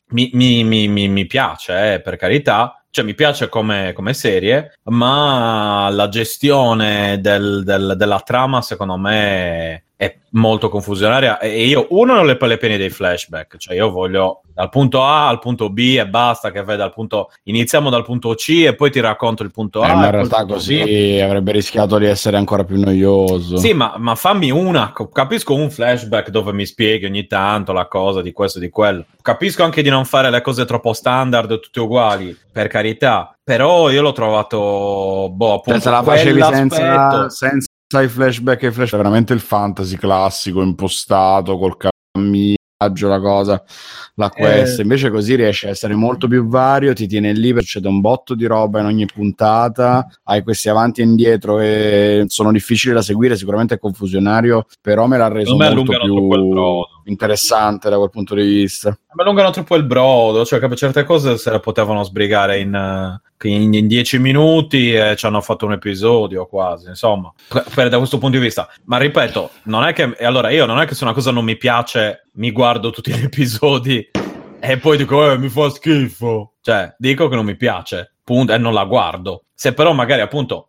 Mi piace, per carità, cioè mi piace come serie, ma la gestione della trama secondo me è molto confusionaria e io non ho le piene dei flashback, cioè io voglio dal punto A al punto B e basta che veda iniziamo dal punto C e poi ti racconto il punto A. Ma in realtà così avrebbe rischiato di essere ancora più noioso. Sì, ma fammi capisco un flashback dove mi spieghi ogni tanto la cosa di questo e di quello, capisco anche di non fare le cose troppo standard tutte uguali, per carità, però io l'ho trovato appunto se la facevi senza i flashback e flash, veramente il fantasy classico impostato col camminaggio, la cosa, la quest, invece così riesce a essere molto più vario, ti tiene lì, succede un botto di roba in ogni puntata, hai questi avanti e indietro e sono difficili da seguire, sicuramente è confusionario, però me l'ha reso molto più interessante da quel punto di vista. Ma allungano troppo il brodo, cioè certe cose se le potevano sbrigare in 10 minuti e ci hanno fatto un episodio quasi, insomma, da questo punto di vista. Ma ripeto, non è che se una cosa non mi piace mi guardo tutti gli episodi e poi dico mi fa schifo, cioè dico che non mi piace, punto, e non la guardo. Se però magari appunto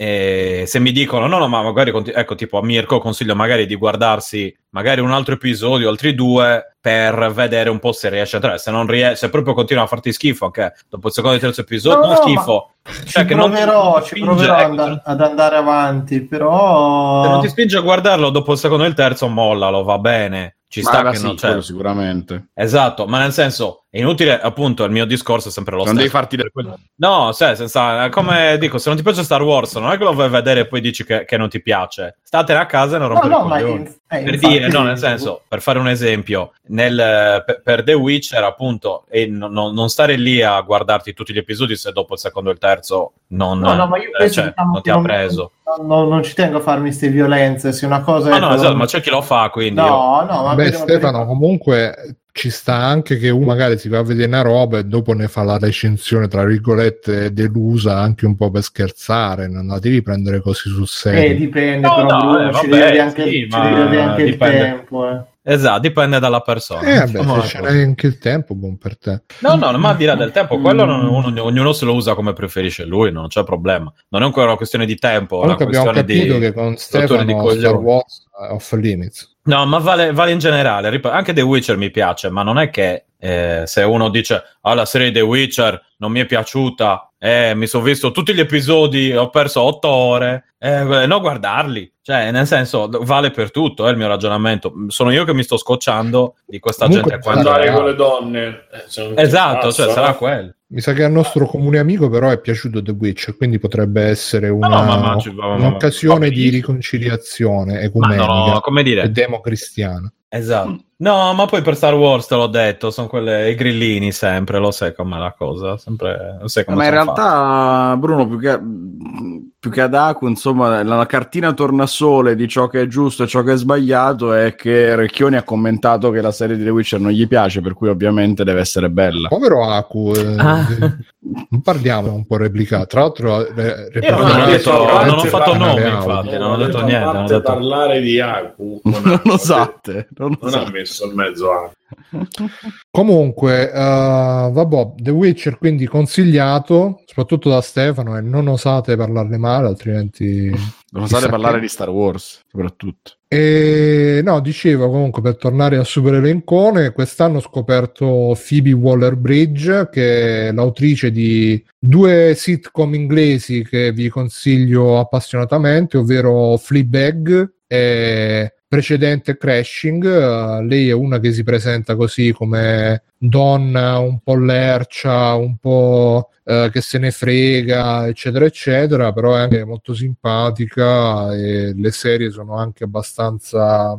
se mi dicono no ma magari ecco, tipo a Mirko consiglio magari di guardarsi magari un altro episodio, altri 2 per vedere un po' se riesce a entrare, se proprio continua a farti schifo anche dopo il secondo e terzo episodio, non schifo, cioè ci proverò ad andare avanti, però se non ti spinge a guardarlo dopo il secondo e il terzo mollalo, va bene, ci sta che non c'è, sicuramente, esatto, ma nel senso è inutile, appunto, il mio discorso è sempre lo stesso. Non devi farti no, senza, come dico, se non ti piace Star Wars, non è che lo vai a vedere e poi dici che non ti piace. Statene a casa e non rompere i coglioni. Per infatti, dire, no, nel senso, per fare un esempio, per The Witcher, appunto, e non stare lì a guardarti tutti gli episodi se dopo il secondo e il terzo non ma io penso, diciamo, non ti ha preso. Non ci tengo a farmi queste violenze, se una cosa no, esatto, ma c'è chi lo fa, quindi ma Stefano, comunque ci sta anche che uno magari si va a vedere una roba e dopo ne fa la recensione tra virgolette delusa, anche un po' per scherzare, non la devi prendere così sul serio. Dipende, Bruno, ci devi anche il tempo. Esatto, dipende dalla persona. Se ce l'hai anche il tempo, buon per te. No, ma al di là del tempo, quello ognuno se lo usa come preferisce lui, non c'è problema. Non è ancora una questione di tempo. Comunque abbiamo capito che con Stefano Star Wars off limits. No, ma vale in generale. Anche The Witcher mi piace, ma non è che se uno dice la serie The Witcher non mi è piaciuta, mi sono visto tutti gli episodi, ho perso 8 ore, no, guardarli. Cioè, nel senso, vale per tutto, è il mio ragionamento. Sono io che mi sto scocciando di questa gente qua. Andare con le donne. Esatto, cioè sarà quello. Mi sa che al nostro comune amico però è piaciuto The Witcher, quindi potrebbe essere un'occasione di riconciliazione ecumenica come dire, e democristiana. Esatto. No, ma poi per Star Wars te l'ho detto, sono i grillini sempre, lo sai com'è la cosa, sempre lo sai come. Ma in realtà, Bruno, più che ad Aku, insomma, la cartina tornasole di ciò che è giusto e ciò che è sbagliato è che Recchioni ha commentato che la serie di The Witcher non gli piace, per cui ovviamente deve essere bella. Povero Aku, non parliamo un po' replicato. Tra l'altro, non ho fatto nome, infatti, non ho detto niente. Non ho detto parlare di Aku. Non osate. Non ha messo in mezzo a. Comunque, vabbè, The Witcher quindi consigliato, soprattutto da Stefano, e non osate parlarne male, altrimenti non osate parlare di Star Wars, soprattutto. E no, dicevo comunque, per tornare al super elencone, quest'anno ho scoperto Phoebe Waller-Bridge, che è l'autrice di 2 sitcom inglesi che vi consiglio appassionatamente, ovvero Fleabag e precedente Crashing. Lei è una che si presenta così come donna un po' lercia, un po' che se ne frega, eccetera eccetera, però è anche molto simpatica e le serie sono anche abbastanza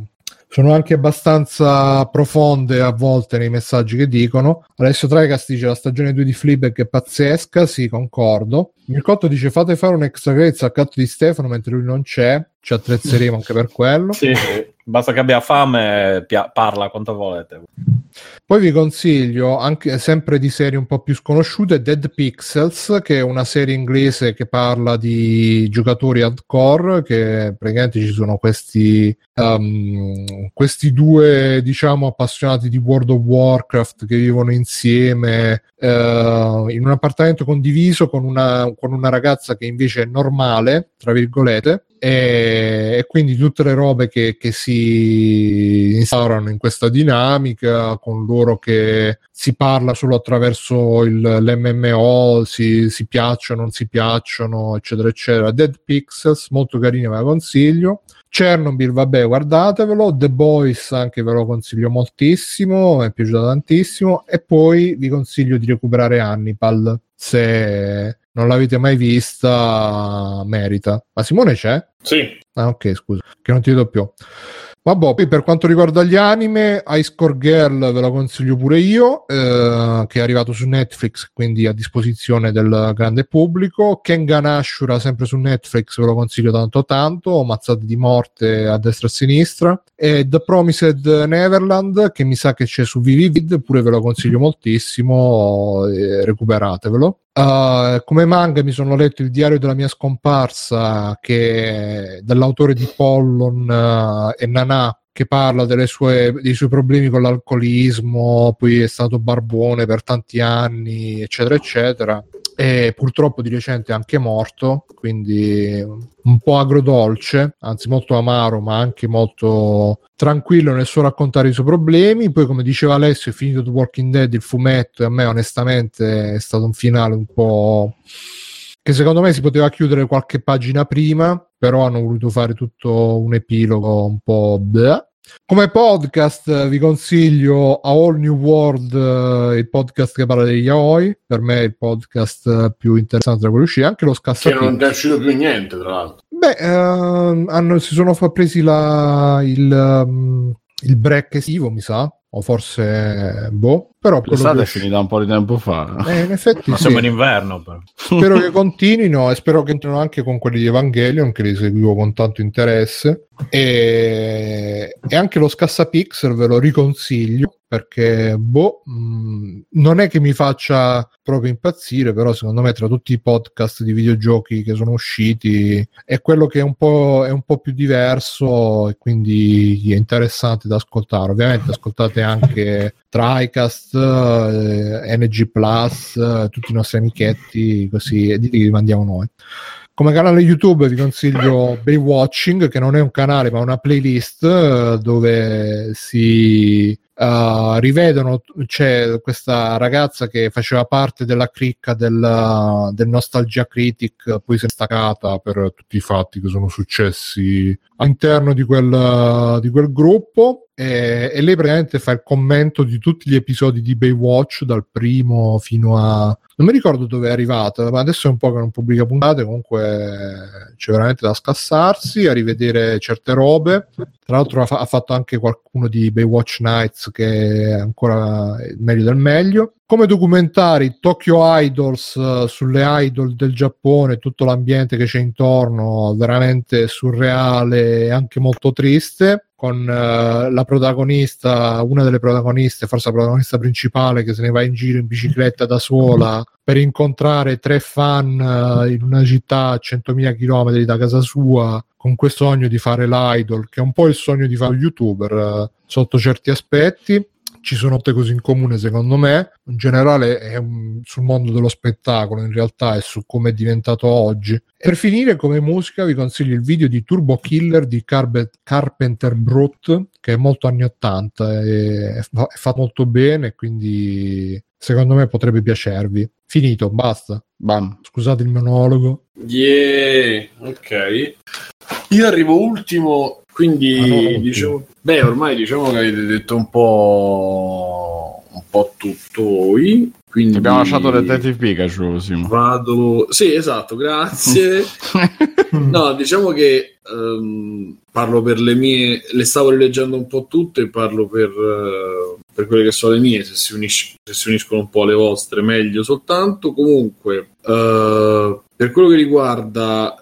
profonde a volte nei messaggi che dicono. Alessio Tricast dice la stagione 2 di Fleabag è pazzesca, sì, concordo. Mircotto dice fate fare un extra credits al catto di Stefano mentre lui non c'è, ci attrezzeremo anche per quello. Sì, basta che abbia fame, parla quanto volete. Poi vi consiglio anche sempre di serie un po' più sconosciute Dead Pixels, che è una serie inglese che parla di giocatori hardcore, che praticamente ci sono questi due, diciamo, appassionati di World of Warcraft che vivono insieme in un appartamento condiviso con una ragazza che invece è normale, tra virgolette, e quindi tutte le robe che si instaurano in questa dinamica, con loro che si parla solo attraverso l'MMO, si piacciono, non si piacciono, eccetera eccetera. Dead Pixels, molto carino, ve la consiglio. Chernobyl, vabbè, guardatevelo. The Boys anche ve lo consiglio moltissimo, mi è piaciuto tantissimo. E poi vi consiglio di recuperare Hannibal, se non l'avete mai vista, merita. Ma Simone c'è? Sì. Ah, ok, scusa, che non ti vedo più. Vabbè, poi per quanto riguarda gli anime, High Score Girl ve lo consiglio pure io, che è arrivato su Netflix, quindi a disposizione del grande pubblico. Kengan Ashura, sempre su Netflix, ve lo consiglio tanto, mazzate di morte a destra e a sinistra. E The Promised Neverland, che mi sa che c'è su Vivid, pure ve lo consiglio moltissimo, recuperatevelo. Come manga mi sono letto Il diario della mia scomparsa, che è dell'autore di Pollon e Nanà, che parla dei suoi problemi con l'alcolismo, poi è stato barbone per tanti anni, eccetera eccetera, e purtroppo di recente è anche morto, quindi un po' agrodolce, anzi molto amaro, ma anche molto tranquillo nel suo raccontare i suoi problemi. Poi, come diceva Alessio, è finito The Walking Dead, il fumetto, e a me onestamente è stato un finale un po' che secondo me si poteva chiudere qualche pagina prima, però hanno voluto fare tutto un epilogo un po' bleh. Come podcast vi consiglio A All New World, il podcast che parla degli yaoi. Per me è il podcast più interessante da quello uscire. Anche lo Scassa che non è uscito più niente, tra l'altro. Si sono presi il break estivo, mi sa, o forse però l'estate è finita un po' di tempo fa. In effetti ma siamo in inverno, però. Spero che continuino e spero che entrino anche con quelli di Evangelion, che li seguivo con tanto interesse, e anche lo Scassapixel ve lo riconsiglio, perché non è che mi faccia proprio impazzire, però secondo me tra tutti i podcast di videogiochi che sono usciti è quello che è un po' più diverso, e quindi è interessante da ascoltare. Ovviamente ascoltate anche TriCast, NG Plus, tutti i nostri amichetti, così, e dite che li mandiamo noi. Come canale YouTube vi consiglio Baywatching, che non è un canale ma una playlist dove si rivedono. C'è questa ragazza che faceva parte della cricca del Nostalgia Critic, poi si è staccata per tutti i fatti che sono successi all'interno di quel gruppo, e lei praticamente fa il commento di tutti gli episodi di Baywatch, dal primo fino a... non mi ricordo dove è arrivata, ma adesso è un po' che non pubblica puntate. Comunque c'è veramente da scassarsi a rivedere certe robe. Tra l'altro ha fatto anche qualcuno di Baywatch Nights, che è ancora il meglio del meglio. Come documentari, Tokyo Idols, sulle idol del Giappone, tutto l'ambiente che c'è intorno, veramente surreale e anche molto triste, con la protagonista, una delle protagoniste, forse la protagonista principale, che se ne va in giro in bicicletta da sola per incontrare 3 fan in una città a 100.000 km da casa sua, con questo sogno di fare l'idol, che è un po' il sogno di fare un youtuber sotto certi aspetti. Ci sono molte cose in comune, secondo me. In generale è sul mondo dello spettacolo, in realtà, e su come è diventato oggi. E per finire, come musica, vi consiglio il video di Turbo Killer di Carpenter Brut, che è molto anni 80 e è fatto molto bene, quindi secondo me potrebbe piacervi. Finito, basta. Bam. Scusate il monologo. Ok. Io arrivo ultimo, quindi ormai diciamo che avete detto un po' tutto voi. Quindi abbiamo lasciato Detective Pikachu, Simo. Sì, esatto, grazie. No, diciamo che parlo per le mie, le stavo rileggendo un po' tutte, e parlo per quelle che sono le mie. Se si uniscono un po' le vostre, meglio soltanto. Comunque, per quello che riguarda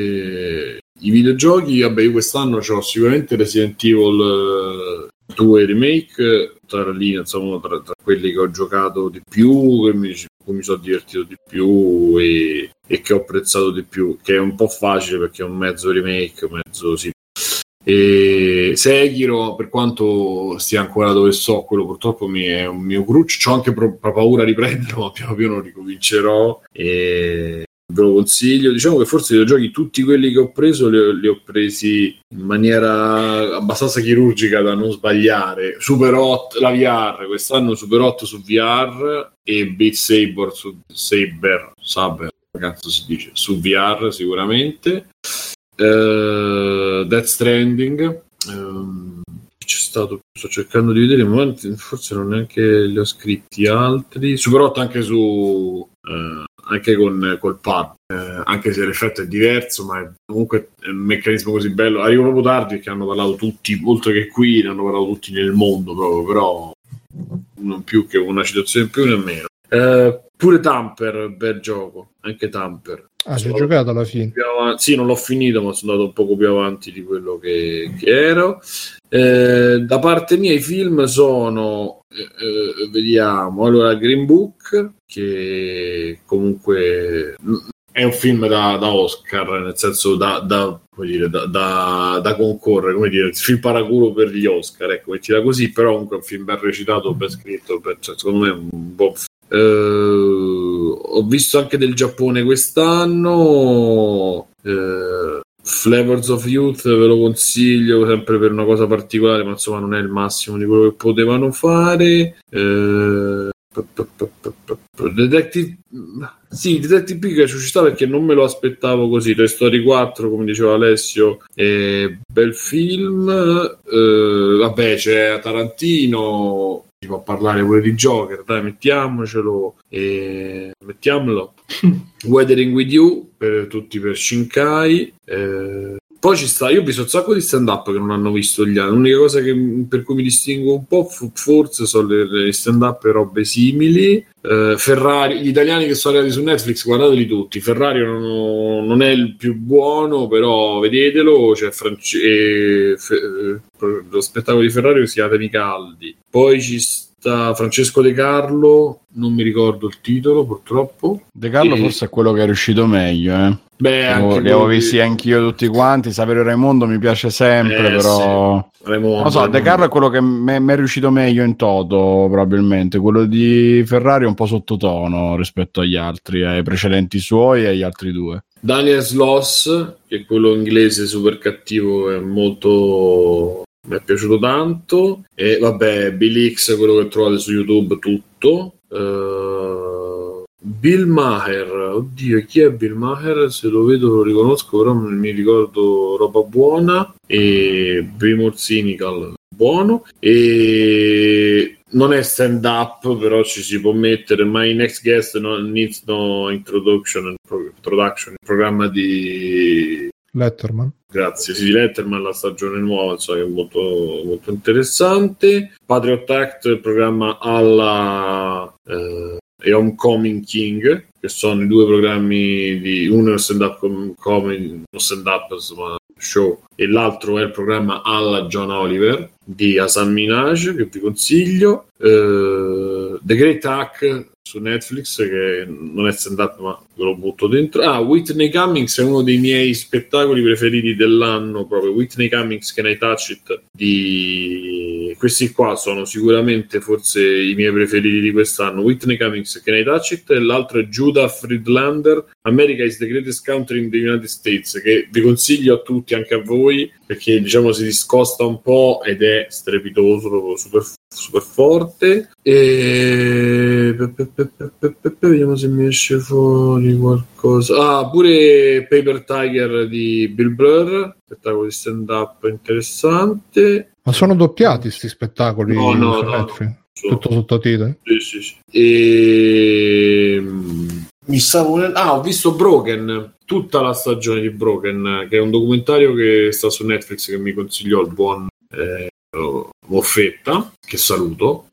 i videogiochi, vabbè, io quest'anno c'ho sicuramente Resident Evil 2 Remake, tra quelli che ho giocato di più, che mi sono divertito di più e che ho apprezzato di più, che è un po' facile perché è un mezzo remake, mezzo sì. E Sekiro, per quanto stia ancora dove so, quello purtroppo è un mio cruccio, c'ho anche paura di prenderlo, ma piano piano ricomincerò e ve lo consiglio. Diciamo che forse i videogiochi, tutti quelli che ho preso, li ho presi in maniera abbastanza chirurgica da non sbagliare. Super Hot, la VR, quest'anno Super Hot su VR e Beat Saber su Saber, cazzo si dice, su VR sicuramente. Death Stranding, c'è stato, sto cercando di vedere, ma forse non neanche li ho scritti altri. Super Hot anche su anche col pad, anche se l'effetto è diverso, ma comunque è un meccanismo così bello. Arrivo proprio tardi perché hanno parlato tutti, oltre che qui, ne hanno parlato tutti nel mondo proprio, però non più che una citazione in più nemmeno. Pure Tamper, bel gioco, anche Tamper. Ci ho giocato alla fine. Sì, non l'ho finito, ma sono andato un poco più avanti di quello che ero. Da parte mia i film sono vediamo, allora Green Book, che comunque è un film da Oscar, nel senso da concorrere, come dire, il film paraculo per gli Oscar, ecco, mettila così, però comunque è un film ben recitato, ben scritto, secondo me è un buon film. Ho visto anche del Giappone quest'anno, Flavors of Youth, ve lo consiglio sempre per una cosa particolare, ma insomma non è il massimo di quello che potevano fare. Detective Sì, Detective Pikachu ci sta perché non me lo aspettavo così. Toy Story 4, come diceva Alessio, bel film. Vabbè, c'è Tarantino, si può parlare pure di Joker, dai, mettiamocelo. Mettiamolo. Weathering with You, per tutti, per Shinkai. Poi ci sta, io ho visto un sacco di stand-up che non hanno visto gli altri. L'unica cosa per cui mi distingo un po' forse sono le stand-up e robe simili. Ferrari, gli italiani che sono arrivati su Netflix, guardateli tutti. Ferrari non è il più buono, però vedetelo. C'è lo spettacolo di Ferrari che si chiama Temi Caldi. Poi ci sta Francesco De Carlo, non mi ricordo il titolo purtroppo. De Carlo forse è quello che è riuscito meglio, Beh, li avevo visti anch'io tutti quanti. Saverio Raimondo mi piace sempre, però sì. Raimondo, non so, De Carlo è quello che mi è riuscito meglio in toto, probabilmente. Quello di Ferrari è un po' sottotono rispetto agli altri, ai precedenti suoi e agli altri due. Daniel Sloss, che è quello inglese super cattivo, è molto, mi è piaciuto tanto. E vabbè, Bill X, quello che trovate su YouTube, tutto. Bill Maher, oddio, chi è Bill Maher? Se lo vedo lo riconosco, però non mi ricordo. Roba buona. E Primor Cynical, buono. E non è stand up, però ci si può mettere. My next guest needs no introduction, il programma di Letterman. Grazie, sì, di Letterman, la stagione nuova, so, che è molto, molto interessante. Patriot Act, il programma alla e Homecoming King, che sono i due programmi di uno è stand-up comedy, uno stand-up insomma, show, e l'altro è il programma alla John Oliver di Hasan Minhaj, che vi consiglio. The Great Hack su Netflix, che non è stand-up ma ve lo butto dentro. Whitney Cummings è uno dei miei spettacoli preferiti dell'anno, proprio Whitney Cummings, Can I Touch It, di questi qua sono sicuramente forse i miei preferiti di quest'anno. Whitney Cummings, Can I Touch It, e l'altro è Judah Friedlander, America is the greatest country in the United States, che vi consiglio a tutti, anche a voi, perché diciamo si discosta un po' ed è strepitoso, proprio super forte. E vediamo se mi esce fuori qualcosa. Pure Paper Tiger di Bill Burr, spettacolo di stand up interessante. Ma sono doppiati questi spettacoli? No. Tutto sottotitolo? Sì. E mi stavo ho visto Broken, tutta la stagione di Broken, che è un documentario che sta su Netflix, che mi consigliò il buon Moffetta, che saluto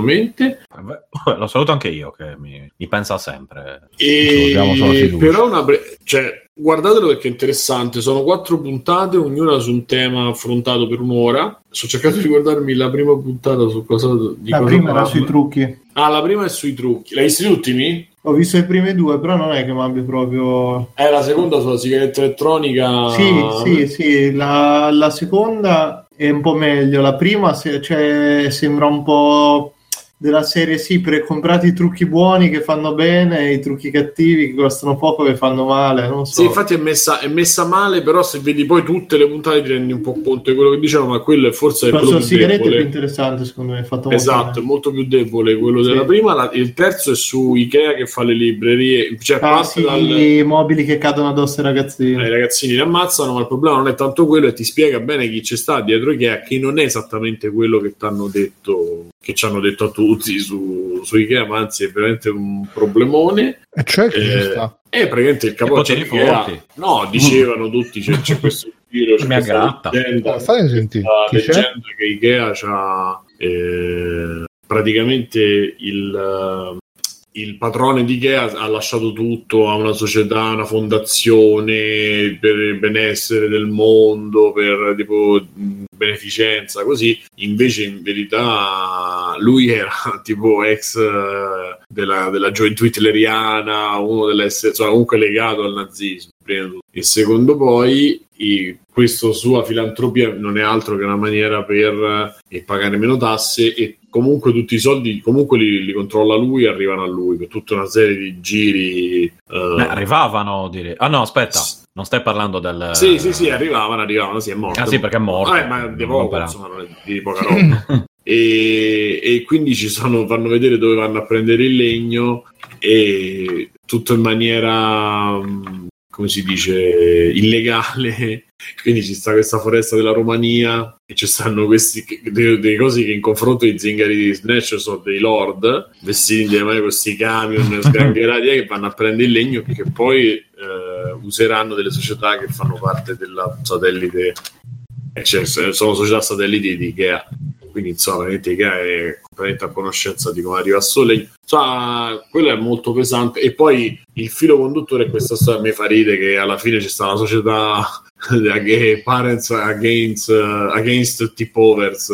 lo saluto anche io, che mi pensa sempre. Però guardatelo perché è interessante. Sono 4 puntate, ognuna su un tema affrontato per un'ora. Sto cercando di ricordarmi la prima puntata su cosa. La prima era sui trucchi. La prima è sui trucchi. L'hai visti tutti ultimi? Ho visto le prime 2, però non è che mi abbia proprio. La seconda sulla sigaretta elettronica. Sì. La seconda è un po' meglio. La prima sembra un po' della serie, comprate i trucchi buoni che fanno bene, i trucchi cattivi che costano poco che fanno male, non so. Sì, infatti è messa male, però se vedi poi tutte le puntate ti rendi un po' conto di quello che dicevano, ma quello è forse quello più sigarette debole. È più interessante, secondo me, fatto esatto, è molto più debole quello della prima. Il terzo è su Ikea, che fa le librerie, i mobili che cadono addosso ai ragazzini. I ragazzini li ammazzano, ma il problema non è tanto quello, e ti spiega bene chi ci sta dietro Ikea, che non è esattamente quello che ti hanno detto, che ci hanno detto a tutti su Ikea, ma anzi è veramente un problemone. E cioè che ci sta? Praticamente il capoccia di Ikea. No, dicevano tutti, c'è questo giro, c'è questa leggenda, che Ikea c'ha praticamente il padrone di Ikea ha lasciato tutto a una società, una fondazione per il benessere del mondo, per tipo beneficenza, così. Invece in verità lui era tipo ex della gioventù hitleriana, uno comunque legato al nazismo. E secondo poi questa sua filantropia non è altro che una maniera per pagare meno tasse, e comunque tutti i soldi comunque li controlla lui, arrivano a lui per tutta una serie di giri. Arrivavano, direi. No, aspetta, non stai parlando del. Sì, arrivavano, sì, è morto. Sì, perché è morto. Ma di poco, insomma, non è di poca roba. e quindi fanno vedere dove vanno a prendere il legno, e tutto in maniera, come si dice, illegale. Quindi ci sta questa foresta della Romania e ci stanno questi dei cosi che in confronto ai zingari di Snatch sono dei lord vestiti con questi camion sgangherati che vanno a prendere il legno, che poi useranno delle società che fanno parte della satellite, cioè sono società satelliti di Ikea. Quindi insomma veramente Ikea è completamente a conoscenza di come arriva a sole. Insomma, quello è molto pesante. E poi il filo conduttore è questa storia. Mi fa ridere che alla fine c'è stata la società Parents Against Tipovers,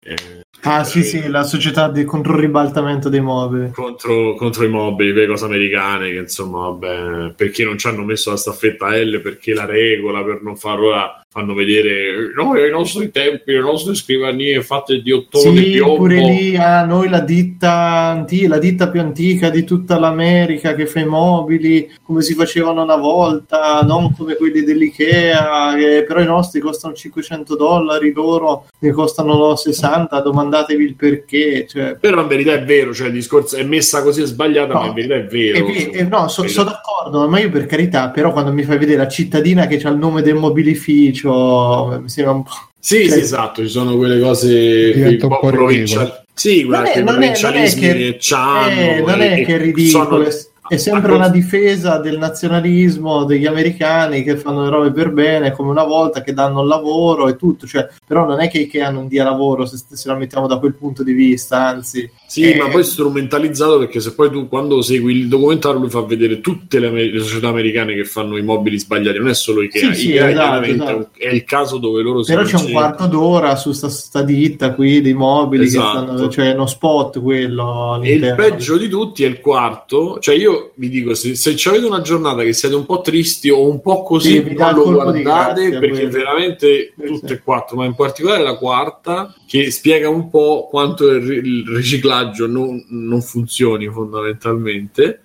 sì, la società contro il ribaltamento dei mobili, contro i mobili, le cose americane, che insomma vabbè, perché non ci hanno messo la staffetta L, perché la regola per non farlo ora fanno vedere noi ai nostri tempi le nostre scrivanie fatte di ottone, piombo. Pure lì noi la ditta più antica di tutta l'America che fa i mobili come si facevano una volta, non come quelli dell'Ikea, che però i nostri costano $500, loro ne costano 60, domandatevi il perché, cioè. Però in verità è vero, cioè il discorso è messa così, è sbagliata, ma in verità è vero. Sono d'accordo, ma io per carità, però quando mi fai vedere la cittadina che c'ha il nome del mobilificio, mi sembra un po'. Sì, esatto, ci sono quelle cose un po' provinciali. Sì, quei provincialismi che c'hanno. Non è che è ridicolo. È sempre una difesa del nazionalismo degli americani che fanno le robe per bene, come una volta, che danno il lavoro e tutto, cioè, però non è che Ikea non dia lavoro se la mettiamo da quel punto di vista, anzi. Sì, ma poi strumentalizzato, perché se poi tu quando segui il documentario lui fa vedere tutte le società americane che fanno i mobili sbagliati, non è solo Ikea. Ikea esatto. È il caso dove loro però c'è un quarto d'ora su sta ditta qui dei mobili, esatto, che fanno, cioè uno spot quello all'interno. E il peggio di tutti è il quarto, cioè io vi dico, se avete una giornata che siete un po' tristi o un po' così, non lo guardate, perché veramente tutte e quattro, ma in particolare la quarta, che spiega un po' quanto il riciclaggio non funzioni fondamentalmente,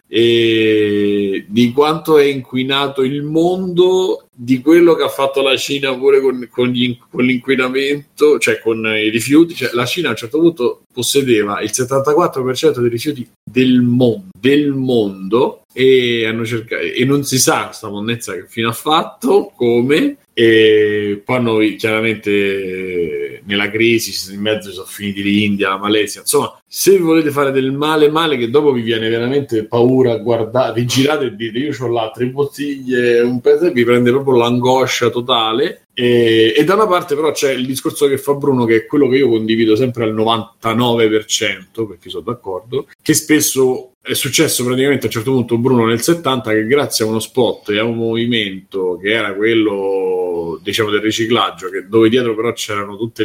e di quanto è inquinato il mondo, di quello che ha fatto la Cina pure con l'inquinamento, cioè con i rifiuti. Cioè, la Cina a un certo punto possedeva il 74% dei rifiuti del mondo e hanno cercato, e non si sa questa monnezza che fine ha fatto, come, e poi noi chiaramente nella crisi in mezzo sono finiti l'India, la Malesia. Insomma, se vi volete fare del male che dopo vi viene veramente paura a guardare, vi girate e dite io c'ho là 3 bottiglie, un pezzo, vi prende proprio l'angoscia totale. E da una parte però c'è il discorso che fa Bruno, che è quello che io condivido sempre al 99%, perché sono d'accordo, che spesso è successo praticamente a un certo punto, Bruno, nel 70, che grazie a uno spot e a un movimento che era quello, diciamo, del riciclaggio, che dove dietro però c'erano tutte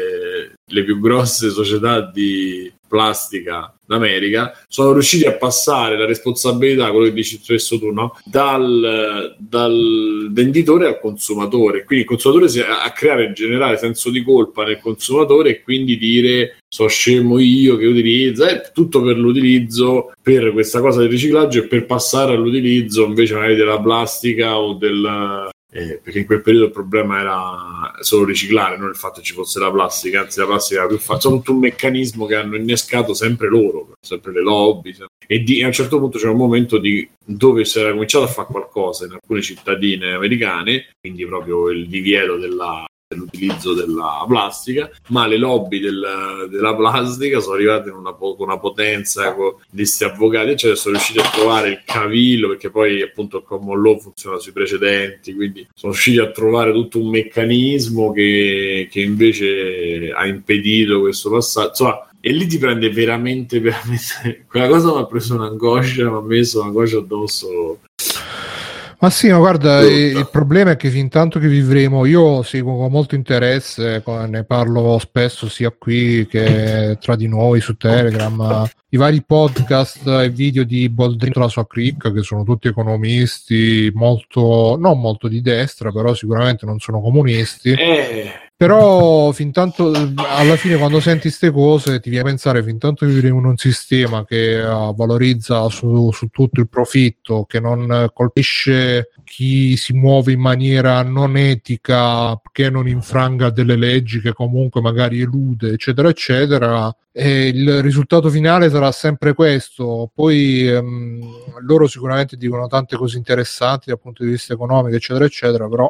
le più grosse società di plastica d'America, sono riusciti a passare la responsabilità, quello che dici spesso tu, no? Dal venditore al consumatore, quindi il consumatore a creare, generare senso di colpa nel consumatore, e quindi dire so scemo io che utilizza, è tutto per l'utilizzo, per questa cosa del riciclaggio, e per passare all'utilizzo invece magari della plastica o del perché in quel periodo il problema era solo riciclare, non il fatto che ci fosse la plastica, anzi la plastica era più facile, tutto un meccanismo che hanno innescato sempre loro, sempre le lobby, e a un certo punto c'era un momento dove si era cominciato a fare qualcosa in alcune cittadine americane, quindi proprio il divieto dell'utilizzo della plastica, ma le lobby della plastica sono arrivate con una potenza, con questi avvocati eccetera, sono riusciti a trovare il cavillo, perché poi appunto il common law funziona sui precedenti, quindi sono riusciti a trovare tutto un meccanismo che invece ha impedito questo passaggio, insomma. E lì ti prende veramente quella cosa mi ha preso un'angoscia, mi ha messo un'angoscia addosso. Ma sì, ma guarda, il problema è che fin tanto che vivremo, io seguo con molto interesse, ne parlo spesso sia qui che tra di noi su Telegram, i vari podcast e video di Boldrin e la sua clique, che sono tutti economisti, non molto di destra, però sicuramente non sono comunisti. Però fin tanto, alla fine, quando senti queste cose ti viene a pensare, fin tanto che vivremo in un sistema che valorizza su tutto il profitto, che non colpisce chi si muove in maniera non etica, che non infranga delle leggi, che comunque magari elude, eccetera eccetera, e il risultato finale sarà sempre questo. Poi loro sicuramente dicono tante cose interessanti dal punto di vista economico, eccetera eccetera, però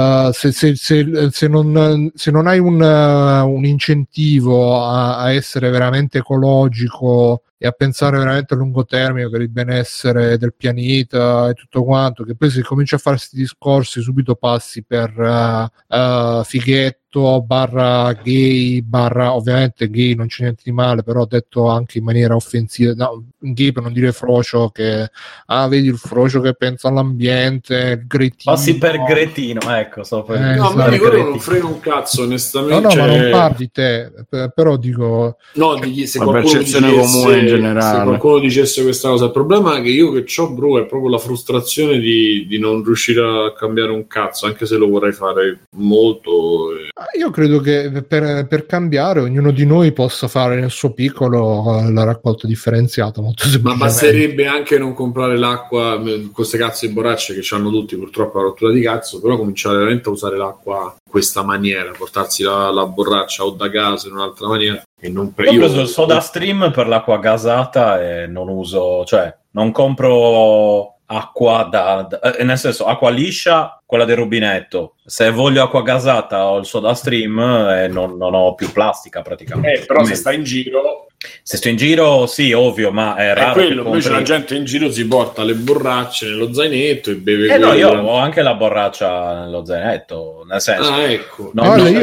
se non hai un incentivo a essere veramente ecologico e a pensare veramente a lungo termine per il benessere del pianeta e tutto quanto, che poi se cominci a fare questi discorsi subito passi per fighetto barra gay barra, ovviamente gay non c'è niente di male, però detto anche in maniera offensiva, no, gay per non dire frocio, che vedi il frocio che pensa all'ambiente, il gretino, passi per gretino, ecco, no, a me non frega un cazzo onestamente, ma non parli te, però dico se qualcuno dicesse, comune in generale, se qualcuno dicesse questa cosa, il problema è che io che c'ho, bro, è proprio la frustrazione di non riuscire a cambiare un cazzo, anche se lo vorrei fare molto. Io credo che per cambiare ognuno di noi possa fare nel suo piccolo la raccolta differenziata, molto semplicemente. Ma basterebbe anche non comprare l'acqua, queste cazzo di borracce che hanno tutti purtroppo la rottura di cazzo, però cominciare veramente a usare l'acqua in questa maniera, portarsi la borraccia o da gas in un'altra maniera. E non io ho preso il Soda Stream per l'acqua gasata e non uso, cioè non compro acqua nel senso acqua liscia, quella del rubinetto. Se voglio acqua gasata ho il Soda Stream e non ho più plastica praticamente. Però se stai in giro, sì, ovvio, ma è raro. Quello, invece la gente in giro si porta le borracce nello zainetto e beve. No, io ho anche la borraccia nello zainetto, nel senso. Ecco.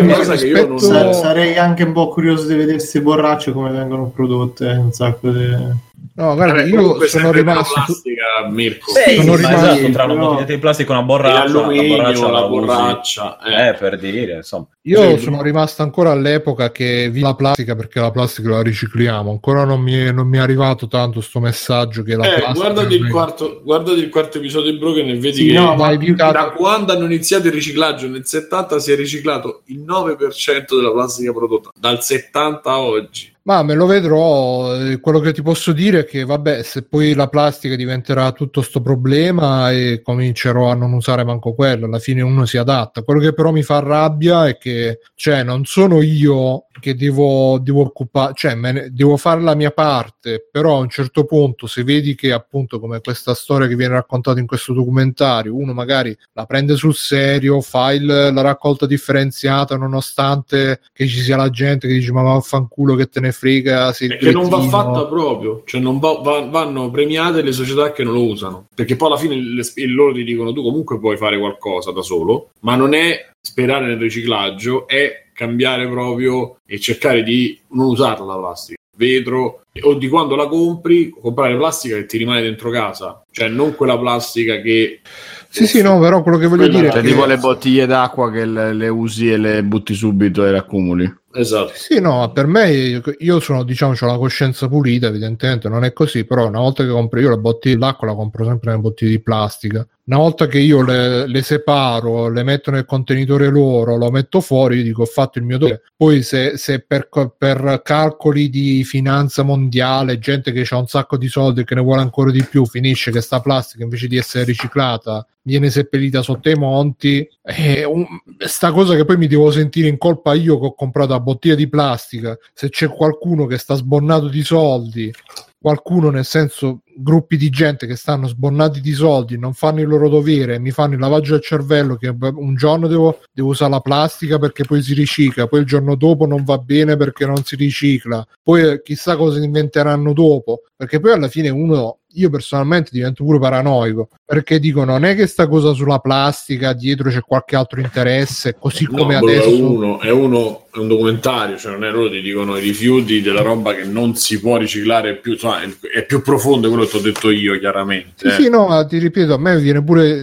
Sarei anche un po' curioso di vedere queste borracce come vengono prodotte, un sacco di... No, guarda, io sono rimasto plastica, Mirko. Sono rimasto esatto, tra una bottiglietta di plastica e una borraccia, la borraccia, per dire, insomma. Io sono rimasto ancora all'epoca che vi la plastica, perché la plastica la ricriamo. Ancora non mi è arrivato tanto sto messaggio che la plastica. Guardati il quarto episodio di Broken e vedi che da quando hanno iniziato il riciclaggio nel 70 si è riciclato il 9% della plastica prodotta, dal 70 a oggi. Ma me lo vedrò. Quello che ti posso dire è che vabbè, se poi la plastica diventerà tutto sto problema e comincerò a non usare manco quello, alla fine uno si adatta. Quello che però mi fa rabbia è che, cioè, non sono io che devo occupare, cioè devo fare la mia parte, però a un certo punto se vedi che appunto come questa storia che viene raccontata in questo documentario, uno magari la prende sul serio, fa la raccolta differenziata nonostante che ci sia la gente che dice ma vaffanculo che te ne frega, che non va fatta proprio, cioè non vanno premiate le società che non lo usano, perché poi alla fine loro ti dicono tu comunque puoi fare qualcosa da solo, ma non è sperare nel riciclaggio, è cambiare proprio e cercare di non usarla la plastica, vetro, o di quando la compri, comprare plastica che ti rimane dentro casa, cioè non quella plastica che... Sì, no, però quello che voglio dire è che... tipo le bottiglie d'acqua che le usi e le butti subito e le accumuli. Esatto. Sì, no, per me io sono, diciamo, c'ho la coscienza pulita, evidentemente non è così, però una volta che compro io le bottiglie d'acqua la compro sempre nelle bottiglie di plastica. Una volta che io le separo, le metto nel contenitore loro, lo metto fuori, io dico ho fatto il mio dovere. Poi se per calcoli di finanza mondiale, gente che ha un sacco di soldi e che ne vuole ancora di più, finisce che sta plastica invece di essere riciclata viene seppellita sotto i monti, sta cosa che poi mi devo sentire in colpa io che ho comprato la bottiglia di plastica, se c'è qualcuno che sta sbornato di soldi, qualcuno nel senso gruppi di gente che stanno sbonnati di soldi, non fanno il loro dovere, mi fanno il lavaggio del cervello che un giorno devo usare la plastica perché poi si ricicla, poi il giorno dopo non va bene perché non si ricicla, poi chissà cosa inventeranno dopo, perché poi alla fine io personalmente divento pure paranoico, perché dico non è che sta cosa sulla plastica dietro c'è qualche altro interesse, così come adesso è un documentario, cioè non è loro ti dicono i rifiuti della roba che non si può riciclare più, insomma, è più profondo quello che ti ho detto io, chiaramente. Sì, no, ti ripeto, a me viene pure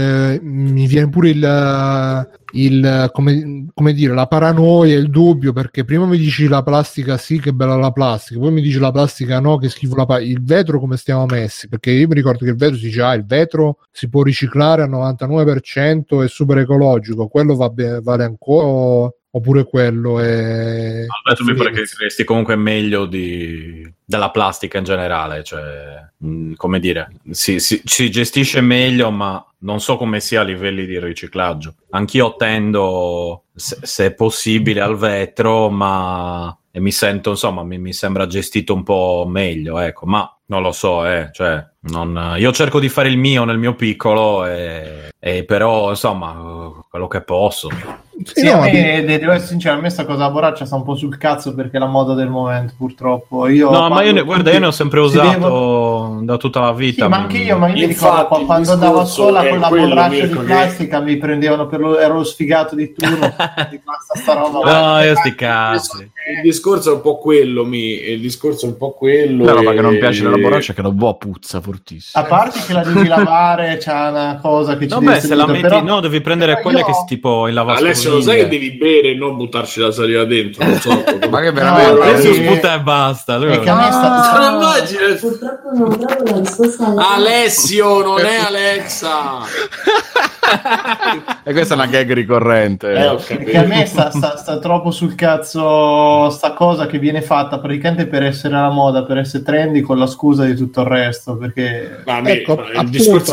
il come dire, la paranoia, il dubbio, perché prima mi dici la plastica sì, che bella la plastica, poi mi dici la plastica no, che schifo il vetro come stiamo messi, perché io mi ricordo che il vetro si dice il vetro si può riciclare al 99%, è super ecologico, quello vale ancora oppure quello è... Alberto, mi pare che resti comunque meglio della plastica in generale, cioè come dire, si gestisce meglio, ma non so come sia a livelli di riciclaggio. Anch'io tendo, se è possibile, al vetro, ma e mi sento, insomma, mi sembra gestito un po' meglio, ecco, ma non lo so, cioè, io cerco di fare il mio nel mio piccolo, e però, insomma, quello che posso. Sì, no, devo essere sincero, a me sta cosa la borraccia sta un po' sul cazzo perché è la moda del momento, purtroppo. Io ne ho sempre usato da tutta la vita. Sì, ma anche io, mi ricordo quando andavo a scuola con la borraccia di plastica mi prendevano ero lo sfigato di turno. Di basta sta roba. No, io sti cazzi. Il discorso è un po' quello, La roba che non piace della borraccia è che la boh puzza fortissimo. A parte che la devi lavare, c'è una cosa che ci deve se la metti, però, no, devi prendere quelle che tipo in lavastoviglie. Alessio, lo sai che devi bere e non buttarci la saliva dentro? Non so, ma che veramente Alessio sputa e basta. Purtroppo non trovo la risposta. Alessio, non è Alexa. E questa è una gag ricorrente. Perché a me sta troppo sul cazzo sta cosa che viene fatta praticamente per essere alla moda, per essere trendy, con la scusa di tutto il resto, perché il discorso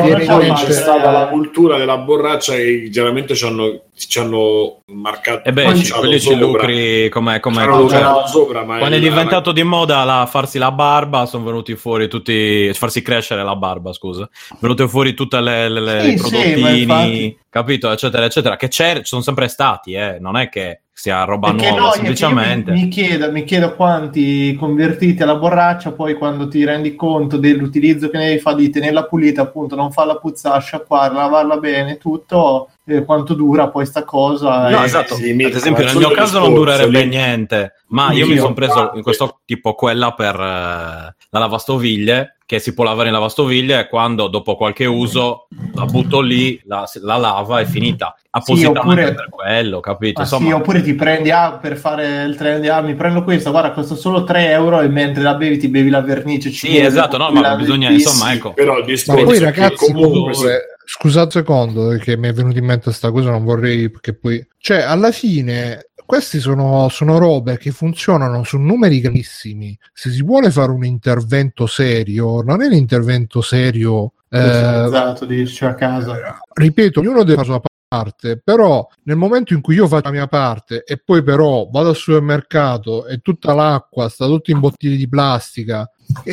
è stata la cultura della borraccia che chiaramente ci hanno marcato, quelli ci lucri come sopra, ma quando è diventato di moda farsi la barba, sono venuti fuori farsi crescere la barba, scusa, venute fuori tutte i prodottini, capito, eccetera eccetera, che sono sempre stati, non è che sia roba nuova, semplicemente mi chiedo quanti convertiti alla borraccia poi, quando ti rendi conto dell'utilizzo che ne devi fare di tenerla pulita, appunto, non farla puzzare, sciacquarla, lavarla bene, tutto, quanto dura poi sta cosa. No, esatto. Ad esempio nel mio caso non durerebbe niente, ma io mi sono preso in questo tipo quella per la lavastoviglie, che si può lavare in lavastoviglie, e quando dopo qualche uso la butto lì, la lava, è finita appositamente per quello, capito? Sì, oppure ti prendi per fare il trend, mi prendo questa, guarda, costa solo 3 euro, e mentre la bevi ti bevi la vernice. Sì, esatto, no, ma bisogna, insomma, ecco. Però il discorso, ma poi ragazzi, scusate un secondo, che mi è venuta in mente sta cosa, non vorrei che poi, cioè, alla fine questi sono robe che funzionano su numeri grandissimi. Se si vuole fare un intervento serio, non è un intervento serio dici a casa. Ripeto, ognuno deve fare la sua parte, però nel momento in cui io faccio la mia parte e poi però vado al supermercato e tutta l'acqua sta tutto in bottiglie di plastica,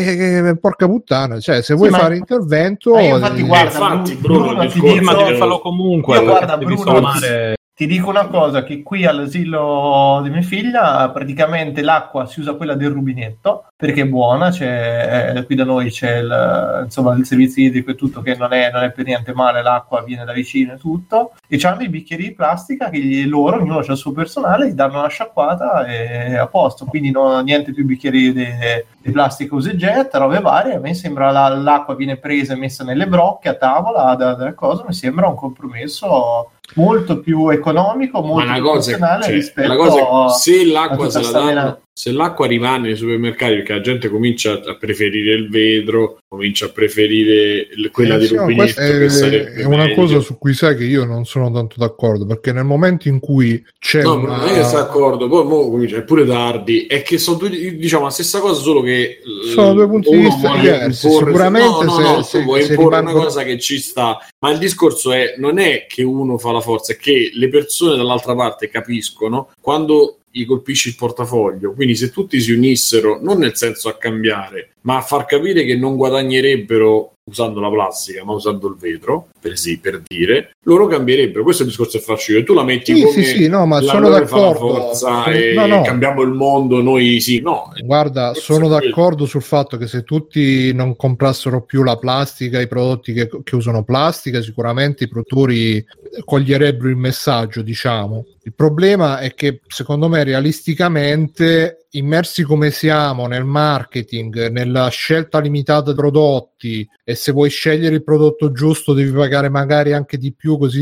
porca puttana, cioè, se vuoi fare intervento, infatti, Bruno, ma devi farlo comunque. Io, guarda, Bruno, ti dico una cosa, che qui all'asilo di mia figlia praticamente l'acqua si usa quella del rubinetto perché è buona, qui da noi c'è il servizio idrico e tutto, che non è per niente male, l'acqua viene da vicino e tutto, e c'hanno i bicchieri di plastica che ognuno c'ha il suo personale, gli danno una sciacquata e a posto, quindi niente più bicchieri di plastica usa e getta, robe varie. A me sembra l'acqua viene presa e messa nelle brocche a tavola da cosa, mi sembra un compromesso molto più economico, molto più funzionale rispetto se l'acqua se la danno, se l'acqua rimane nei supermercati, perché la gente comincia a preferire il vetro, comincia a preferire quella di rubinetto, è una cosa su cui sai che io non sono tanto d'accordo, perché nel momento in cui c'è non è che sei d'accordo, poi comincia, è pure tardi, è che sono due, diciamo la stessa cosa, solo che sono due punti di vista diversi. Sicuramente se vuoi imporre una cosa che ci sta, ma il discorso non è che uno fa la forza, è che le persone dall'altra parte capiscono quando gli colpisci il portafoglio. Quindi se tutti si unissero, non nel senso a cambiare, ma a far capire che non guadagnerebbero usando la plastica ma usando il vetro, per dire, loro cambierebbero. Questo è il discorso che faccio io. Tu la metti ma sono d'accordo, cambiamo il mondo, noi guarda, sono d'accordo sul fatto che se tutti non comprassero più la plastica, i prodotti che usano plastica, sicuramente i produttori coglierebbero il messaggio, diciamo. Il problema è che secondo me realisticamente, immersi come siamo nel marketing, nella scelta limitata di prodotti, e se vuoi scegliere il prodotto giusto devi pagare magari anche di più, così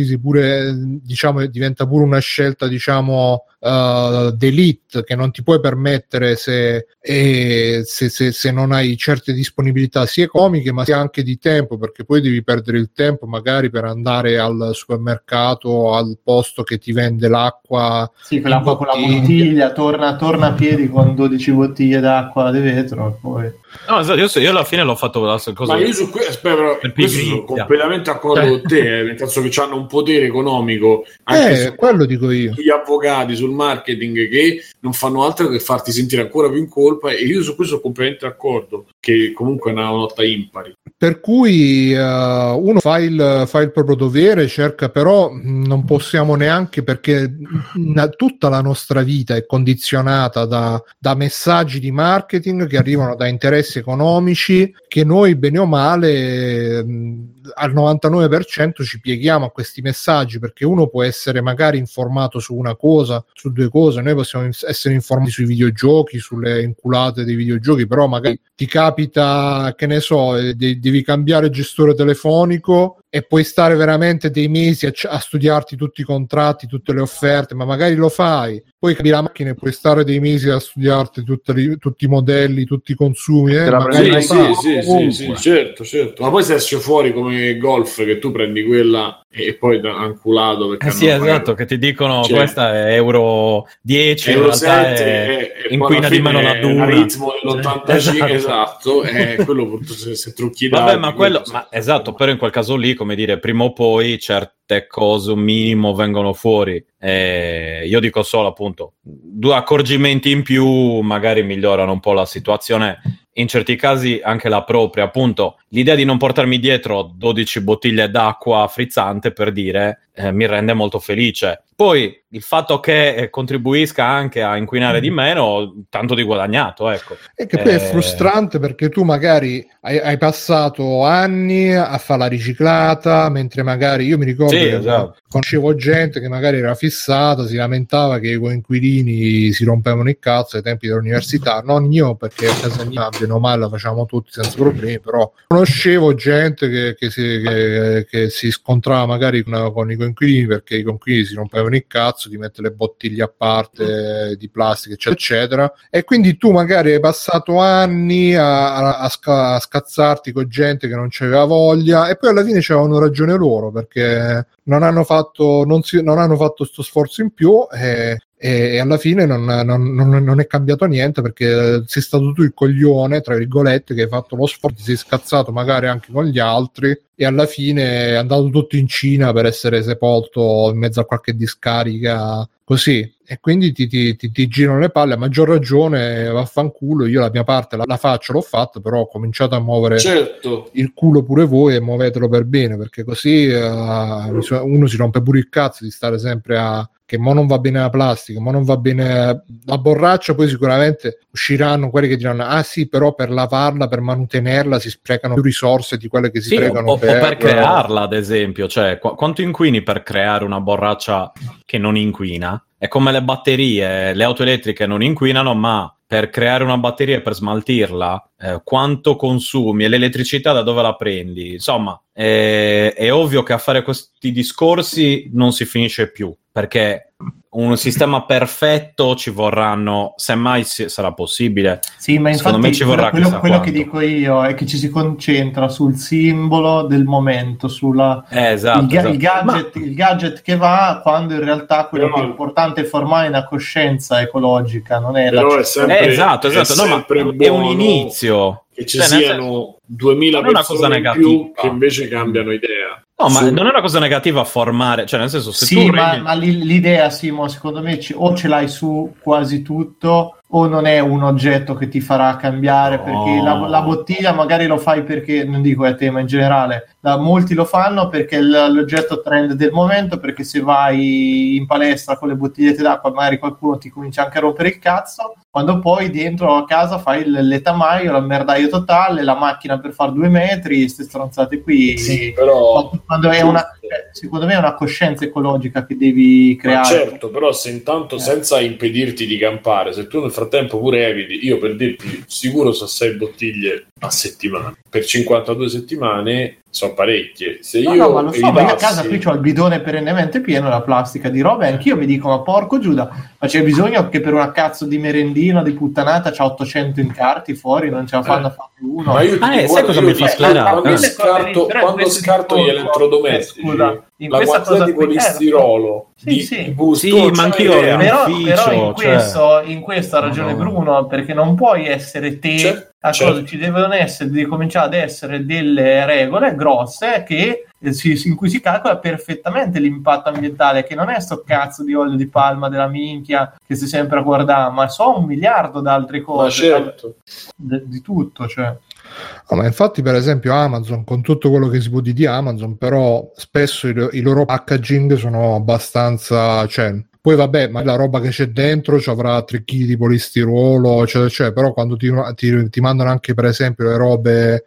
diventa pure una scelta d'elite che non ti puoi permettere se non hai certe disponibilità sia economiche ma sia anche di tempo, perché poi devi perdere il tempo magari per andare al supermercato, al posto che ti vende l'acqua, quell'acqua con la bottiglia, torna a piedi con 12 bottiglie d'acqua di vetro, poi No, io alla fine l'ho fatto cosa. Ma io su questo sono completamente d'accordo con te, nel senso che hanno un potere economico anche quello dico io. Gli avvocati sul marketing che non fanno altro che farti sentire ancora più in colpa, e io su questo sono completamente d'accordo, che comunque è una lotta impari. Per cui uno fa il proprio dovere, cerca, però non possiamo neanche, perché tutta la nostra vita è condizionata da messaggi di marketing che arrivano da interessi economici, che noi bene o male al 99% ci pieghiamo a questi messaggi, perché uno può essere magari informato su una cosa, su due cose. Noi possiamo essere informati sui videogiochi, sulle inculate dei videogiochi, però magari ti capita, che ne so, devi cambiare gestore telefonico e puoi stare veramente dei mesi a studiarti tutti i contratti, tutte le offerte, ma magari lo fai, poi cambi la macchina e puoi stare dei mesi a studiarti tutti i modelli, tutti i consumi, sì, certo, ma poi se esce fuori come Golf, che tu prendi quella e poi anculato, perché esatto, che ti dicono questa è euro 10, euro 7 inquina di meno la dura, a ritmo dell'85, esatto, quello se trucchi vabbè, ma quello, ma esatto, però in quel caso lì, come dire, prima o poi certe cose un minimo vengono fuori. Io dico solo, appunto, 2 accorgimenti in più magari migliorano un po' la situazione, in certi casi anche la propria. Appunto, l'idea di non portarmi dietro 12 bottiglie d'acqua frizzante, per dire, mi rende molto felice. Poi il fatto che contribuisca anche a inquinare di meno, tanto di guadagnato, ecco. E che poi è frustrante, perché tu magari hai passato anni a fare la riciclata, mentre magari io mi ricordo conoscevo gente che magari era fissata, si lamentava che i coinquilini si rompevano il cazzo ai tempi dell'università. Non io, perché a casa mia bene o male la facevamo tutti senza problemi, però conoscevo gente che si scontrava magari con i coinquilini, perché i coinquilini si rompevano il cazzo, ti mette le bottiglie a parte di plastica, eccetera eccetera, e quindi tu magari hai passato anni a scazzarti con gente che non c'aveva voglia, e poi alla fine c'avevano ragione loro, perché non hanno fatto sto sforzo in più, e alla fine non è cambiato niente, perché sei stato tu il coglione, tra virgolette, che hai fatto lo sforzo, ti sei scazzato magari anche con gli altri, e alla fine è andato tutto in Cina per essere sepolto in mezzo a qualche discarica così, e quindi ti girano le palle. A maggior ragione vaffanculo, io la mia parte la faccio, l'ho fatta, però ho cominciato a muovere il culo pure voi, e muovetelo per bene, perché così uno si rompe pure il cazzo di stare sempre che mo non va bene la plastica, mo non va bene la borraccia. Poi sicuramente usciranno quelli che diranno sì, però per lavarla, per mantenerla si sprecano più risorse di quelle che si sprecano o per crearla, ad esempio. Cioè, quanto inquini per creare una borraccia che non inquina? È come le batterie, le auto elettriche non inquinano, ma per creare una batteria e per smaltirla, quanto consumi, e l'elettricità da dove la prendi? Insomma, è ovvio che a fare questi discorsi non si finisce più, perché un sistema perfetto ci vorranno, semmai sarà possibile. Sì, ma secondo infatti me ci vorrà quello che dico io è che ci si concentra sul simbolo del momento, sulla il gadget che va, quando in realtà quello che è importante è formare una coscienza ecologica, non è però è sempre, esatto, no, ma è un inizio. Che ci siano 2000 persone in più che invece cambiano idea. No, ma non è una cosa negativa formare, cioè nel senso, se tu ma l'idea, Simo, secondo me o ce l'hai su quasi tutto, o non è un oggetto che ti farà cambiare, perché la bottiglia magari lo fai perché, non dico è tema in generale, molti lo fanno perché l'oggetto trend del momento, perché se vai in palestra con le bottigliette d'acqua magari qualcuno ti comincia anche a rompere il cazzo, quando poi dentro a casa fai l'etamaio, la merdaio totale, la macchina per fare 2 metri, queste stronzate qui. Sì, però quando è secondo me è una coscienza ecologica che devi creare. Ma certo, però se intanto senza impedirti di campare, se tu nel frattempo pure eviti, io per dirti sicuro so 6 bottiglie a settimana, per 52 settimane sono parecchie. Se io ma lo so, ma io a casa qui c'ho il bidone perennemente pieno, la plastica di roba, e anch'io mi dico, ma porco Giuda, ma c'è bisogno che per una cazzo di merendina di puttanata c'ha 800 incarti fuori, non ce la fanno a fare uno. Ma io sai cosa mi fa sclerare? Quando scarto gli elettrodomestici, in la questa quantità cosa di polistirolo sì. Sì, ma anch'io però in questo ha ragione Bruno, perché non puoi essere te cosa, ci devono essere, devi cominciare ad essere delle regole grosse in cui si calcola perfettamente l'impatto ambientale, che non è sto cazzo di olio di palma della minchia che si sempre a guardare, ma so 1 miliardo di altre cose, di tutto, cioè. Ma infatti, per esempio, Amazon, con tutto quello che si può dire di Amazon, però spesso i loro packaging sono abbastanza, cioè, poi vabbè, ma la roba che c'è dentro ci avrà 3 kg di polistirolo, cioè, però quando ti mandano anche, per esempio, le robe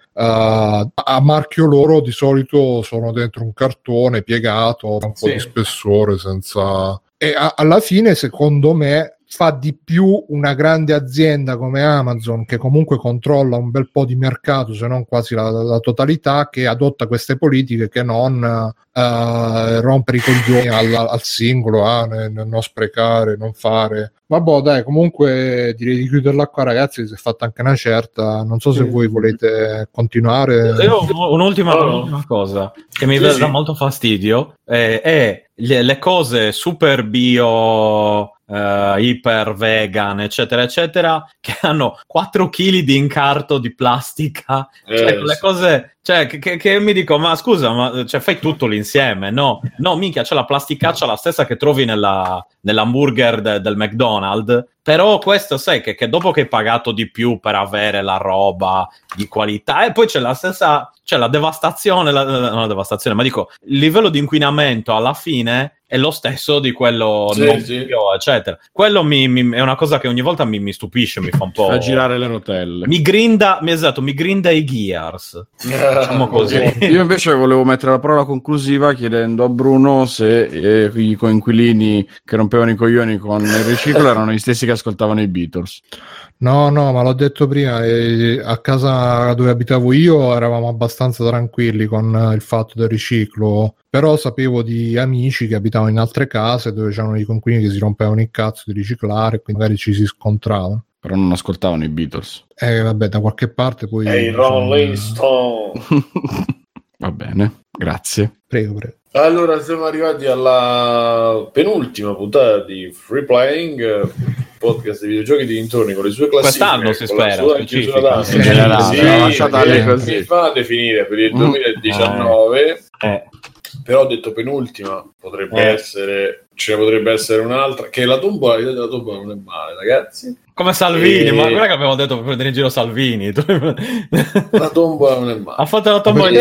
a marchio loro, di solito sono dentro un cartone piegato, un po' di spessore, senza... E alla fine, secondo me, fa di più una grande azienda come Amazon, che comunque controlla un bel po' di mercato, se non quasi la totalità, che adotta queste politiche, che non rompere i coglioni al singolo, non sprecare, non fare. Vabbè, dai, comunque direi di chiuderla qua, ragazzi, si è fatta anche una certa. Non so se voi volete continuare. Io ho un'ultima cosa che mi dà molto fastidio, è le cose super bio, iper vegan, eccetera eccetera, che hanno 4 kg di incarto di plastica, cioè le cose, cioè che mi dico, ma scusa, ma cioè, fai tutto l'insieme? No, minchia, c'è la plasticaccia la stessa che trovi nell'hamburger del McDonald's, però questo sai che dopo che hai pagato di più per avere la roba di qualità, e poi c'è la stessa, cioè la devastazione, non la devastazione, ma dico, il livello di inquinamento alla fine è lo stesso di quello bio, eccetera. Quello è una cosa che ogni volta mi stupisce, mi fa un po' a girare le rotelle. Mi grinda i gears. Diciamo così. Io invece volevo mettere la parola conclusiva chiedendo a Bruno se i coinquilini che rompevano i coglioni con il riciclo erano gli stessi che ascoltavano i Beatles. No, ma l'ho detto prima, a casa dove abitavo io eravamo abbastanza tranquilli con il fatto del riciclo, però sapevo di amici che abitavano in altre case dove c'erano i coinquilini che si rompevano il cazzo di riciclare, quindi magari ci si scontravano. Però non ascoltavano i Beatles. Vabbè, da qualche parte poi... Hey, Rolling Stone! Va bene, grazie. Prego. Allora, siamo arrivati alla penultima puntata di Free Playing, podcast di videogiochi di dintorni con le sue classifiche. Quest'anno si spera, in generale, lasciatale così. Mi fate finire per il 2019, però ho detto penultima, potrebbe essere, ce ne potrebbe essere un'altra, che la tombola, l'idea della tombola non è male, ragazzi. Come Salvini, ma guarda che abbiamo detto per prendere in giro Salvini. La tombola non è male. Ha fatto la tombola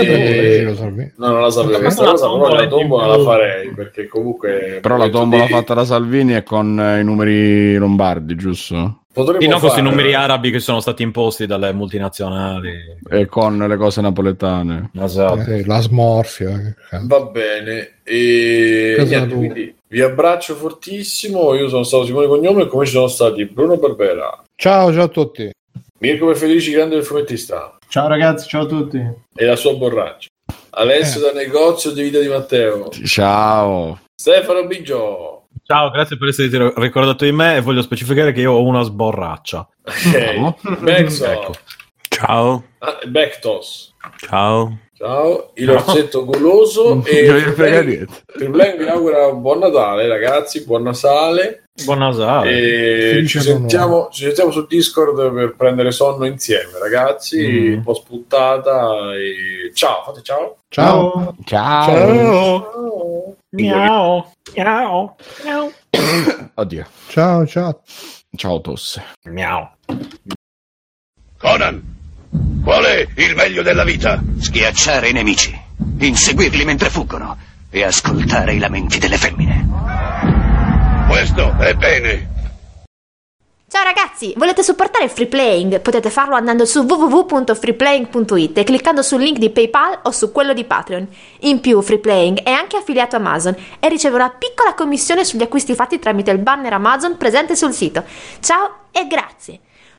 No, non la sapevo. Questa cosa però la tombola la farei, perché comunque... Però la tombola fatta da Salvini è con i numeri lombardi, giusto? E non questi numeri arabi che sono stati imposti dalle multinazionali. E con le cose napoletane. Esatto. La smorfia. Va bene. E niente, quindi vi abbraccio fortissimo. Io sono stato Simone Cognome e come ci sono stati Bruno Barbera. Ciao a tutti. Mirko Federici, grande del fumettista. Ciao ragazzi, ciao a tutti. E la sua borraccia. Alessio da Negozio di Vita di Matteo. Ciao. Stefano Biggio. Ciao, grazie per essere ricordato di me e voglio specificare che io ho una sborraccia. Ok. Ecco. Ciao. Bectos. Ciao. Il orsetto goloso e Triplang vi augura buon Natale, ragazzi, buon Nasale. Buon Nasale. E ci sentiamo su Discord per prendere sonno insieme, ragazzi. Un po' sputtata e ciao, fate ciao. Ciao. Miau. Oddio. Ciao. Ciao tosse. Miau. Conan, qual è il meglio della vita? Schiacciare i nemici, inseguirli mentre fuggono e ascoltare i lamenti delle femmine. Questo è bene. Ciao ragazzi, volete supportare Free Playing? Potete farlo andando su www.freeplaying.it e cliccando sul link di PayPal o su quello di Patreon. In più, Free Playing è anche affiliato a Amazon e riceve una piccola commissione sugli acquisti fatti tramite il banner Amazon presente sul sito. Ciao e grazie!